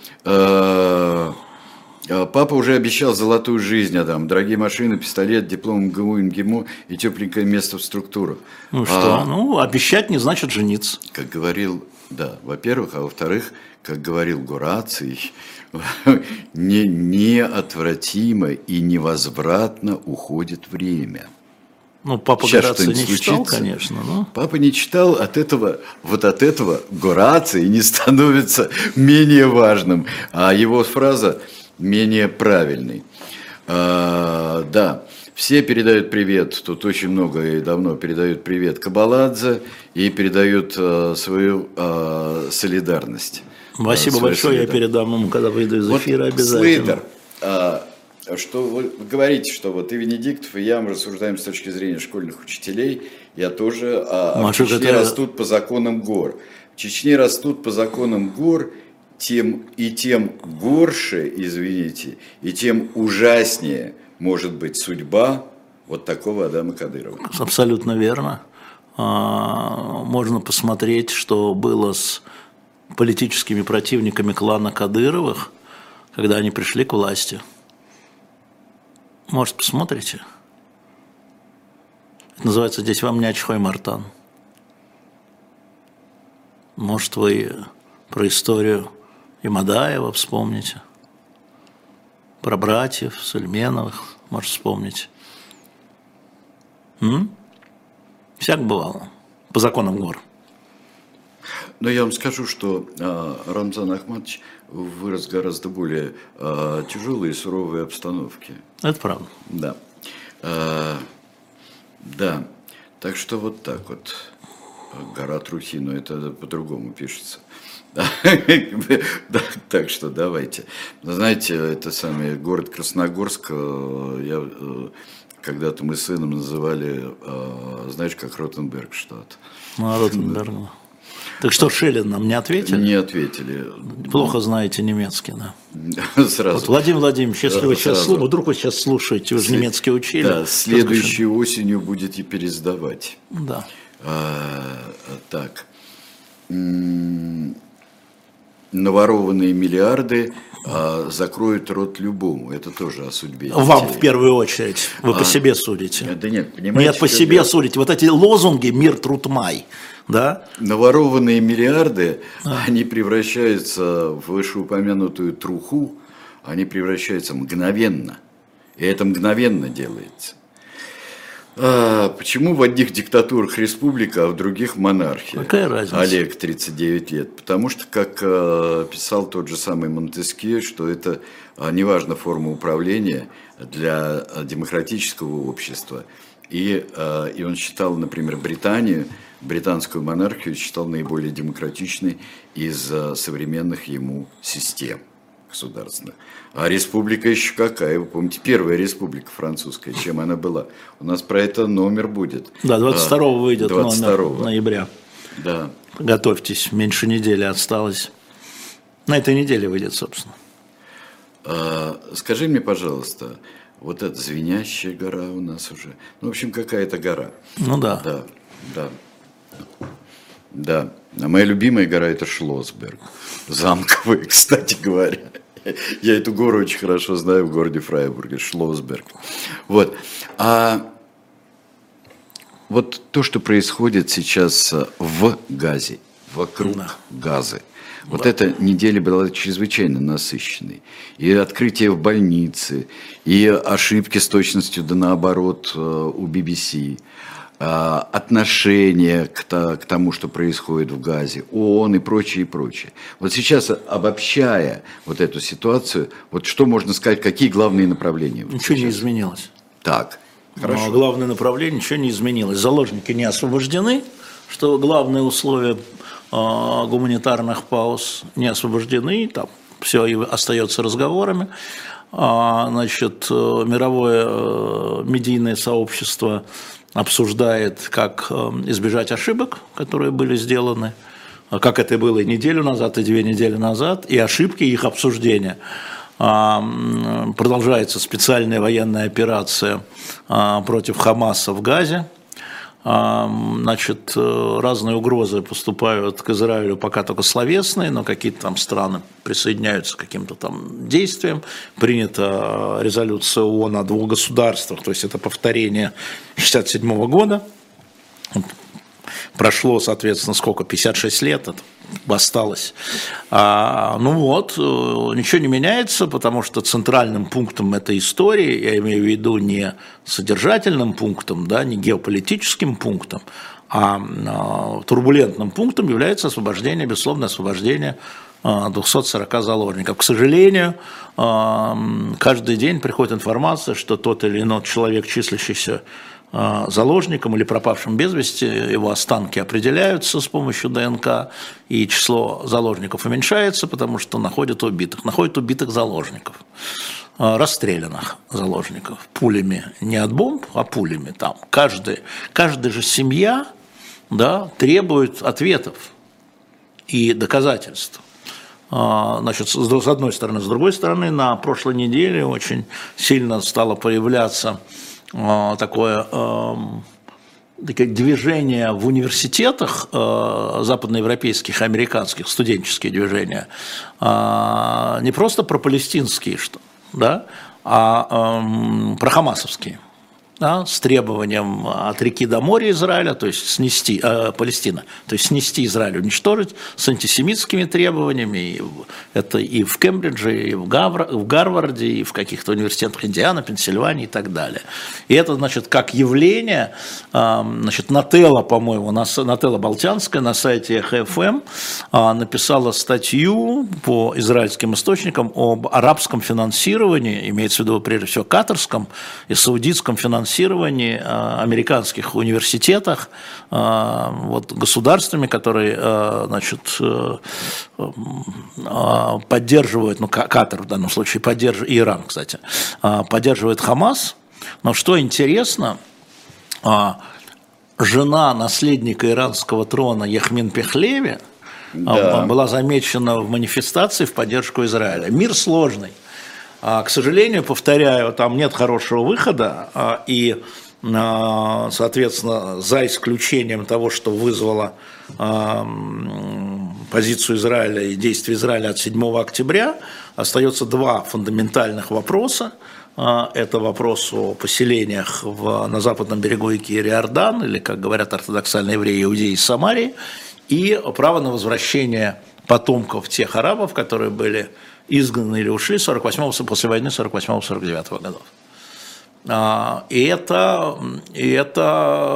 Папа уже обещал золотую жизнь, Адам. Дорогие машины, пистолет, диплом МГУ, МГИМО и тепленькое место в структурах. Ну что, а, ну обещать не значит жениться. Как говорил, да, во-первых, а во-вторых, как говорил Гораций, не, неотвратимо и невозвратно уходит время. Ну, папа Сейчас Гораций не что-нибудь читал, случится. конечно. Но... Папа не читал, от этого, вот от этого Гораций не становится менее важным, а его фраза менее правильной. А, да, все передают привет, тут очень много и давно передают привет Кабаладзе и передают а, свою а, солидарность. Спасибо а, большое, солидарность. я передам ему, когда выйду из Вот, эфира, обязательно. Слейтер, а, что вы говорите, что вот и Венедиктов, и я, мы рассуждаем с точки зрения школьных учителей, я тоже, а, а в Маша, Чечне это- растут по законам гор. В Чечне растут по законам гор, тем и тем горше, извините, и тем ужаснее может быть судьба вот такого Адама Кадырова. Абсолютно верно. А, Можно посмотреть, что было с политическими противниками клана Кадыровых, когда они пришли к власти. Может, посмотрите? Это называется «Здесь вам не Ачхой Мартан». Может, вы про историю Имадаева вспомните, про братьев Сульменовых, может, вспомните. М? Всяк бывало, по законам гор. Но я вам скажу, что а, Рамзан Ахматович вырос в гораздо более а, тяжелой и суровой обстановке. Это правда. Да. А, да. Так что вот так вот. Гора Трухи, но это по-другому пишется. Да, так что давайте. Знаете, это самый город Красногорск, я, когда-то мы с сыном называли, знаешь, как Ротенбергштадт. Ну, а Ротенберг. Так что, Шеллин нам не ответили? Не ответили. Плохо знаете немецкий, да. Сразу. Вот, Владимир Владимирович, если вы сейчас Сразу. слушаете, вдруг вы сейчас слушаете, вы же немецкий учили. Да, следующей осенью будете пересдавать. Да. А, так. М, Наворованные миллиарды а, закроют рот любому. Это тоже о судьбе Вам детей. в первую очередь. Вы А. по себе судите. Да нет, понимаете, Нет, по что себе я- судите. Вот эти лозунги «Мир, труд, май». Да? Наворованные миллиарды, они превращаются в вышеупомянутую труху, они превращаются мгновенно. И это мгновенно делается. А, почему в одних диктатурах республика, а в других монархия? Какая разница? Олег, тридцать девять лет. Потому что, как э, писал тот же самый Монтескье, что это э, неважно форма управления для э, демократического общества. И, э, и он считал, например, Британию, британскую монархию считал наиболее демократичной из э, современных ему систем государственных. А республика еще какая? Вы помните, первая республика французская, чем она была? У нас про это номер будет. Да, двадцать второго А, выйдет двадцать второго. номер ноября. Да. Готовьтесь, меньше недели осталось. На этой неделе выйдет, собственно. А, скажи мне, пожалуйста, вот эта звенящая гора у нас уже. Ну, в общем, какая-то гора. Ну да. Да, да. Да. А моя любимая гора – это Шлоссберг. Замковая, кстати говоря. Я эту гору очень хорошо знаю в городе Фрайбурге, Шлоссберг. Вот. А вот то, что происходит сейчас в Газе, вокруг Да. Газы, вот эта неделя была чрезвычайно насыщенной. И открытие в больнице, и ошибки с точностью да наоборот у би би си, отношение к, то, к тому, что происходит в Газе, ООН и прочее, и прочее. Вот сейчас, обобщая вот эту ситуацию, вот что можно сказать, какие главные направления? Вот Ничего не сейчас? изменилось. Так, хорошо. Но главное направление, ничего не изменилось. Заложники не освобождены, что главное условие э, гуманитарных пауз не освобождены, там все и остается разговорами. А, значит, э, мировое э, медийное сообщество обсуждает, как э, избежать ошибок, которые были сделаны, как это было и неделю назад, и две недели назад, и ошибки их обсуждения. Продолжается специальная военная операция против Хамаса в Газе. Значит, разные угрозы поступают к Израилю, пока только словесные, но какие-то там страны присоединяются к каким-то там действиям. Принята резолюция ООН о двух государствах, то есть это повторение шестьдесят седьмого года. прошло, соответственно, сколько, пятьдесят шесть лет это осталось. А, ну вот, ничего не меняется, потому что центральным пунктом этой истории, я имею в виду не содержательным пунктом, да, не геополитическим пунктом, а, а турбулентным пунктом является освобождение, безусловное освобождение двухсот сорока заложников. К сожалению, каждый день приходит информация, что тот или иной человек, числящийся заложником или пропавшим без вести, его останки определяются с помощью ДНК, и число заложников уменьшается, потому что находят убитых. Находят убитых заложников, расстрелянных заложников, пулями, не от бомб, а пулями. Там. Каждый, каждая же семья, да, требует ответов и доказательств. Значит, с одной стороны. С другой стороны, на прошлой неделе очень сильно стало появляться такое, такое движение в университетах, западноевропейских, американских, студенческие движения, не просто пропалестинские, что, да, а про хамасовские. Да, с требованием от реки до моря Израиля, то есть снести, э, Палестина, то есть снести Израиль, уничтожить, с антисемитскими требованиями, и это и в Кембридже, и в, Гавр, в Гарварде, и в каких-то университетах Индианы, Пенсильвании и так далее. И это, значит, как явление, э, значит, Нателла, по-моему, Нателла Болтянская на сайте эх эф эм э, написала статью по израильским источникам об арабском финансировании, имеется в виду, прежде всего, катарском и саудитском финансировании, финансировании американских университетах, вот, государствами, которые, значит, поддерживают, ну, Катар в данном случае поддерживает, и Иран, кстати, поддерживает Хамас. Но что интересно, жена наследника иранского трона Яхмин Пехлеви, да, была замечена в манифестации в поддержку Израиля. Мир сложный. К сожалению, повторяю, там нет хорошего выхода, и, соответственно, за исключением того, что вызвало позицию Израиля и действия Израиля от седьмого октября, остается два фундаментальных вопроса. Это вопрос о поселениях в, на западном берегу реки Иордан, или, как говорят ортодоксальные евреи, иудеи из Самарии, и право на возвращение потомков тех арабов, которые были изгнаны или ушли сорок восьмого, после войны сорок восьмого — сорок девятого годов. И это, и это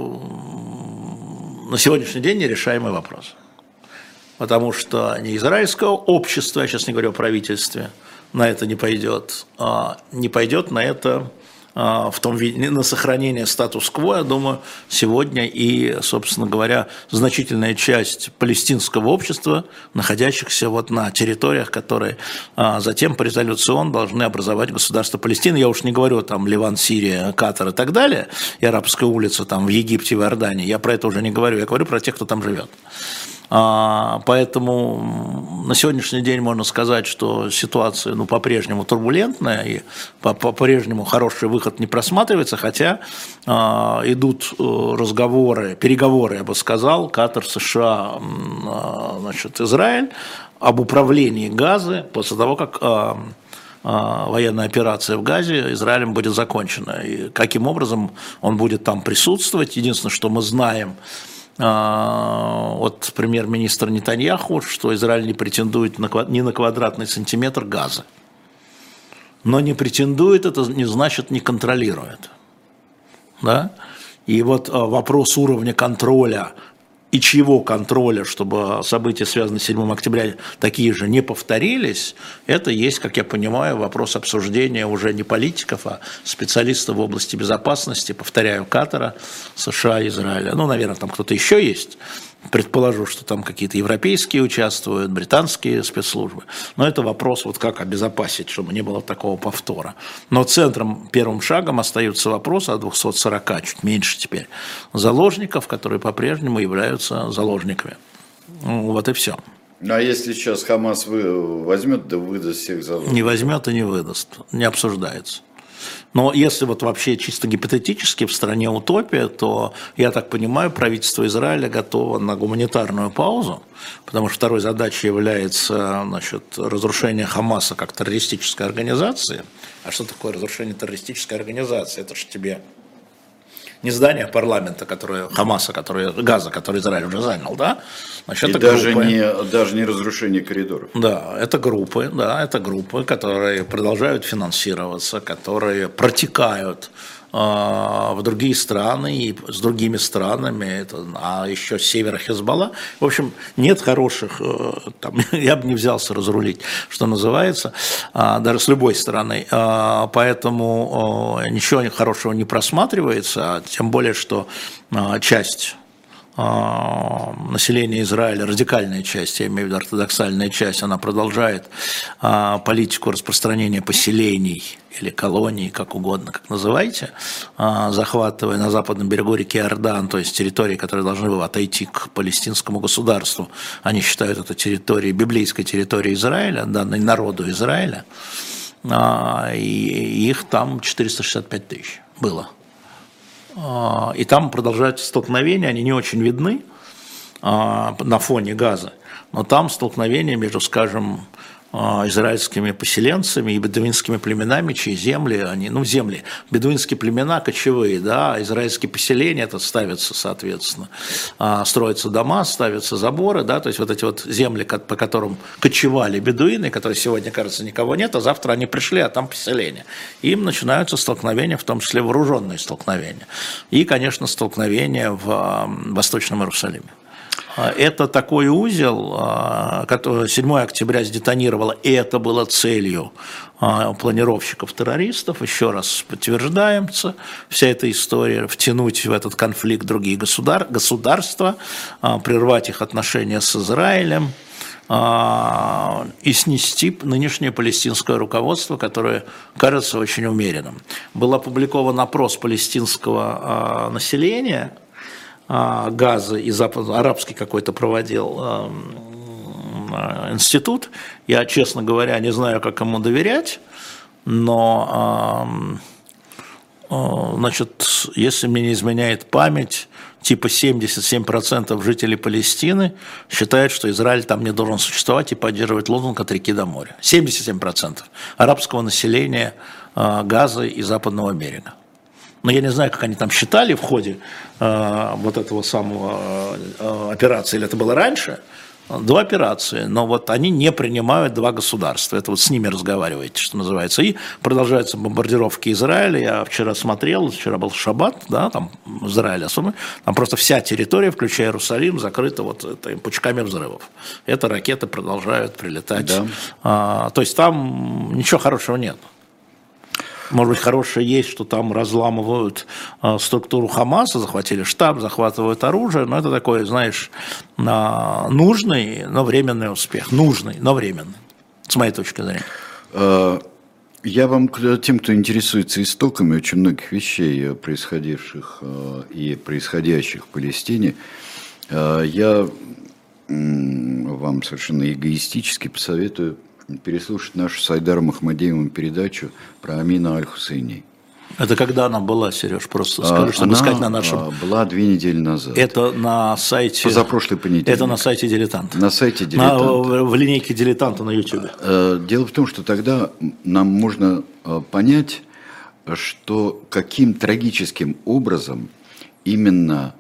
на сегодняшний день нерешаемый вопрос. Потому что не израильское общество, я сейчас не говорю о правительстве, на это не пойдет, не пойдет на это, в том виде, на сохранение статус-кво, я думаю, сегодня и, собственно говоря, значительная часть палестинского общества, находящихся вот на территориях, которые затем по резолюции ООН должны образовать государство Палестины. Я уж не говорю там Ливан, Сирия, Катар и так далее, и Арабская улица там в Египте, в Иордании, я про это уже не говорю, я говорю про тех, кто там живет. Поэтому на сегодняшний день можно сказать, что ситуация, ну, по-прежнему турбулентная, и по-прежнему хороший выход не просматривается, хотя идут разговоры, переговоры, я бы сказал, Катар, США, значит, Израиль, об управлении Газы после того, как военная операция в Газе Израилем будет закончена. И каким образом он будет там присутствовать, единственное, что мы знаем от премьер-министра Нетаньяху, что Израиль не претендует на, ни на квадратный сантиметр газа. Но не претендует, это не значит не контролирует. Да? И вот вопрос уровня контроля и чьего контроля, чтобы события, связанные с седьмым октября, такие же не повторились, это есть, как я понимаю, вопрос обсуждения уже не политиков, а специалистов в области безопасности, повторяю, Катара, США, Израиля. Ну, наверное, там кто-то еще есть. Предположу, что там какие-то европейские участвуют, британские спецслужбы. Но это вопрос, вот как обезопасить, чтобы не было такого повтора. Но центром, первым шагом остается вопрос о двухстах сорока, чуть меньше теперь, заложников, которые по-прежнему являются заложниками. Ну, вот и все. А если сейчас Хамас возьмет, да выдаст всех заложников? Не возьмет и не выдаст, не обсуждается. Но если вот вообще чисто гипотетически в стране утопия, то, я так понимаю, правительство Израиля готово на гуманитарную паузу, потому что второй задачей является, значит, разрушение Хамаса как террористической организации. А что такое разрушение террористической организации? Это же тебе не здание парламента, которое Хамаса, которое, Газа, который Израиль уже занял, да? Значит, И это даже группы. не, даже не разрушение коридоров. Да, это группы, да, это группы, которые продолжают финансироваться, которые протекают в другие страны и с другими странами, это, а еще с севера Хизбалла. В общем, нет хороших, там, я бы не взялся разрулить, что называется, даже с любой стороны, поэтому ничего хорошего не просматривается, тем более, что часть населения Израиля, радикальная часть, я имею в виду ортодоксальная часть, она продолжает а, политику распространения поселений или колоний, как угодно, как называйте, а, захватывая на западном берегу реки Иордан, то есть территории, которые должны были отойти к палестинскому государству. Они считают это территорией, библейской территорией Израиля, данной народу Израиля, а, и их там четыреста шестьдесят пять тысяч было. И там продолжаются столкновения, они не очень видны на фоне Газа, но там столкновения между, скажем, израильскими поселенцами и бедуинскими племенами, чьи земли, они, ну, земли, бедуинские племена кочевые, да, израильские поселения, это ставятся, соответственно, строятся дома, ставятся заборы, да, то есть вот эти вот земли, по которым кочевали бедуины, которые сегодня, кажется, никого нет, а завтра они пришли, а там поселения. Им начинаются столкновения, в том числе вооруженные столкновения. И, конечно, столкновения в Восточном Иерусалиме. Это такой узел, который седьмого октября сдетонировало, и это было целью планировщиков-террористов, еще раз подтверждаемся, вся эта история, втянуть в этот конфликт другие государ- государства, прервать их отношения с Израилем и снести нынешнее палестинское руководство, которое кажется очень умеренным. Был опубликован опрос палестинского населения, Газа и Запад, арабский какой-то проводил э, э, институт. Я, честно говоря, не знаю, как ему доверять, но э, э, значит, если мне не изменяет память, типа семьдесят семь процентов жителей Палестины считают, что Израиль там не должен существовать и поддерживать лозунг «от реки до моря». семьдесят семь процентов арабского населения э, Газы и Западного берега. Но я не знаю, как они там считали в ходе э, вот этого самого э, операции, или это было раньше, до операции, но вот они не принимают два государства, это вот с ними разговариваете, что называется, и продолжаются бомбардировки Израиля, я вчера смотрел, вчера был шаббат, да, там Израиль особенно, там просто вся территория, включая Иерусалим, закрыта вот этими пучками взрывов, это ракеты продолжают прилетать, да. а, то есть там ничего хорошего нет. Может быть, хорошее есть, что там разламывают э, структуру Хамаса, захватили штаб, захватывают оружие, но это такой, знаешь, э, нужный, но временный успех. Нужный, но временный, с моей точки зрения. Я вам, тем, кто интересуется истоками очень многих вещей, происходивших э, и происходящих в Палестине, э, я э, вам совершенно эгоистически посоветую переслушать нашу с Айдаром Ахмадеевым передачу про Амина Аль-Хусейни. Это когда она была, Сереж, просто скажи, чтобы она сказать на нашем... была две недели назад. Это на сайте... Позапрошлый понедельник. Это на сайте «Дилетант». На сайте «Дилетант». На, в, в линейке «Дилетанта» на Ютубе. Дело в том, что тогда нам можно понять, что каким трагическим образом именно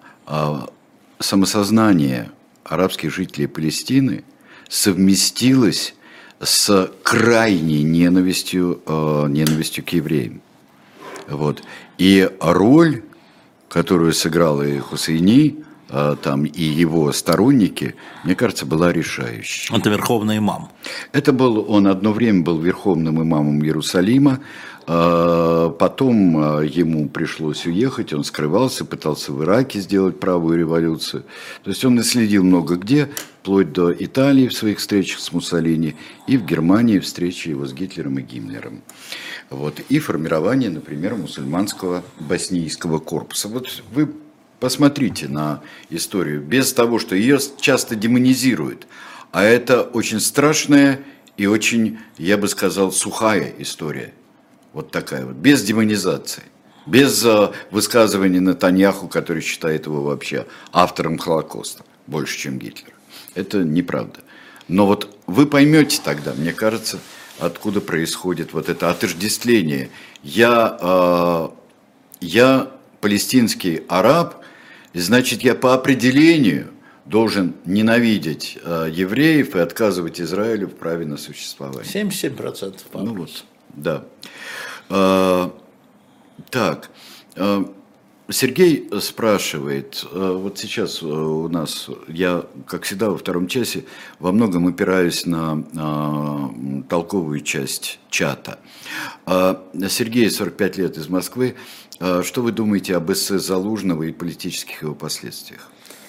самосознание арабских жителей Палестины совместилось с крайней ненавистью, э, ненавистью к евреям. Вот. И роль, которую сыграл и Хусейни, э, там, и его сторонники, мне кажется, была решающей. Это верховный имам. Это был, он одно время был верховным имамом Иерусалима, э, потом э, ему пришлось уехать, он скрывался, пытался в Ираке сделать правую революцию. То есть он наследил много где, вплоть до Италии в своих встречах с Муссолини и в Германии встречи его с Гитлером и Гиммлером. Вот. И формирование, например, мусульманского боснийского корпуса. Вот вы посмотрите на историю, без того, что ее часто демонизируют. А это очень страшная и очень, я бы сказал, сухая история. Вот такая вот, без демонизации. Без высказывания Нетаньяху, который считает его вообще автором Холокоста, больше, чем Гитлер. Это неправда. Но вот вы поймете тогда, мне кажется, откуда происходит вот это отождествление. Я, э, я палестинский араб, значит, я по определению должен ненавидеть э, евреев и отказывать Израилю в праве на существование. семьдесят семь процентов. Ну вот, да. Э, так, э, Сергей спрашивает, э, вот сейчас у нас, я, как всегда, во втором часе во многом опираюсь на э, толковую часть чата. Э, Сергей, сорок пять лет, из Москвы. Э, что вы думаете об эссе Залужного и политических его последствиях?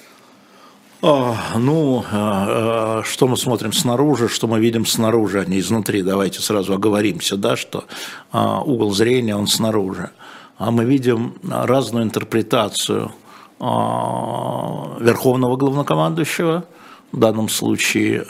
Ну, что мы смотрим снаружи, что мы видим снаружи, а не изнутри. Давайте сразу оговоримся, да, что угол зрения, он снаружи. А мы видим разную интерпретацию верховного главнокомандующего, в данном случае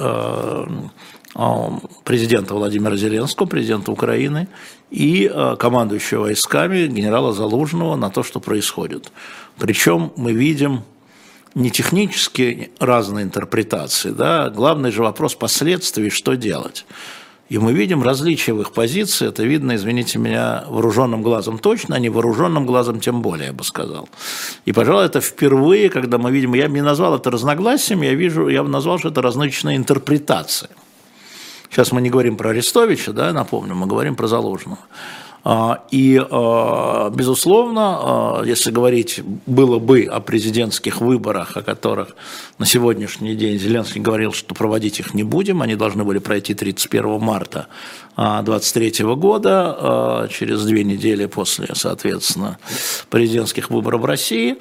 президента Владимира Зеленского, президента Украины, и командующего войсками генерала Залужного на то, что происходит. Причем мы видим не технически разные интерпретации, да, главный же вопрос последствий, что делать. И мы видим различия в их позиции, это видно, извините меня, вооруженным глазом точно, а невооруженным глазом тем более, я бы сказал. И, пожалуй, это впервые, когда мы видим, я бы не назвал это разногласием, я вижу, я бы назвал, что это различные интерпретации. Сейчас мы не говорим про Арестовича, да, напомню, мы говорим про Залужного. И, безусловно, если говорить было бы о президентских выборах, о которых на сегодняшний день Зеленский говорил, что проводить их не будем, они должны были пройти тридцать первого марта две тысячи двадцать третьего года, через две недели после, соответственно, президентских выборов в России,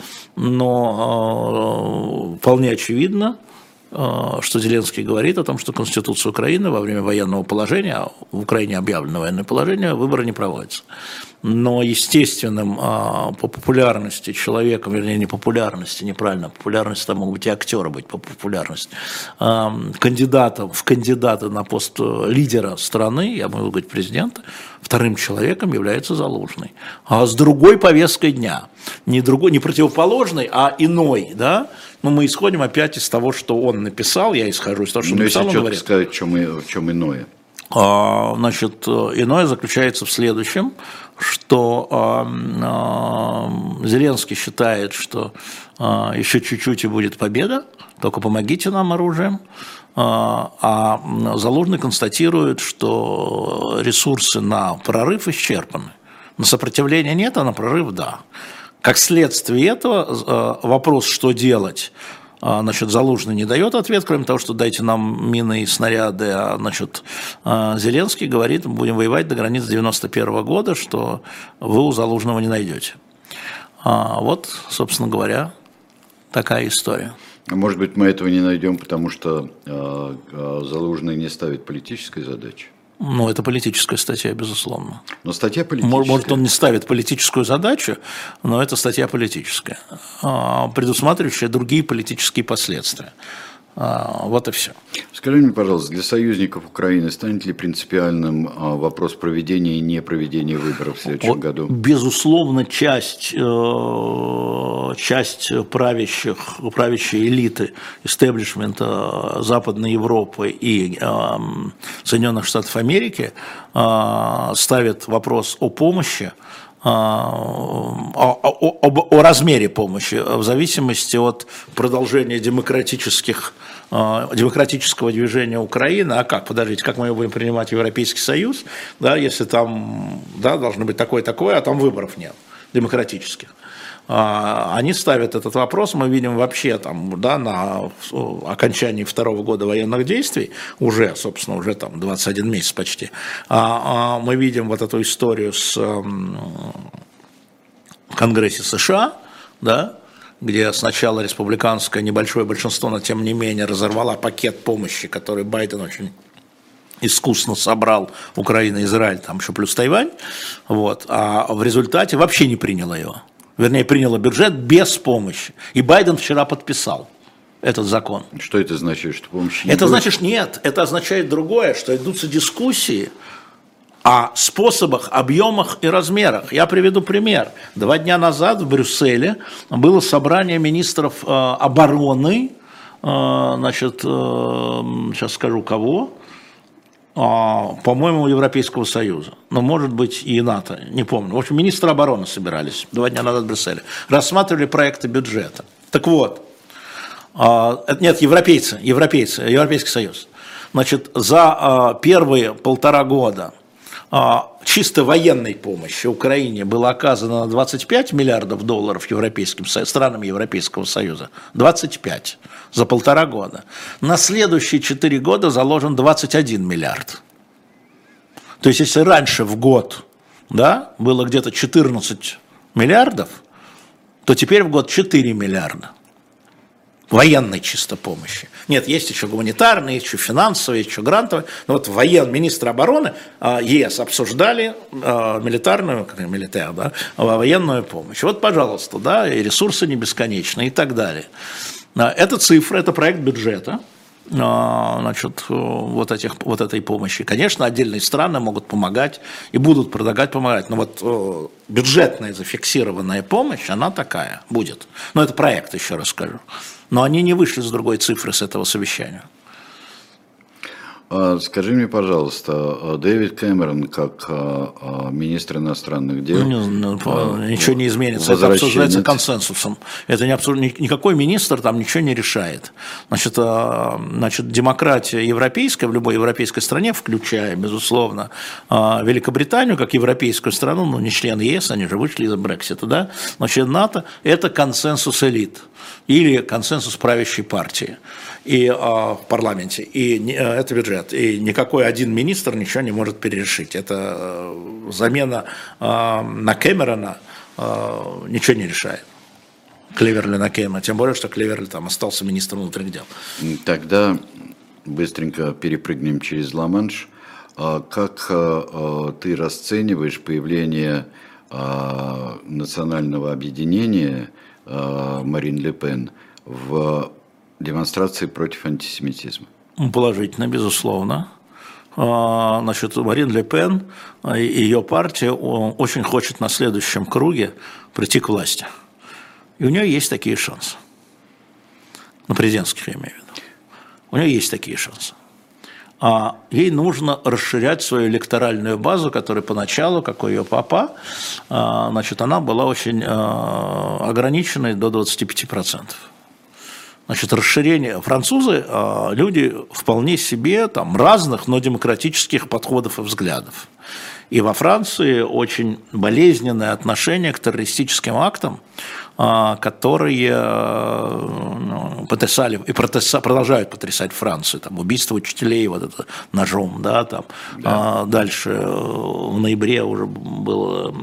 но вполне очевидно, что Зеленский говорит о том, что Конституция Украины во время военного положения, а в Украине объявлено военное положение, выборы не проводятся. Но естественным по популярности человеком, вернее, не популярности, неправильно, популярность, там могут быть и актеры быть по популярности, кандидатом, в кандидаты на пост лидера страны, я могу говорить президента, вторым человеком является Залужный. А с другой повесткой дня, не, другой, не противоположной, а иной, да. Но мы исходим опять из того, что он написал, я исхожу из того, что он написал. Но если четко сказать, в чем, в чем иное? А, значит, иное заключается в следующем, что а, а, Зеленский считает, что а, еще чуть-чуть и будет победа, только помогите нам оружием. А, а Залужный констатирует, что ресурсы на прорыв исчерпаны. На сопротивление нет, а на прорыв – да. Как следствие этого вопрос, что делать, значит, Залужный не дает ответ, кроме того, что дайте нам мины и снаряды, а значит, Зеленский говорит, мы будем воевать до границ девяносто первого года, что вы у Залужного не найдете. Вот, собственно говоря, такая история. Может быть, мы этого не найдем, потому что Залужный не ставит политической задачи? Ну, это политическая статья, безусловно. Но статья политическая. Может, он не ставит политическую задачу, но это статья политическая, предусматривающая другие политические последствия. Вот и все. Скажи мне, пожалуйста, для союзников Украины станет ли принципиальным вопрос проведения и непроведения выборов в следующем году? Безусловно, часть, часть правящих, правящей элиты, истеблишмента Западной Европы и Соединенных Штатов Америки ставит вопрос о помощи, О, о, о, о размере помощи в зависимости от продолжения демократических, демократического движения Украины. А как, подождите, как мы ее будем принимать в Европейский Союз, да, если там, да, должно быть такое-такое, а там выборов нет демократических. Они ставят этот вопрос, мы видим вообще там, да, на окончании второго года военных действий, уже, собственно, уже там двадцать один месяц почти, мы видим вот эту историю с в Конгрессе США, да, где сначала республиканское небольшое большинство, но тем не менее разорвала пакет помощи, который Байден очень искусно собрал, Украина, Израиль, там еще плюс Тайвань, вот, а в результате вообще не приняла его. Вернее, приняла бюджет без помощи. И Байден вчера подписал этот закон. Что это значит, что помощи не Это будет? значит, нет, это означает другое, что идутся дискуссии о способах, объемах и размерах. Я приведу пример. Два дня назад в Брюсселе было собрание министров э, обороны, э, значит, э, сейчас скажу кого, по-моему, Европейского Союза, но может быть и НАТО, не помню. В общем, министры обороны собирались два дня назад в Брюсселе, рассматривали проекты бюджета. Так вот, нет, европейцы, европейцы, Европейский Союз. Значит, за первые полтора года чисто военной помощи Украине было оказано на двадцать пять миллиардов долларов европейским, странам Европейского Союза. двадцать пять за полтора года. На следующие четыре года заложен двадцать один миллиард. То есть, если раньше в год, да, было где-то четырнадцать миллиардов, то теперь в год четыре миллиарда. Военной чисто помощи. Нет, есть еще гуманитарные, есть еще финансовые, есть еще грантовые. Но вот воен, министры обороны ЕС обсуждали э, милитарную, как милитар, да, военную помощь. Вот, пожалуйста, да, и ресурсы не бесконечны и так далее. Это цифры, это проект бюджета. Значит, вот, этих, вот этой помощи. Конечно, отдельные страны могут помогать и будут продолжать помогать, но вот бюджетная зафиксированная помощь, она такая будет. Но это проект, еще раз скажу. Но они не вышли с другой цифры с этого совещания. Скажи мне, пожалуйста, Дэвид Кэмерон, как министр иностранных дел... Ну, ничего не изменится, это обсуждается консенсусом. Это не обсуж... Никакой министр там ничего не решает. Значит, значит, демократия европейская в любой европейской стране, включая, безусловно, Великобританию, как европейскую страну, ну, не член ЕС, они же вышли из Брексита, да, но член НАТО, это консенсус элит или консенсус правящей партии и а, в парламенте, и а, это бюджет, и никакой один министр ничего не может перерешить. Это а, замена а, на Кэмерона а, ничего не решает. Клеверли на Кэмерона, тем более, что Клеверли там остался министром внутренних дел. Тогда быстренько перепрыгнем через Ла-Манш. Как а, ты расцениваешь появление а, национального объединения а, Марин Ле Пен в демонстрации против антисемитизма? Положительно, безусловно. Значит, Марин Ле Пен и ее партия очень хочет на следующем круге прийти к власти. И у нее есть такие шансы. На президентских, я имею в виду. У нее есть такие шансы. А ей нужно расширять свою электоральную базу, которая поначалу, как у ее папа, значит, она была очень ограниченной до двадцати пяти процентов. Значит, расширение. Французы – люди вполне себе там, разных, но демократических подходов и взглядов. И во Франции очень болезненное отношение к террористическим актам, которые ну, потрясали и продолжают потрясать Францию. Там, убийство учителей вот это, ножом. Да, там. Да. А дальше в ноябре уже была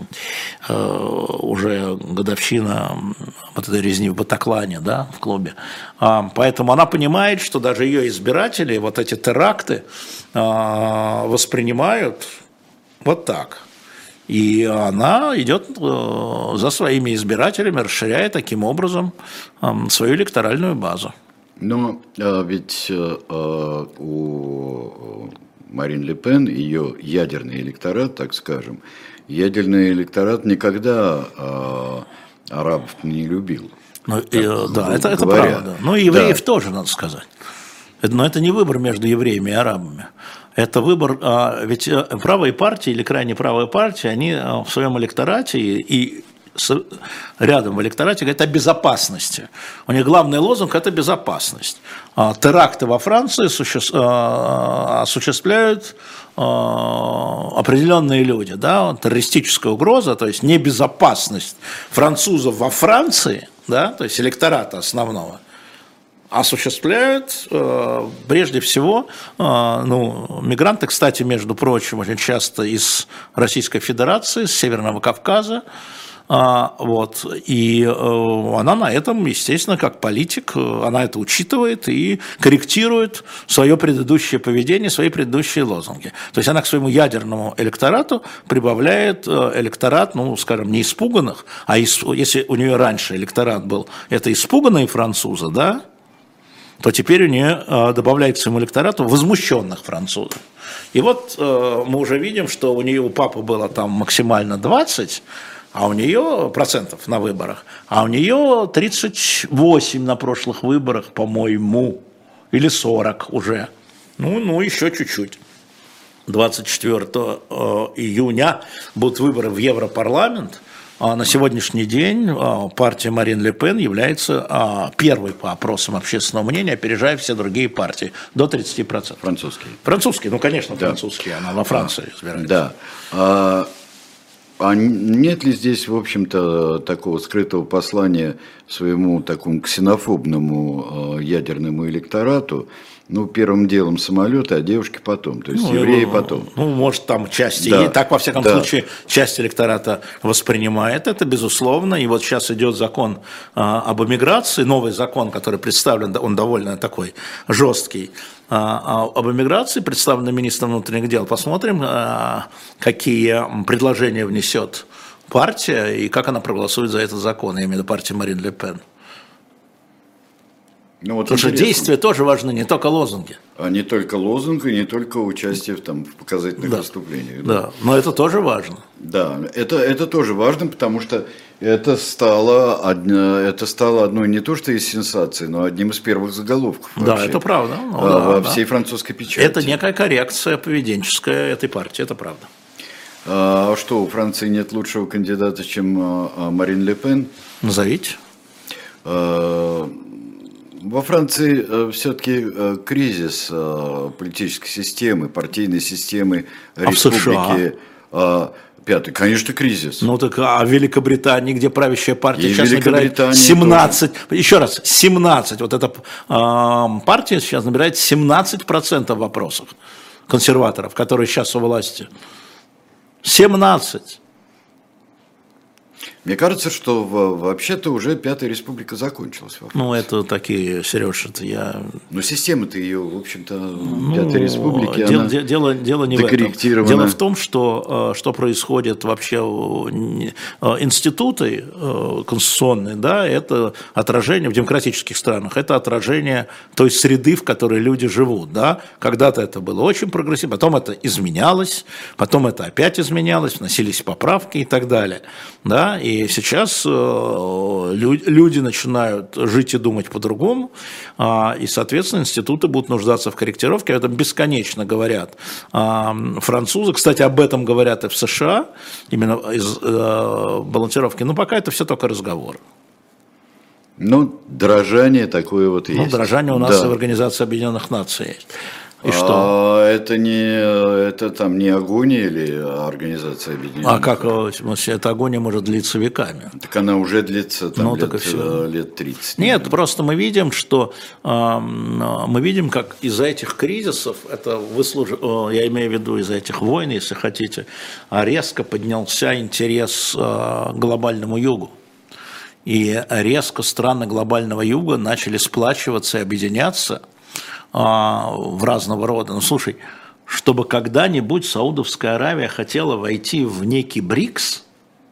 уже годовщина вот этой резни в Батаклане, да, в клубе. А, поэтому она понимает, что даже ее избиратели вот эти теракты а, воспринимают вот так. И она идет за своими избирателями, расширяя таким образом свою электоральную базу. Но ведь у Марин Ле Пен, ее ядерный электорат, так скажем, ядерный электорат никогда арабов не любил. Ну, и, да, это, это правда. Ну и евреев да. тоже, надо сказать. Но это не выбор между евреями и арабами. Это выбор, ведь правые партии или крайне правые партии, они в своем электорате и рядом в электорате говорят о безопасности. У них главный лозунг – это безопасность. Теракты во Франции осуществляют определенные люди. Да? Террористическая угроза, то есть небезопасность французов во Франции, да? То есть электората основного, осуществляют э, прежде всего э, ну, мигранты, кстати, между прочим, очень часто из Российской Федерации, с Северного Кавказа. Э, вот, и э, она на этом, естественно, как политик, она это учитывает и корректирует свое предыдущее поведение, свои предыдущие лозунги. То есть она к своему ядерному электорату прибавляет электорат, ну, скажем, не испуганных, а из, если у нее раньше электорат был, это испуганные французы, да, то теперь у нее э, добавляется своему электорату возмущенных французов. И вот э, мы уже видим, что у нее у папы было там максимально двадцать, а у нее процентов на выборах, а у нее тридцать восемь на прошлых выборах, по-моему, или сорок уже. Ну, ну еще чуть-чуть. двадцать четвёртого июня будут выборы в Европарламент. На сегодняшний день партия Марин Ле Пен является первой по опросам общественного мнения, опережая все другие партии, до тридцати процентов. Французские. Французские, ну, конечно, да. французские, она во Франции избирается. Да. А, а нет ли здесь, в общем-то, такого скрытого послания своему такому ксенофобному ядерному электорату? Ну, первым делом самолеты, а девушки потом, то есть ну, евреи потом. Ну, может, там части, да. и так, во всяком да. случае, часть электората воспринимает это, безусловно, и вот сейчас идет закон а, об эмиграции, новый закон, который представлен, он довольно такой жесткий, а, об эмиграции, представленный министром внутренних дел. Посмотрим, а, какие предложения внесет партия и как она проголосует за этот закон, я имею в виду партию Марин Ле Пен. Ну, вот Потому что действия тоже важны, не только лозунги. А не только лозунг, и не только участие в, там, в показательных да. выступлениях. Да. да, но это тоже важно. Да, это, это тоже важно, потому что это стало, это стало одной не то что из сенсаций, но одним из первых заголовков. Да, вообще, это правда. Ну, во да, всей да. французской печати. Это некая коррекция поведенческая этой партии, это правда. А что, у Франции нет лучшего кандидата, чем Марин Ле Пен? Назовите. А, Во Франции все-таки кризис политической системы, партийной системы, а республики. А пятый, конечно, кризис. Ну так а в Великобритании, где правящая партия и сейчас набирает семнадцать, тоже. Еще раз, семнадцать, вот эта э, партия сейчас набирает семнадцать процентов в опросах консерваторов, которые сейчас у власти. семнадцать. Мне кажется, что вообще-то уже Пятая Республика закончилась. Ну, это такие, Сереж, это я... Но система-то ее, в общем-то, ну, Пятой Республики, дело, она дело, дело не в этом. Дело в том, что, что происходит вообще институты конституционные, да, это отражение в демократических странах, это отражение той среды, в которой люди живут, да. Когда-то это было очень прогрессивно, потом это изменялось, потом это опять изменялось, вносились поправки и так далее, да. И сейчас люди начинают жить и думать по-другому, и, соответственно, институты будут нуждаться в корректировке, об этом бесконечно говорят французы, кстати, об этом говорят и в США, именно из балансировки, но пока это все только разговор. Ну, дрожание такое вот есть. Ну, дрожание у нас да. в Организации Объединенных Наций есть. И а что? Это не, это там не агония или Организация Объединенных А как эта агония может длиться веками? Так она уже длится там, ну, лет, лет тридцать. Нет, наверное. Просто мы видим, что э, мы видим, как из-за этих кризисов, это выслуж... я имею в виду из-за этих войн, если хотите, резко поднялся интерес э, к глобальному югу. И резко страны глобального юга начали сплачиваться и объединяться в разного рода. Ну, слушай, чтобы когда-нибудь Саудовская Аравия хотела войти в некий БРИКС,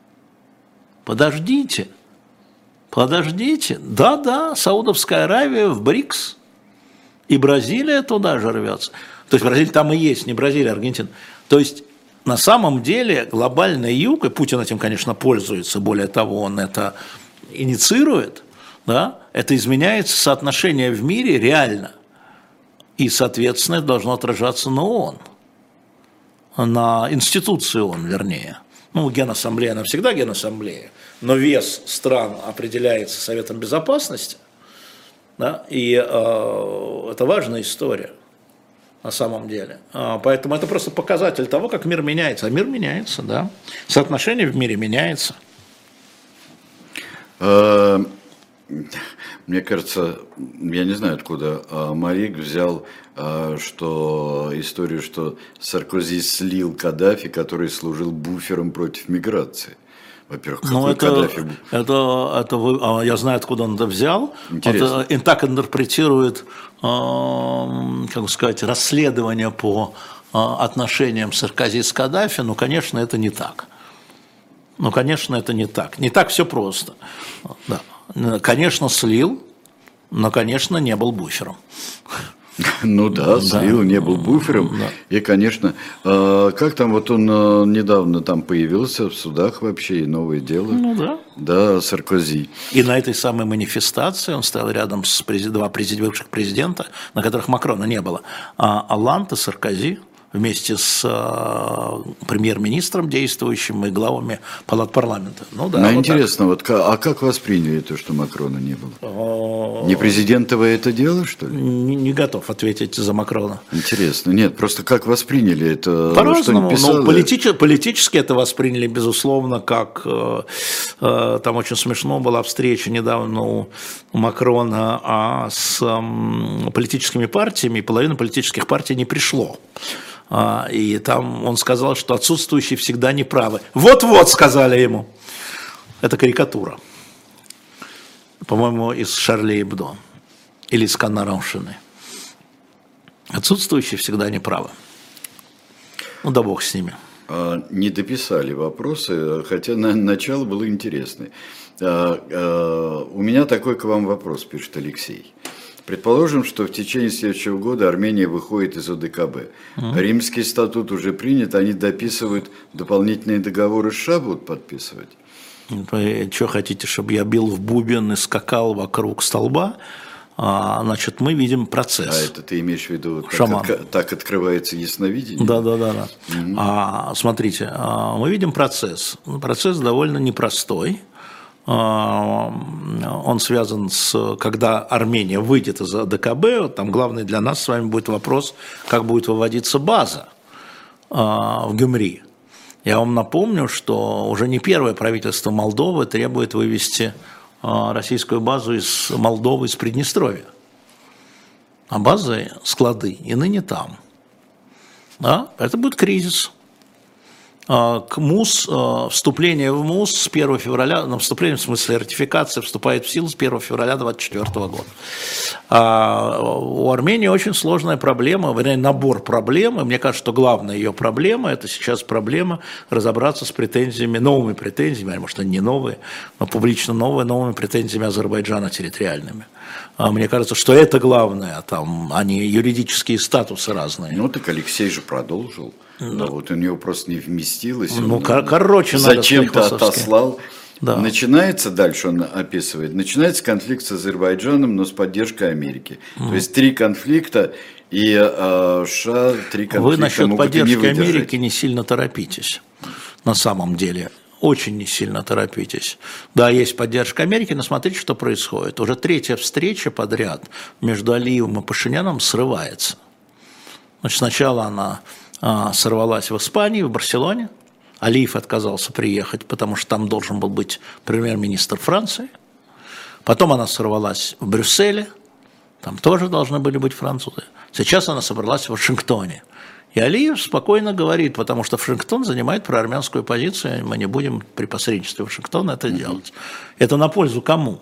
подождите, подождите, да-да, Саудовская Аравия в БРИКС, и Бразилия туда же рвется. То есть Бразилия там и есть, не Бразилия, а Аргентина. То есть на самом деле глобальный юг, и Путин этим, конечно, пользуется, более того, он это инициирует, да, это изменяет соотношение в мире реально. И, соответственно, это должно отражаться на ООН, на институции ООН, вернее. Ну, Генассамблея, она всегда Генассамблея, но вес стран определяется Советом Безопасности, да, и э, это важная история на самом деле. А, поэтому это просто показатель того, как мир меняется. А мир меняется, да. Соотношение в мире меняется. Мне кажется, я не знаю, откуда Марик взял что, историю, что Саркози слил Каддафи, который служил буфером против миграции. Во-первых, какой ну, это, Каддафи? Это, это вы, я знаю, откуда он это взял. Интересно. Это, и так интерпретирует, как сказать, расследование по отношениям Саркози с Каддафи. Ну, конечно, это не так. Ну, конечно, это не так. Не так все просто. Да. Конечно, слил, но, конечно, не был буфером. Ну да, слил, да. Не был буфером. Да. И, конечно, как там вот он недавно там появился в судах вообще, и новое дело. Ну да. Да, Саркози. И на этой самой манифестации он стоял рядом с президент, два президент, бывших президента, на которых Макрона не было, а Олланд и Саркози вместе с э, премьер-министром действующим и главами палат парламента. Ну, да, ну, вот интересно, вот, а как восприняли то, что Макрона не было? Не президентовое это дело, что ли? Не, не готов ответить за Макрона. Интересно. Нет, просто как восприняли это? По-разному. Ну, политич, политически это восприняли, безусловно, как э, э, там очень смешно была встреча недавно у Макрона а с э, политическими партиями, и половина политических партий не пришло. А, и там он сказал, что отсутствующие всегда неправы. Вот-вот, сказали ему. Это карикатура. По-моему, из Шарли Эбдо. Или из Канараушины. Отсутствующие всегда неправы. Ну да бог с ними. Не дописали вопросы, хотя начало было интересное. У меня такой к вам вопрос, пишет Алексей. Предположим, что в течение следующего года Армения выходит из ОДКБ. Mm-hmm. Римский статут уже принят, они дописывают дополнительные договоры, США будут подписывать. Вы что хотите, чтобы я бил в бубен и скакал вокруг столба? А, значит, мы видим процесс. А это ты имеешь в виду, так, от, так открывается ясновидение? Да, да, да. да. Mm-hmm. А, смотрите, мы видим процесс. Процесс довольно непростой. Он связан с, когда Армения выйдет из ОДКБ, там главный для нас с вами будет вопрос, как будет выводиться база в Гюмри. Я вам напомню, что уже не первое правительство Молдовы требует вывести российскую базу из Молдовы, из Приднестровья. А базы, склады и ныне там. Да? Это будет кризис. К МУС, вступление в МУС с первого февраля, на вступление в смысле ратификация вступает в силу с первого февраля две тысячи двадцать четвёртого года. А у Армении очень сложная проблема, вернее, набор проблем, и мне кажется, что главная ее проблема, это сейчас проблема разобраться с претензиями, новыми претензиями, а может они не новые, но публично новые, новыми претензиями Азербайджана территориальными. А мне кажется, что это главное, там, а не юридические статусы разные. Ну так Алексей же продолжил. Да, вот у него просто не вместилось. Ну, кор- короче, надо зачем-то отослал. Да. Начинается, дальше он описывает, начинается конфликт с Азербайджаном, но с поддержкой Америки. Mm. То есть три конфликта, и э, США три конфликта. Вы насчет могут поддержки и не выдержать. Америки не сильно торопитесь, на самом деле. Очень не сильно торопитесь. Да, есть поддержка Америки, но смотрите, что происходит. Уже третья встреча подряд между Алиевым и Пашиняном срывается. Значит, сначала она а, сорвалась в Испании, в Барселоне. Алиев отказался приехать, потому что там должен был быть премьер-министр Франции. Потом она сорвалась в Брюсселе, там тоже должны были быть французы. Сейчас она собралась в Вашингтоне. И Алиев спокойно говорит, потому что Вашингтон занимает проармянскую позицию, мы не будем при посредничестве Вашингтона это mm-hmm. делать. Это на пользу кому?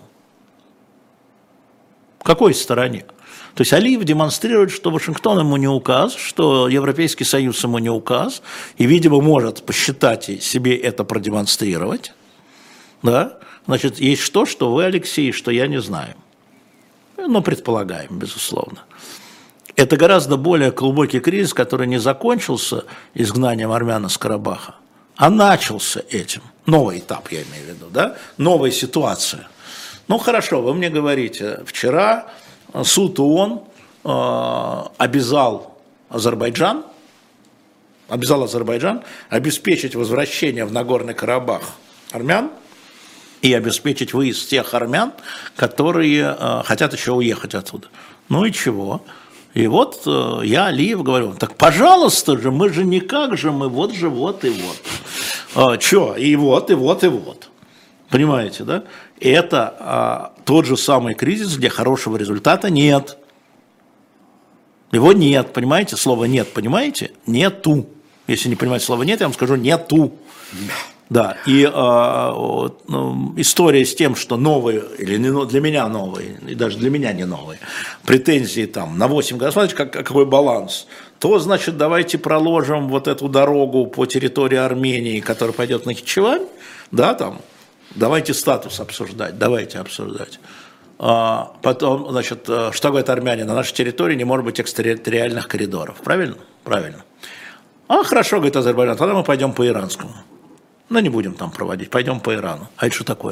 Какой стороне? То есть Алиев демонстрирует, что Вашингтон ему не указ, что Европейский Союз ему не указ, и, видимо, может посчитать и себе это продемонстрировать. Да? Значит, есть что, что вы, Алексей, что я не знаю. Но предполагаем, безусловно. Это гораздо более глубокий кризис, который не закончился изгнанием армян из Карабаха, а начался этим. Новый этап, я имею в виду, да? Новая ситуация. Ну, хорошо, вы мне говорите, вчера суд ООН э, обязал Азербайджан, обязал Азербайджан обеспечить возвращение в Нагорный Карабах армян и обеспечить выезд тех армян, которые э, хотят еще уехать оттуда. Ну и чего? И вот э, я, Алиев, говорю, так пожалуйста же, мы же никак же, мы вот же, вот и вот. Э, Че? И вот, и вот, и вот. Понимаете, да? И это э, тот же самый кризис, где хорошего результата нет. Его нет, понимаете? Слово нет, понимаете? Нету. Если не понимаете слово нет, я вам скажу нету. Да, и э, ну, история с тем, что новые, или не, для меня новые, и даже для меня не новые, претензии там на восемь годов, смотрите, как, какой баланс, то, значит, давайте проложим вот эту дорогу по территории Армении, которая пойдет на Нахичевань, да, там, давайте статус обсуждать, давайте обсуждать. А потом, значит, что говорят армяне, на нашей территории не может быть экстерриториальных коридоров, правильно? Правильно. А хорошо, говорит Азербайджан, тогда мы пойдем по иранскому. Ну, не будем там проводить, пойдем по Ирану. А это что такое?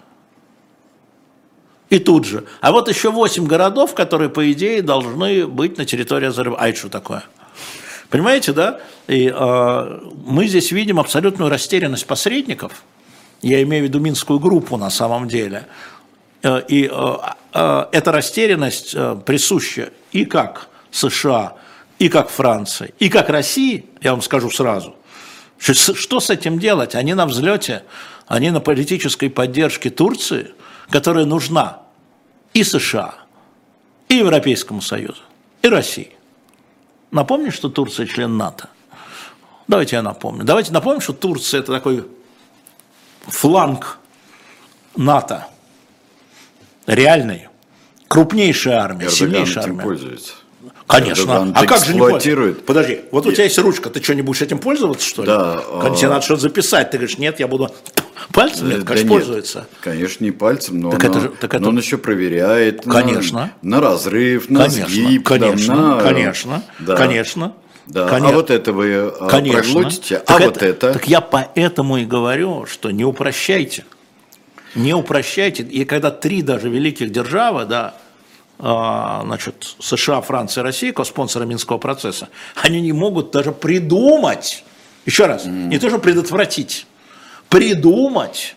И тут же. А вот еще восемь городов, которые, по идее, должны быть на территории Азербайджана. А это что такое? Понимаете, да? И э, мы здесь видим абсолютную растерянность посредников. Я имею в виду Минскую группу на самом деле. Э, и э, э, эта растерянность э, присуща и как США, и как Франции, и как России, я вам скажу сразу. Что, что с этим делать? Они на взлете, они на политической поддержке Турции, которая нужна и США, и Европейскому Союзу, и России. Напомню, что Турция член НАТО. Давайте я напомню. Давайте напомним, что Турция это такой фланг НАТО. Реальный. Крупнейшая армия, Эрдоган сильнейшая этим армия. пользуется. Конечно. Эрдоган А как же не эксплуатирует. Подожди, вот у тебя есть ручка, ты что, не будешь этим пользоваться, что ли? Да. Тебе надо что-то записать. Ты говоришь, нет, я буду пальцем, нет, Да конечно, нет, пользуется. Конечно, не пальцем, но, Так он, это же- так это- но он еще проверяет Конечно. на, на разрыв, на Конечно, сгиб, конечно, там, на... конечно, Да. конечно. Да. Коне- А вот это вы а, Конечно. проглотите, Так а вот это... Так я поэтому и говорю, что не упрощайте. Не упрощайте. И когда три даже великих державы, да, а, значит, США, Франция, Россия, коспонсоры Минского процесса, они не могут даже придумать, еще раз, mm. не то, что предотвратить, придумать,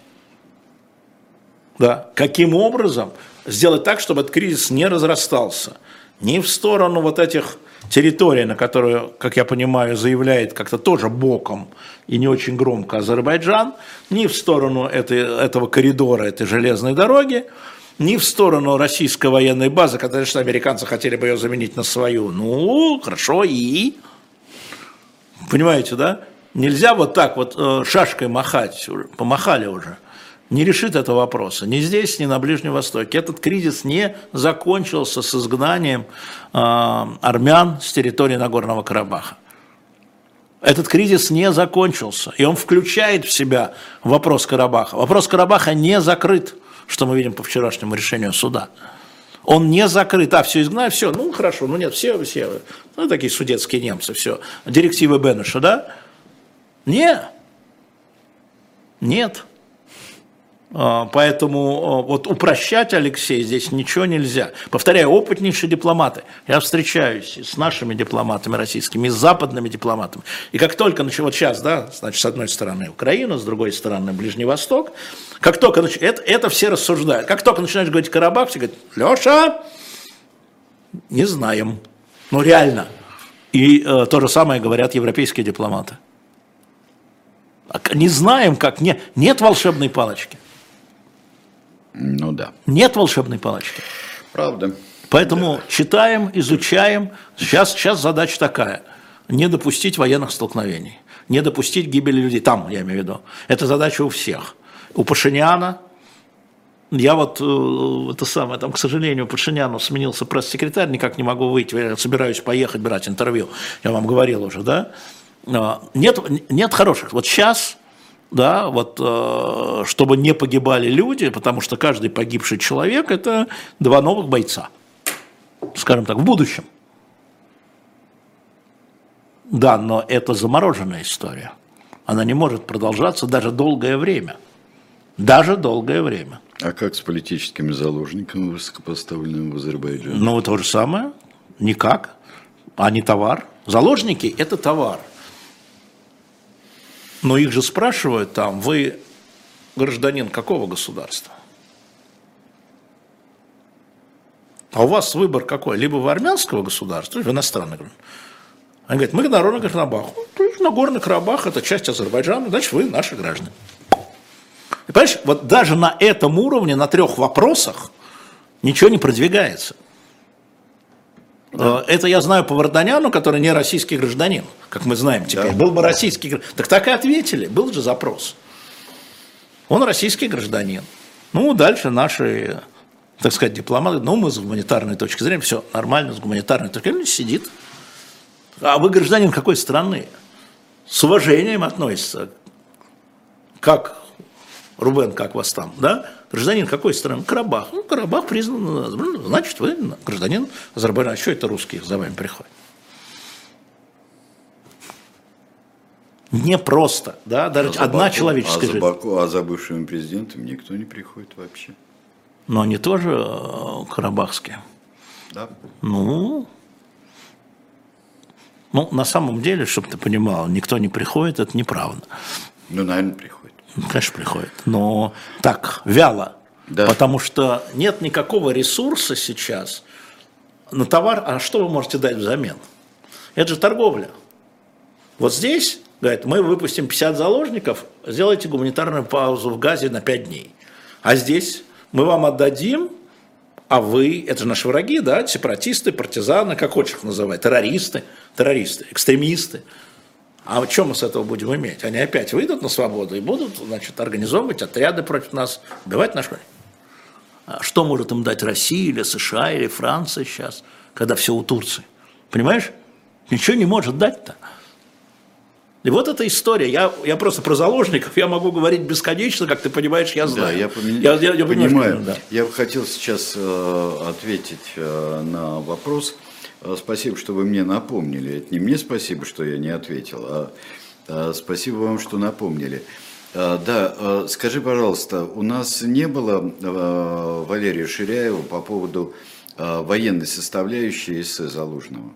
да, каким образом сделать так, чтобы этот кризис не разрастался. Ни в сторону вот этих территорий, на которую, как я понимаю, заявляет как-то тоже боком и не очень громко Азербайджан, ни в сторону этой, этого коридора, этой железной дороги, ни в сторону российской военной базы, конечно, американцы хотели бы ее заменить на свою. Ну, хорошо, и... Понимаете, да? Нельзя вот так вот э, шашкой махать, помахали уже. Не решит этого вопроса ни здесь, ни на Ближнем Востоке. Этот кризис не закончился с изгнанием э, армян с территории Нагорного Карабаха. Этот кризис не закончился, и он включает в себя вопрос Карабаха. Вопрос Карабаха не закрыт, что мы видим по вчерашнему решению суда. Он не закрыт, а все изгнали, все, ну хорошо, ну нет, все, все, ну такие судетские немцы, все, директивы Бенеша, да? Нет, нет. Поэтому вот упрощать, Алексей, здесь ничего нельзя. Повторяю, опытнейшие дипломаты. Я встречаюсь с нашими дипломатами российскими, и с западными дипломатами. И как только начал, вот сейчас, да, значит, с одной стороны Украина, с другой стороны Ближний Восток, как только, это, это все рассуждают. Как только начинаешь говорить Карабах, все говорят, Леша, не знаем. Ну реально. И э, то же самое говорят европейские дипломаты. Не знаем как, не, нет волшебной палочки. Ну да. Нет волшебной палочки. Правда. Поэтому да. читаем, изучаем. Сейчас, сейчас задача такая. Не допустить военных столкновений. Не допустить гибели людей. Там, я имею в виду. Это задача у всех. У Пашиняна. Я вот, это самое, там, к сожалению, Пашиняну сменился пресс-секретарь, никак не могу выйти. Я собираюсь поехать брать интервью. Я вам говорил уже, да? Нет, нет хороших. Вот сейчас... Да, вот, э, чтобы не погибали люди, потому что каждый погибший человек – это два новых бойца, скажем так, в будущем. Да, но это замороженная история. Она не может продолжаться даже долгое время. Даже долгое время. А как с политическими заложниками, высокопоставленными в Азербайджане? Ну, то же самое. Никак. Они товар. Заложники – это товар. Но их же спрашивают там, вы гражданин какого государства? А у вас выбор какой? Либо в армянского государства, либо в иностранного. Они говорят, мы Нагорный Карабах. Нагорный Карабах – это часть Азербайджана, значит, вы наши граждане. И понимаешь, вот даже на этом уровне, на трех вопросах ничего не продвигается. Да. Это я знаю по Варданяну, который не российский гражданин, как мы знаем теперь. Да. Был бы российский гражданин. Так так и ответили, был же запрос. Он российский гражданин. Ну, дальше наши, так сказать, дипломаты, ну, мы с гуманитарной точки зрения, все нормально, с гуманитарной точки зрения, сидит. А вы гражданин какой страны? С уважением относится. Как, Рубен, как вас там, да? Гражданин какой страны? Карабах. Ну, Карабах признан, значит, вы гражданин Азербайджана. А что это русские за вами приходят? Не просто, да, даже а одна Баку, человеческая а жизнь. Баку, а за бывшим президентом никто не приходит вообще. Но они тоже э, карабахские. Да. Ну, Ну, на самом деле, чтобы ты понимал, никто не приходит, это неправда. Ну, наверное, приходит. Конечно, приходит, но так, вяло. Да. Потому что нет никакого ресурса сейчас на товар, а что вы можете дать взамен? Это же торговля. Вот здесь, говорят, мы выпустим пятьдесят заложников, сделайте гуманитарную паузу в Газе на пять дней. А здесь мы вам отдадим, а вы, это же наши враги, да, сепаратисты, партизаны, как хочешь их называть, террористы, террористы, экстремисты. А что мы с этого будем иметь? Они опять выйдут на свободу и будут, значит, организовывать отряды против нас, убивать наших. А что может им дать Россия или США или Франция сейчас, когда все у Турции? Понимаешь? Ничего не может дать-то. И вот эта история. Я, я просто про заложников, я могу говорить бесконечно, как ты понимаешь, я знаю. Да, я, поми... я, я, я понимаю. понимаю, да. Я бы хотел сейчас э, ответить э, на вопрос. Э, спасибо, что вы мне напомнили. Это не мне спасибо, что я не ответил, а э, спасибо вам, что напомнили. Э, да, э, скажи, пожалуйста, у нас не было э, Валерия Ширяева по поводу э, военной составляющей эссе Залужного?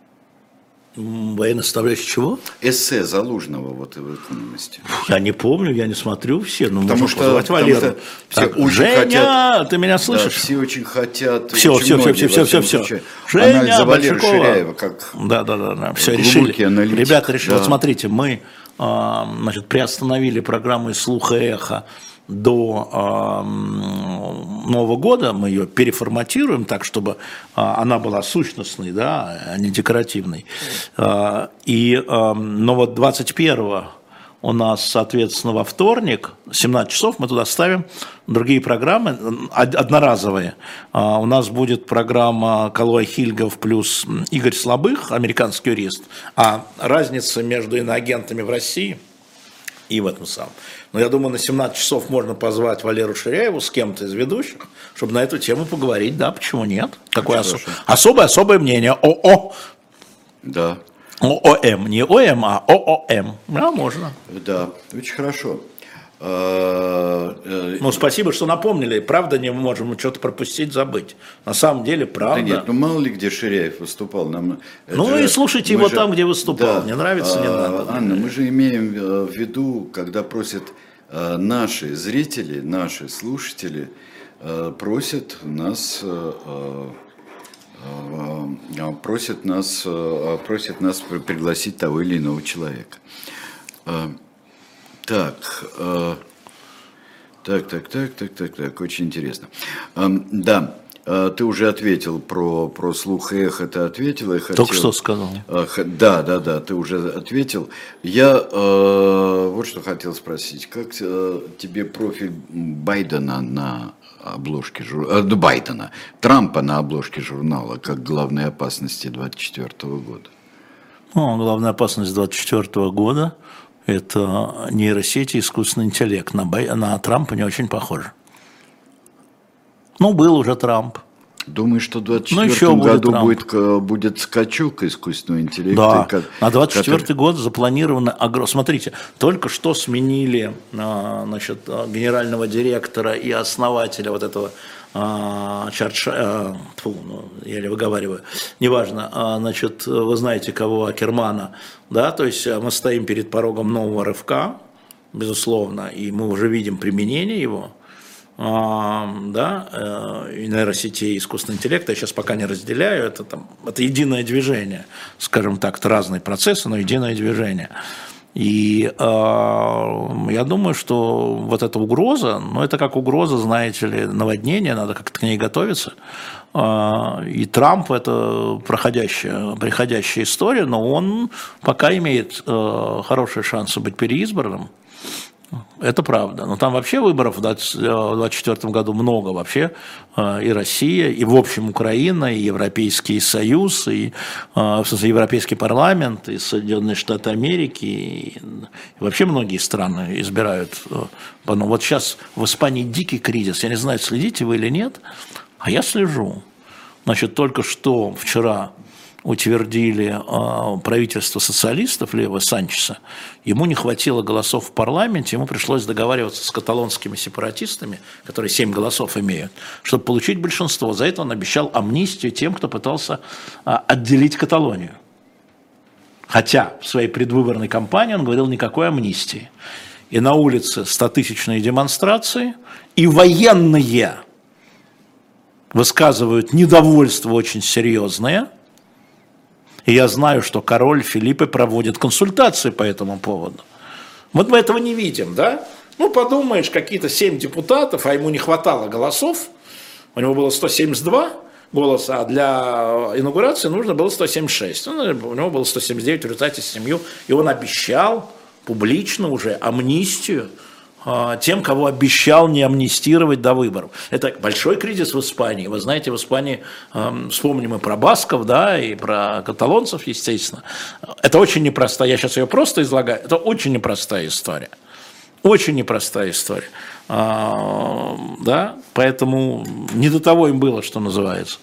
Военная составляющая чего? Эссе Залужного вот в «Экономисте». Я не помню, я не смотрю все, но потому можно что, позвать Валеру. Что все Так, очень Женя, хотят, ты меня слышишь? Да, все очень хотят. Все, очень все, многие, все, все, все, все, все. Женя, за Валерия Большакова. Ширяева, как да, да, да, да. Все решили. Аналитик. Ребята решили. Да. Вот смотрите, мы а, значит, приостановили программу «Слух и эхо» до а, Нового года, мы ее переформатируем так, чтобы а, она была сущностной, да, а не декоративной. А, и, а, но вот двадцать первого у нас, соответственно, во вторник, семнадцать часов, мы туда ставим другие программы, одноразовые. А, у нас будет программа Калой Хильгов плюс Игорь Слабых, американский юрист. А разница между иноагентами в России и в этом самом. Но я думаю, на семнадцать часов можно позвать Валеру Ширяеву с кем-то из ведущих, чтобы на эту тему поговорить. Да, почему нет? Такое осо- особое, особое мнение. ОО. Да. ООМ. Не ОМ, а ООМ. Да, можно. Да, очень хорошо. Ну, спасибо, что напомнили. Правда, не можем что-то пропустить, забыть. На самом деле, правда. Да нет, ну мало ли где Ширяев выступал. Нам, ну же, и слушайте его же, там, где выступал. Да, не нравится, а, не надо. Анна, мы же имеем в виду, когда просят наши зрители, наши слушатели, просят нас... просят нас, просят нас пригласить того или иного человека. Так, так, так, так, так, так, так, очень интересно. Да, ты уже ответил про, про слух и эхо, ты ответил. Я хотел... Только что сказал. Да, да, да, ты уже ответил. Я вот что хотел спросить. Как тебе профиль Байдена на обложке журнала, Байдена, Трампа на обложке журнала, как главной опасности двадцать четвёртого года? Ну, главная опасность двадцать четвёртого года – это нейросети и искусственный интеллект. На, Бай... на Трампа не очень похоже. Ну, был уже Трамп. Думаешь, что в двадцать четвёртом ну, году будет, будет скачок искусственного интеллекта? Да, как, на двадцать четвёртый который... год запланировано... Смотрите, только что сменили значит, генерального директора и основателя вот этого Чарша... Фу, ну, еле выговариваю, неважно, значит, вы знаете кого, Акермана, да, то есть мы стоим перед порогом нового рывка, безусловно, и мы уже видим применение его. Да, и нейросетей, и искусственного интеллекта я сейчас пока не разделяю, это, там, это единое движение, скажем так, это разные процессы, но единое движение. И э, я думаю, что вот эта угроза, ну это как угроза, знаете ли, наводнения, надо как-то к ней готовиться. Э, и Трамп это проходящая, приходящая история, но он пока имеет э, хорошие шансы быть переизбранным. Это правда. Но там вообще выборов в двадцать четвёртом году много вообще. И Россия, и в общем Украина, и Европейский Союз, и в смысле, Европейский парламент, и Соединенные Штаты Америки. И вообще многие страны избирают. Но вот сейчас в Испании дикий кризис. Я не знаю, следите вы или нет, а я слежу. Значит, только что вчера утвердили э, правительство социалистов Лева Санчеса, ему не хватило голосов в парламенте, ему пришлось договариваться с каталонскими сепаратистами, которые семь голосов имеют, чтобы получить большинство. За это он обещал амнистию тем, кто пытался э, отделить Каталонию. Хотя в своей предвыборной кампании он говорил никакой амнистии. И на улице стотысячные демонстрации, и военные высказывают недовольство очень серьезное. И я знаю, что король Филиппе проводит консультации по этому поводу. Вот мы этого не видим, да? Ну, подумаешь, какие-то семь депутатов, а ему не хватало голосов, у него было сто семьдесят два голоса, а для инаугурации нужно было сто семьдесят шесть. Ну, у него было сто семьдесят девять, в результате семью, и он обещал публично уже амнистию а, тем, кого обещал не амнистировать до выборов. Это большой кризис в Испании. Вы знаете, в Испании, э, вспомним и про басков, да, и про каталонцев, естественно. Это очень непростая, я сейчас ее просто излагаю, это очень непростая история. Очень непростая история. А, да, поэтому не до того им было, что называется.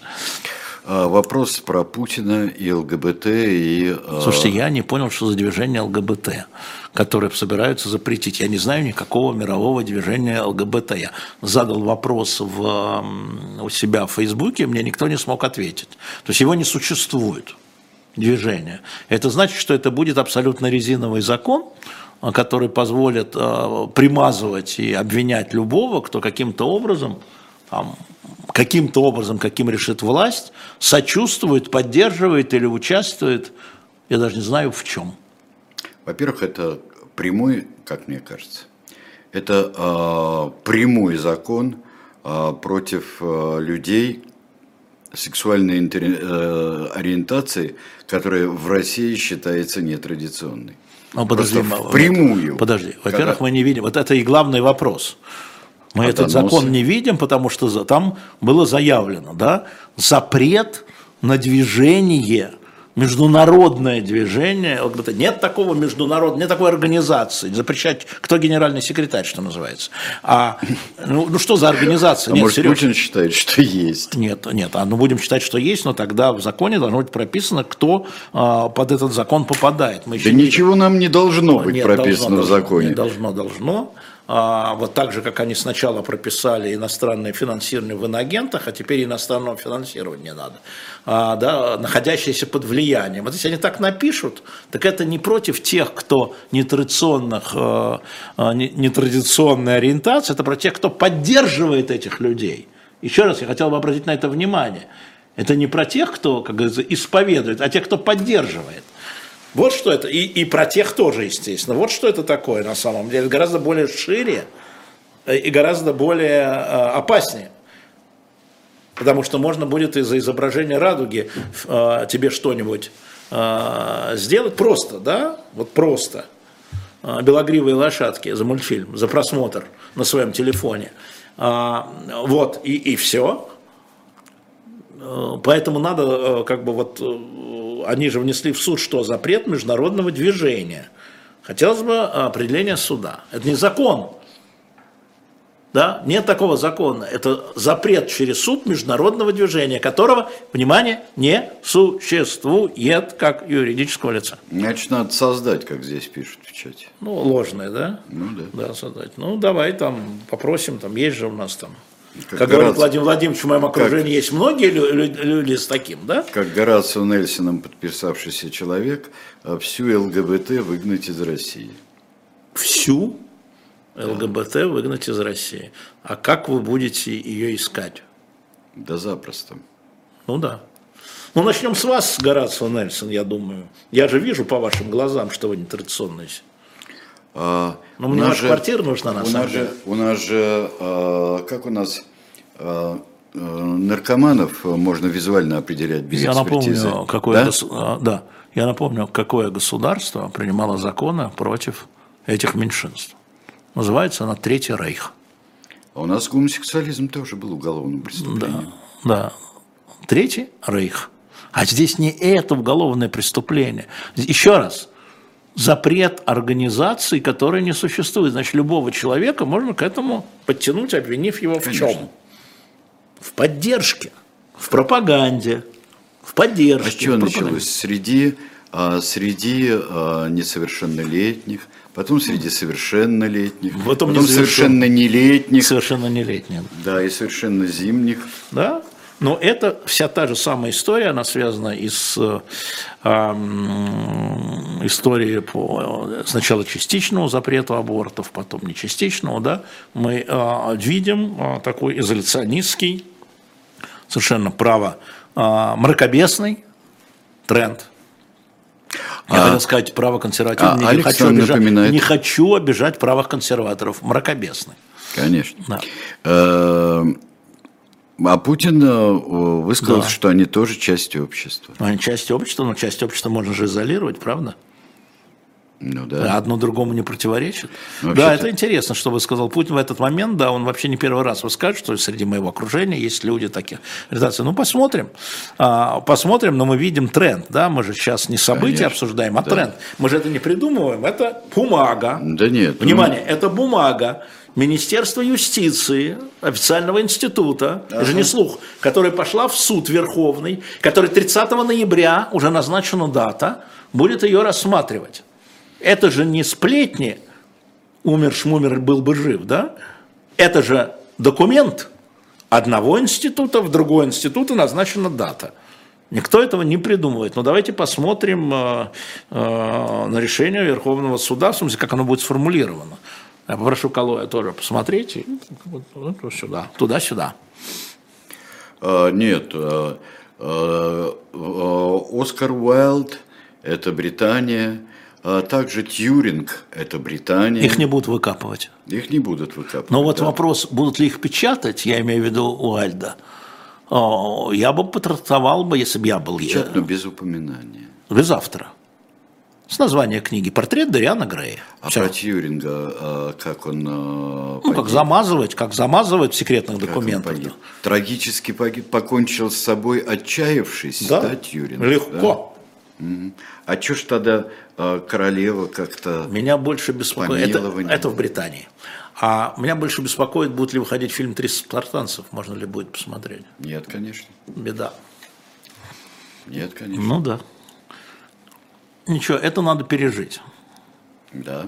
Вопрос про Путина и ЛГБТ и... Слушайте, я не понял, что за движение ЛГБТ, которое собираются запретить. Я не знаю никакого мирового движения ЛГБТ. Я задал вопрос в, у себя в Фейсбуке, мне никто не смог ответить. То есть его не существует, движение. Это значит, что это будет абсолютно резиновый закон, который позволит э, примазывать и обвинять любого, кто каким-то образом... Там, каким-то образом, каким решит власть, сочувствует, поддерживает или участвует, я даже не знаю в чем. Во-первых, это прямой, как мне кажется, это э, прямой закон э, против э, людей сексуальной интер... э, ориентации, которая в России считается нетрадиционной. Ну, подожди, впрямую. Подожди, во-первых, когда... мы не видим, вот это и главный вопрос. Мы а этот закон не видим, потому что там было заявлено, да, запрет на движение, международное движение. Нет такого международного, нет такой организации. Запрещать, кто генеральный секретарь, что называется. А, ну, ну что за организация? А нет, может, Сереж? Путин считает, что есть? Нет, нет, а ну будем считать, что есть, но тогда в законе должно быть прописано, кто а, под этот закон попадает. Мы да ничего нам не должно быть нет, прописано должно, в законе. Не должно, должно. А, вот так же, как они сначала прописали иностранное финансирование в иноагентах, а теперь иностранного финансирования не надо, а, да, находящиеся под влиянием. Вот если они так напишут, так это не против тех, кто нетрадиционных, а, нетрадиционной ориентации, это про тех, кто поддерживает этих людей. Еще раз я хотел бы обратить на это внимание. Это не про тех, кто, как говорится, исповедует, а тех, кто поддерживает. Вот что это, и, и про тех тоже, естественно. Вот что это такое на самом деле. Гораздо более шире и гораздо более э, опаснее. Потому что можно будет из-за изображения радуги э, тебе что-нибудь э, сделать просто, да? Вот просто. Э, белогривые лошадки за мультфильм, за просмотр на своем телефоне. Э, вот, и, и все. Э, поэтому надо э, как бы вот... Э, они же внесли в суд, что запрет международного движения. Хотелось бы определения суда. Это не закон. Да? Нет такого закона. Это запрет через суд международного движения, которого, внимание, не существует как юридического лица. Значит, надо создать, как здесь пишут в чате. Ну, ложное, да? Ну, да. Да, создать. Ну, давай там попросим, там есть же у нас там. Как, как говорит Владимир Владимирович, в моем окружении как, есть многие люди с таким, да? Как Горацио Нельсоном подписавшийся человек, всю ЛГБТ выгнать из России. Всю ЛГБТ да. выгнать из России. А как вы будете ее искать? Да запросто. Ну да. Ну начнем с вас, Горацио Нельсон, я думаю. Я же вижу по вашим глазам, что вы нетрадиционные. А, Но мне ваша квартира нужна, на самом деле. У нас же, а, как у нас а, а, наркоманов можно визуально определять без я экспертизы. Напомню, какое да? гос... да, я напомню, какое государство принимало законы против этих меньшинств. Называется она Третий Рейх. А у нас гомосексуализм тоже был уголовным преступлением. Да, да. Третий Рейх. А здесь не это уголовное преступление. Еще раз. Запрет организации, которая не существует. Значит, любого человека можно к этому подтянуть, обвинив его в чем? В поддержке, в пропаганде, в поддержке. А что началось? Среди, а, среди а, несовершеннолетних, потом среди совершеннолетних, потом, потом совершенно нелетних. Совершенно нелетних. Да, и совершенно зимних. Да. Но это вся та же самая история, она связана и с э, э, историей по сначала частичного запрета абортов, потом не частичного, да, мы э, видим э, такой изоляционистский, совершенно право э, мракобесный тренд. Я а, хотел сказать право консервативное, а не, хочу обижать, напоминает... не хочу обижать правых консерваторов, мракобесный. Конечно. Да. А Путин высказал, да. что они тоже часть общества. Они часть общества, но часть общества можно же изолировать, правда? Ну да. Одно другому не противоречит. Ну, да, это интересно, что высказал Путин в этот момент. Да, он вообще не первый раз выскажет, что среди моего окружения есть люди такие. Ну, посмотрим. Посмотрим, но мы видим тренд. Да? Мы же сейчас не события Конечно, обсуждаем, а да. тренд. Мы же это не придумываем. Это бумага. Да нет. Внимание, ну... это бумага Министерства юстиции, официального института, ага. это же не слух, которая пошла в суд Верховный, который тридцатого ноября, уже назначена дата, будет ее рассматривать. Это же не сплетни, умер Шмумер, был бы жив, да? Это же документ одного института, в другой институт назначена дата. Никто этого не придумывает. Но давайте посмотрим э, э, на решение Верховного суда, в смысле, как оно будет сформулировано. Я попрошу Калоя тоже посмотреть, и, вот, вот, сюда, туда-сюда. А, нет, а, а, Оскар Уайлд – это Британия. А также Тьюринг – это Британия. Их не будут выкапывать. Их не будут выкапывать. Но вот да. вопрос, будут ли их печатать, я имею в виду Уайльда, я бы потрактовал бы, если бы я был... Печатать, но без упоминания. Без автора. С названия книги «Портрет Дориана Грея». А Все. про Тьюринга, как он Ну, погиб? как замазывать, как замазывать в секретных как документах. Трагически погиб, покончил с собой, отчаявшись, да, да Тьюринг? Легко. Да? А что ж тогда э, королева как-то... Меня больше беспокоит... Это, это в Британии. А меня больше беспокоит, будет ли выходить фильм «триста спартанцев». Можно ли будет посмотреть? Нет, конечно. Беда. Нет, конечно. Ну да. Ничего, это надо пережить. Да.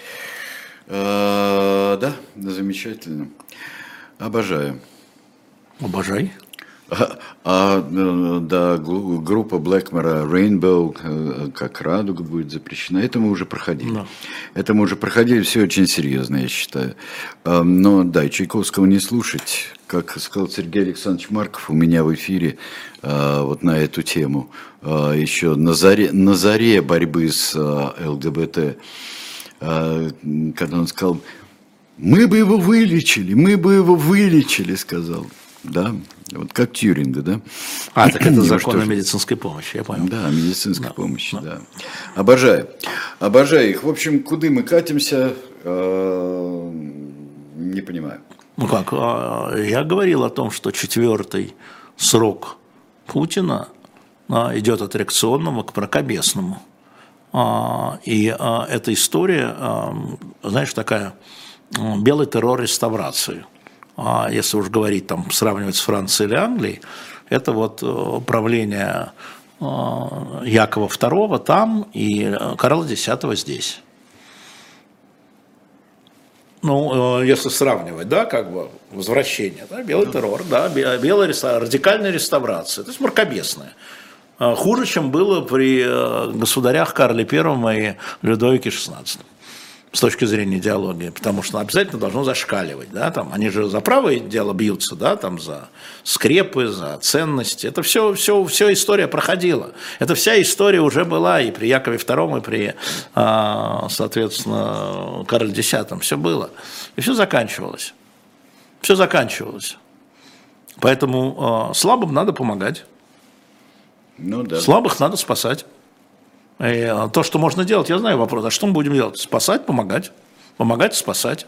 Э, да, замечательно. Обожаю. Обожай. А, а, да, группа Blackmore Rainbow, как радуга, будет запрещена. Это мы уже проходили. Да. Это мы уже проходили, все очень серьезно, я считаю. Но да, Чайковского не слушать, как сказал Сергей Александрович Марков у меня в эфире вот на эту тему, еще на заре, на заре борьбы с ЛГБТ, когда он сказал: мы бы его вылечили, мы бы его вылечили, сказал. Да, вот как Тьюринга, да? А, так это закон о медицинской помощи, я понял. Да, медицинской да. помощи, да. да. Обожаю, обожаю их. В общем, куда мы катимся, не понимаю. Ну как, я говорил о том, что четвертый срок Путина идет от реакционного к мракобесному. И эта история, знаешь, такая белый террор реставрации. Если уж говорить, там, сравнивать с Францией или Англией, это вот правление Якова второго там и Карла десятого здесь. Ну, если сравнивать, да, как бы возвращение, да, белый террор, да, белая реставрация, радикальная реставрация, то есть мракобесная. Хуже, чем было при государях Карле Первом и Людовике шестнадцатом. С точки зрения идеологии, потому что обязательно должно зашкаливать, да, там, они же за правое дело бьются, да, там, за скрепы, за ценности, это все, все, все история проходила, это вся история уже была и при Якове втором, и при, соответственно, Карле десятом, все было, и все заканчивалось, все заканчивалось, поэтому слабым надо помогать, ну, да. слабых надо спасать. И то, что можно делать, я знаю вопрос, а что мы будем делать? Спасать, помогать, помогать, спасать.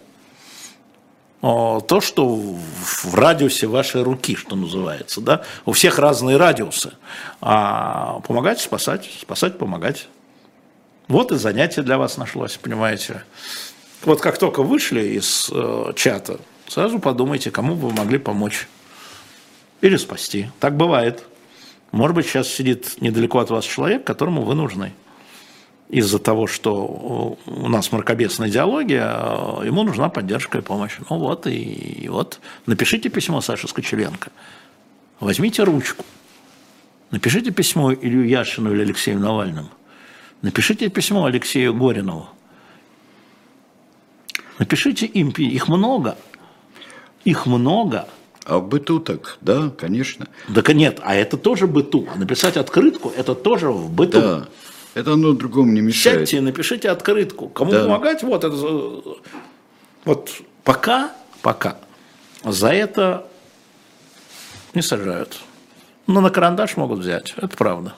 То, что в радиусе вашей руки, что называется, да, у всех разные радиусы, а помогать, спасать, спасать, помогать. Вот и занятие для вас нашлось, понимаете. Вот как только вышли из э, чата, сразу подумайте, кому вы могли помочь или спасти. Так бывает. Может быть, сейчас сидит недалеко от вас человек, которому вы нужны. Из-за того, что у нас мракобесная идеология, ему нужна поддержка и помощь. Ну вот, и, и вот. Напишите письмо Саше Скочеленко. возьмите ручку, напишите письмо Илью Яшину или Алексею Навальному, напишите письмо Алексею Горинову, напишите им, их много, их много. А в быту так, да, конечно. Так нет, а это тоже быту. Написать открытку, это тоже в быту. Да, это одно другому не мешает. Сядьте и напишите открытку. Кому Да. помогать, вот это. Вот пока, пока за это не сажают. Но на карандаш могут взять, это правда.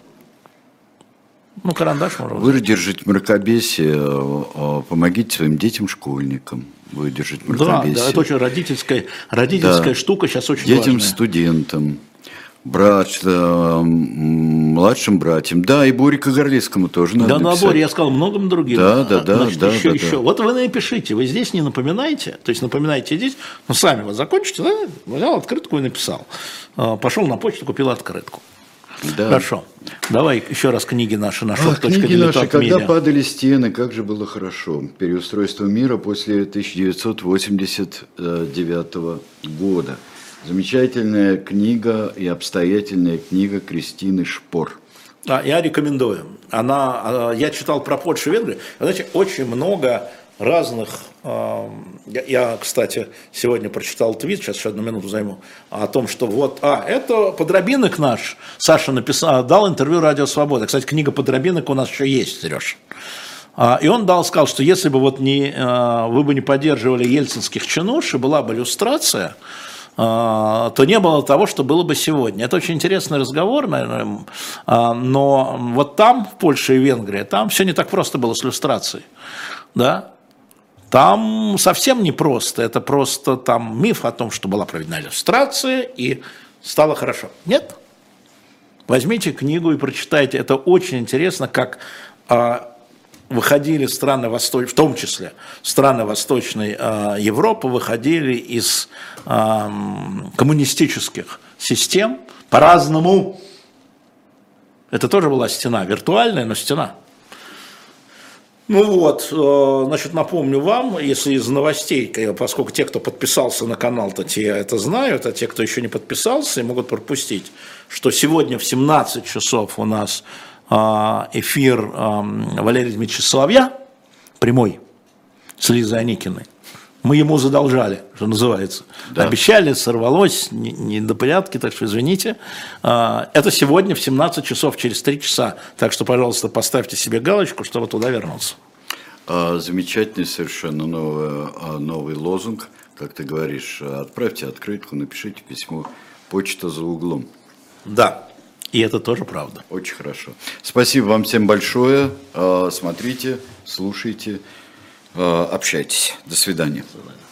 Ну, карандаш можно взять. Выдержать мракобесие, э, помогите своим детям-школьникам выдержать Да, мракобесие. да, это очень родительская, родительская Да. штука, сейчас очень Детям, важная. студентам, брат, э, м, младшим братьям. Да, и Борику Горлицкому тоже надо Да, на написать. наборе я сказал многим другим. Да, да, да, Значит, да, еще, да, еще. да. Вот вы напишите, вы здесь не напоминайте, то есть напоминайте здесь, но сами вот закончите, да, взял открытку и написал. А, Пошел на почту, купил открытку. Да. Хорошо. Давай еще раз книги наши на А, шок точка книги наши, дилетант когда медиа. падали стены, как же было хорошо. Переустройство мира после тысяча девятьсот восемьдесят девятого года. Замечательная книга и обстоятельная книга Кристины Шпор. А, я рекомендую. Она, а, я читал про Польшу и Венгрию. Знаете, очень много разных. а, Я, я, кстати, сегодня прочитал твит, сейчас еще одну минуту займу, о том, что вот, а, это Подробинок наш, Саша написал, дал интервью Радио Свобода. Кстати, книга Подробинок у нас еще есть, Сереж. А, И он дал, сказал, что если бы вот не, а, вы бы не поддерживали ельцинских чинуш, и была бы люстрация, а, то не было того, что было бы сегодня. Это очень интересный разговор, наверное, а, но вот там, в Польше и Венгрии, там все не так просто было с люстрацией, да. Там совсем непросто, это просто там миф о том, что была проведена иллюстрация и стало хорошо. Нет? Возьмите книгу и прочитайте, это очень интересно, как а, выходили страны Восточной, в том числе страны Восточной а, Европы, выходили из а, коммунистических систем по-разному. Это тоже была стена, виртуальная, но стена. Ну вот, значит, напомню вам, если из новостей, поскольку те, кто подписался на канал-то, те это знают, а те, кто еще не подписался, и могут пропустить, что сегодня в семнадцать часов у нас эфир Валерия Дмитриевича Соловья, прямой, с Лизой Аникиной. Мы ему задолжали, что называется. Да. Обещали, сорвалось, не, не до порядка, так что извините. Это сегодня в семнадцать часов, через три часа. Так что, пожалуйста, поставьте себе галочку, чтобы туда вернуться. Замечательный совершенно новый, новый лозунг. Как ты говоришь, отправьте открытку, напишите письмо. Почта за углом. Да, и это тоже правда. Очень хорошо. Спасибо вам всем большое. Смотрите, слушайте. Общайтесь. До свидания. До свидания.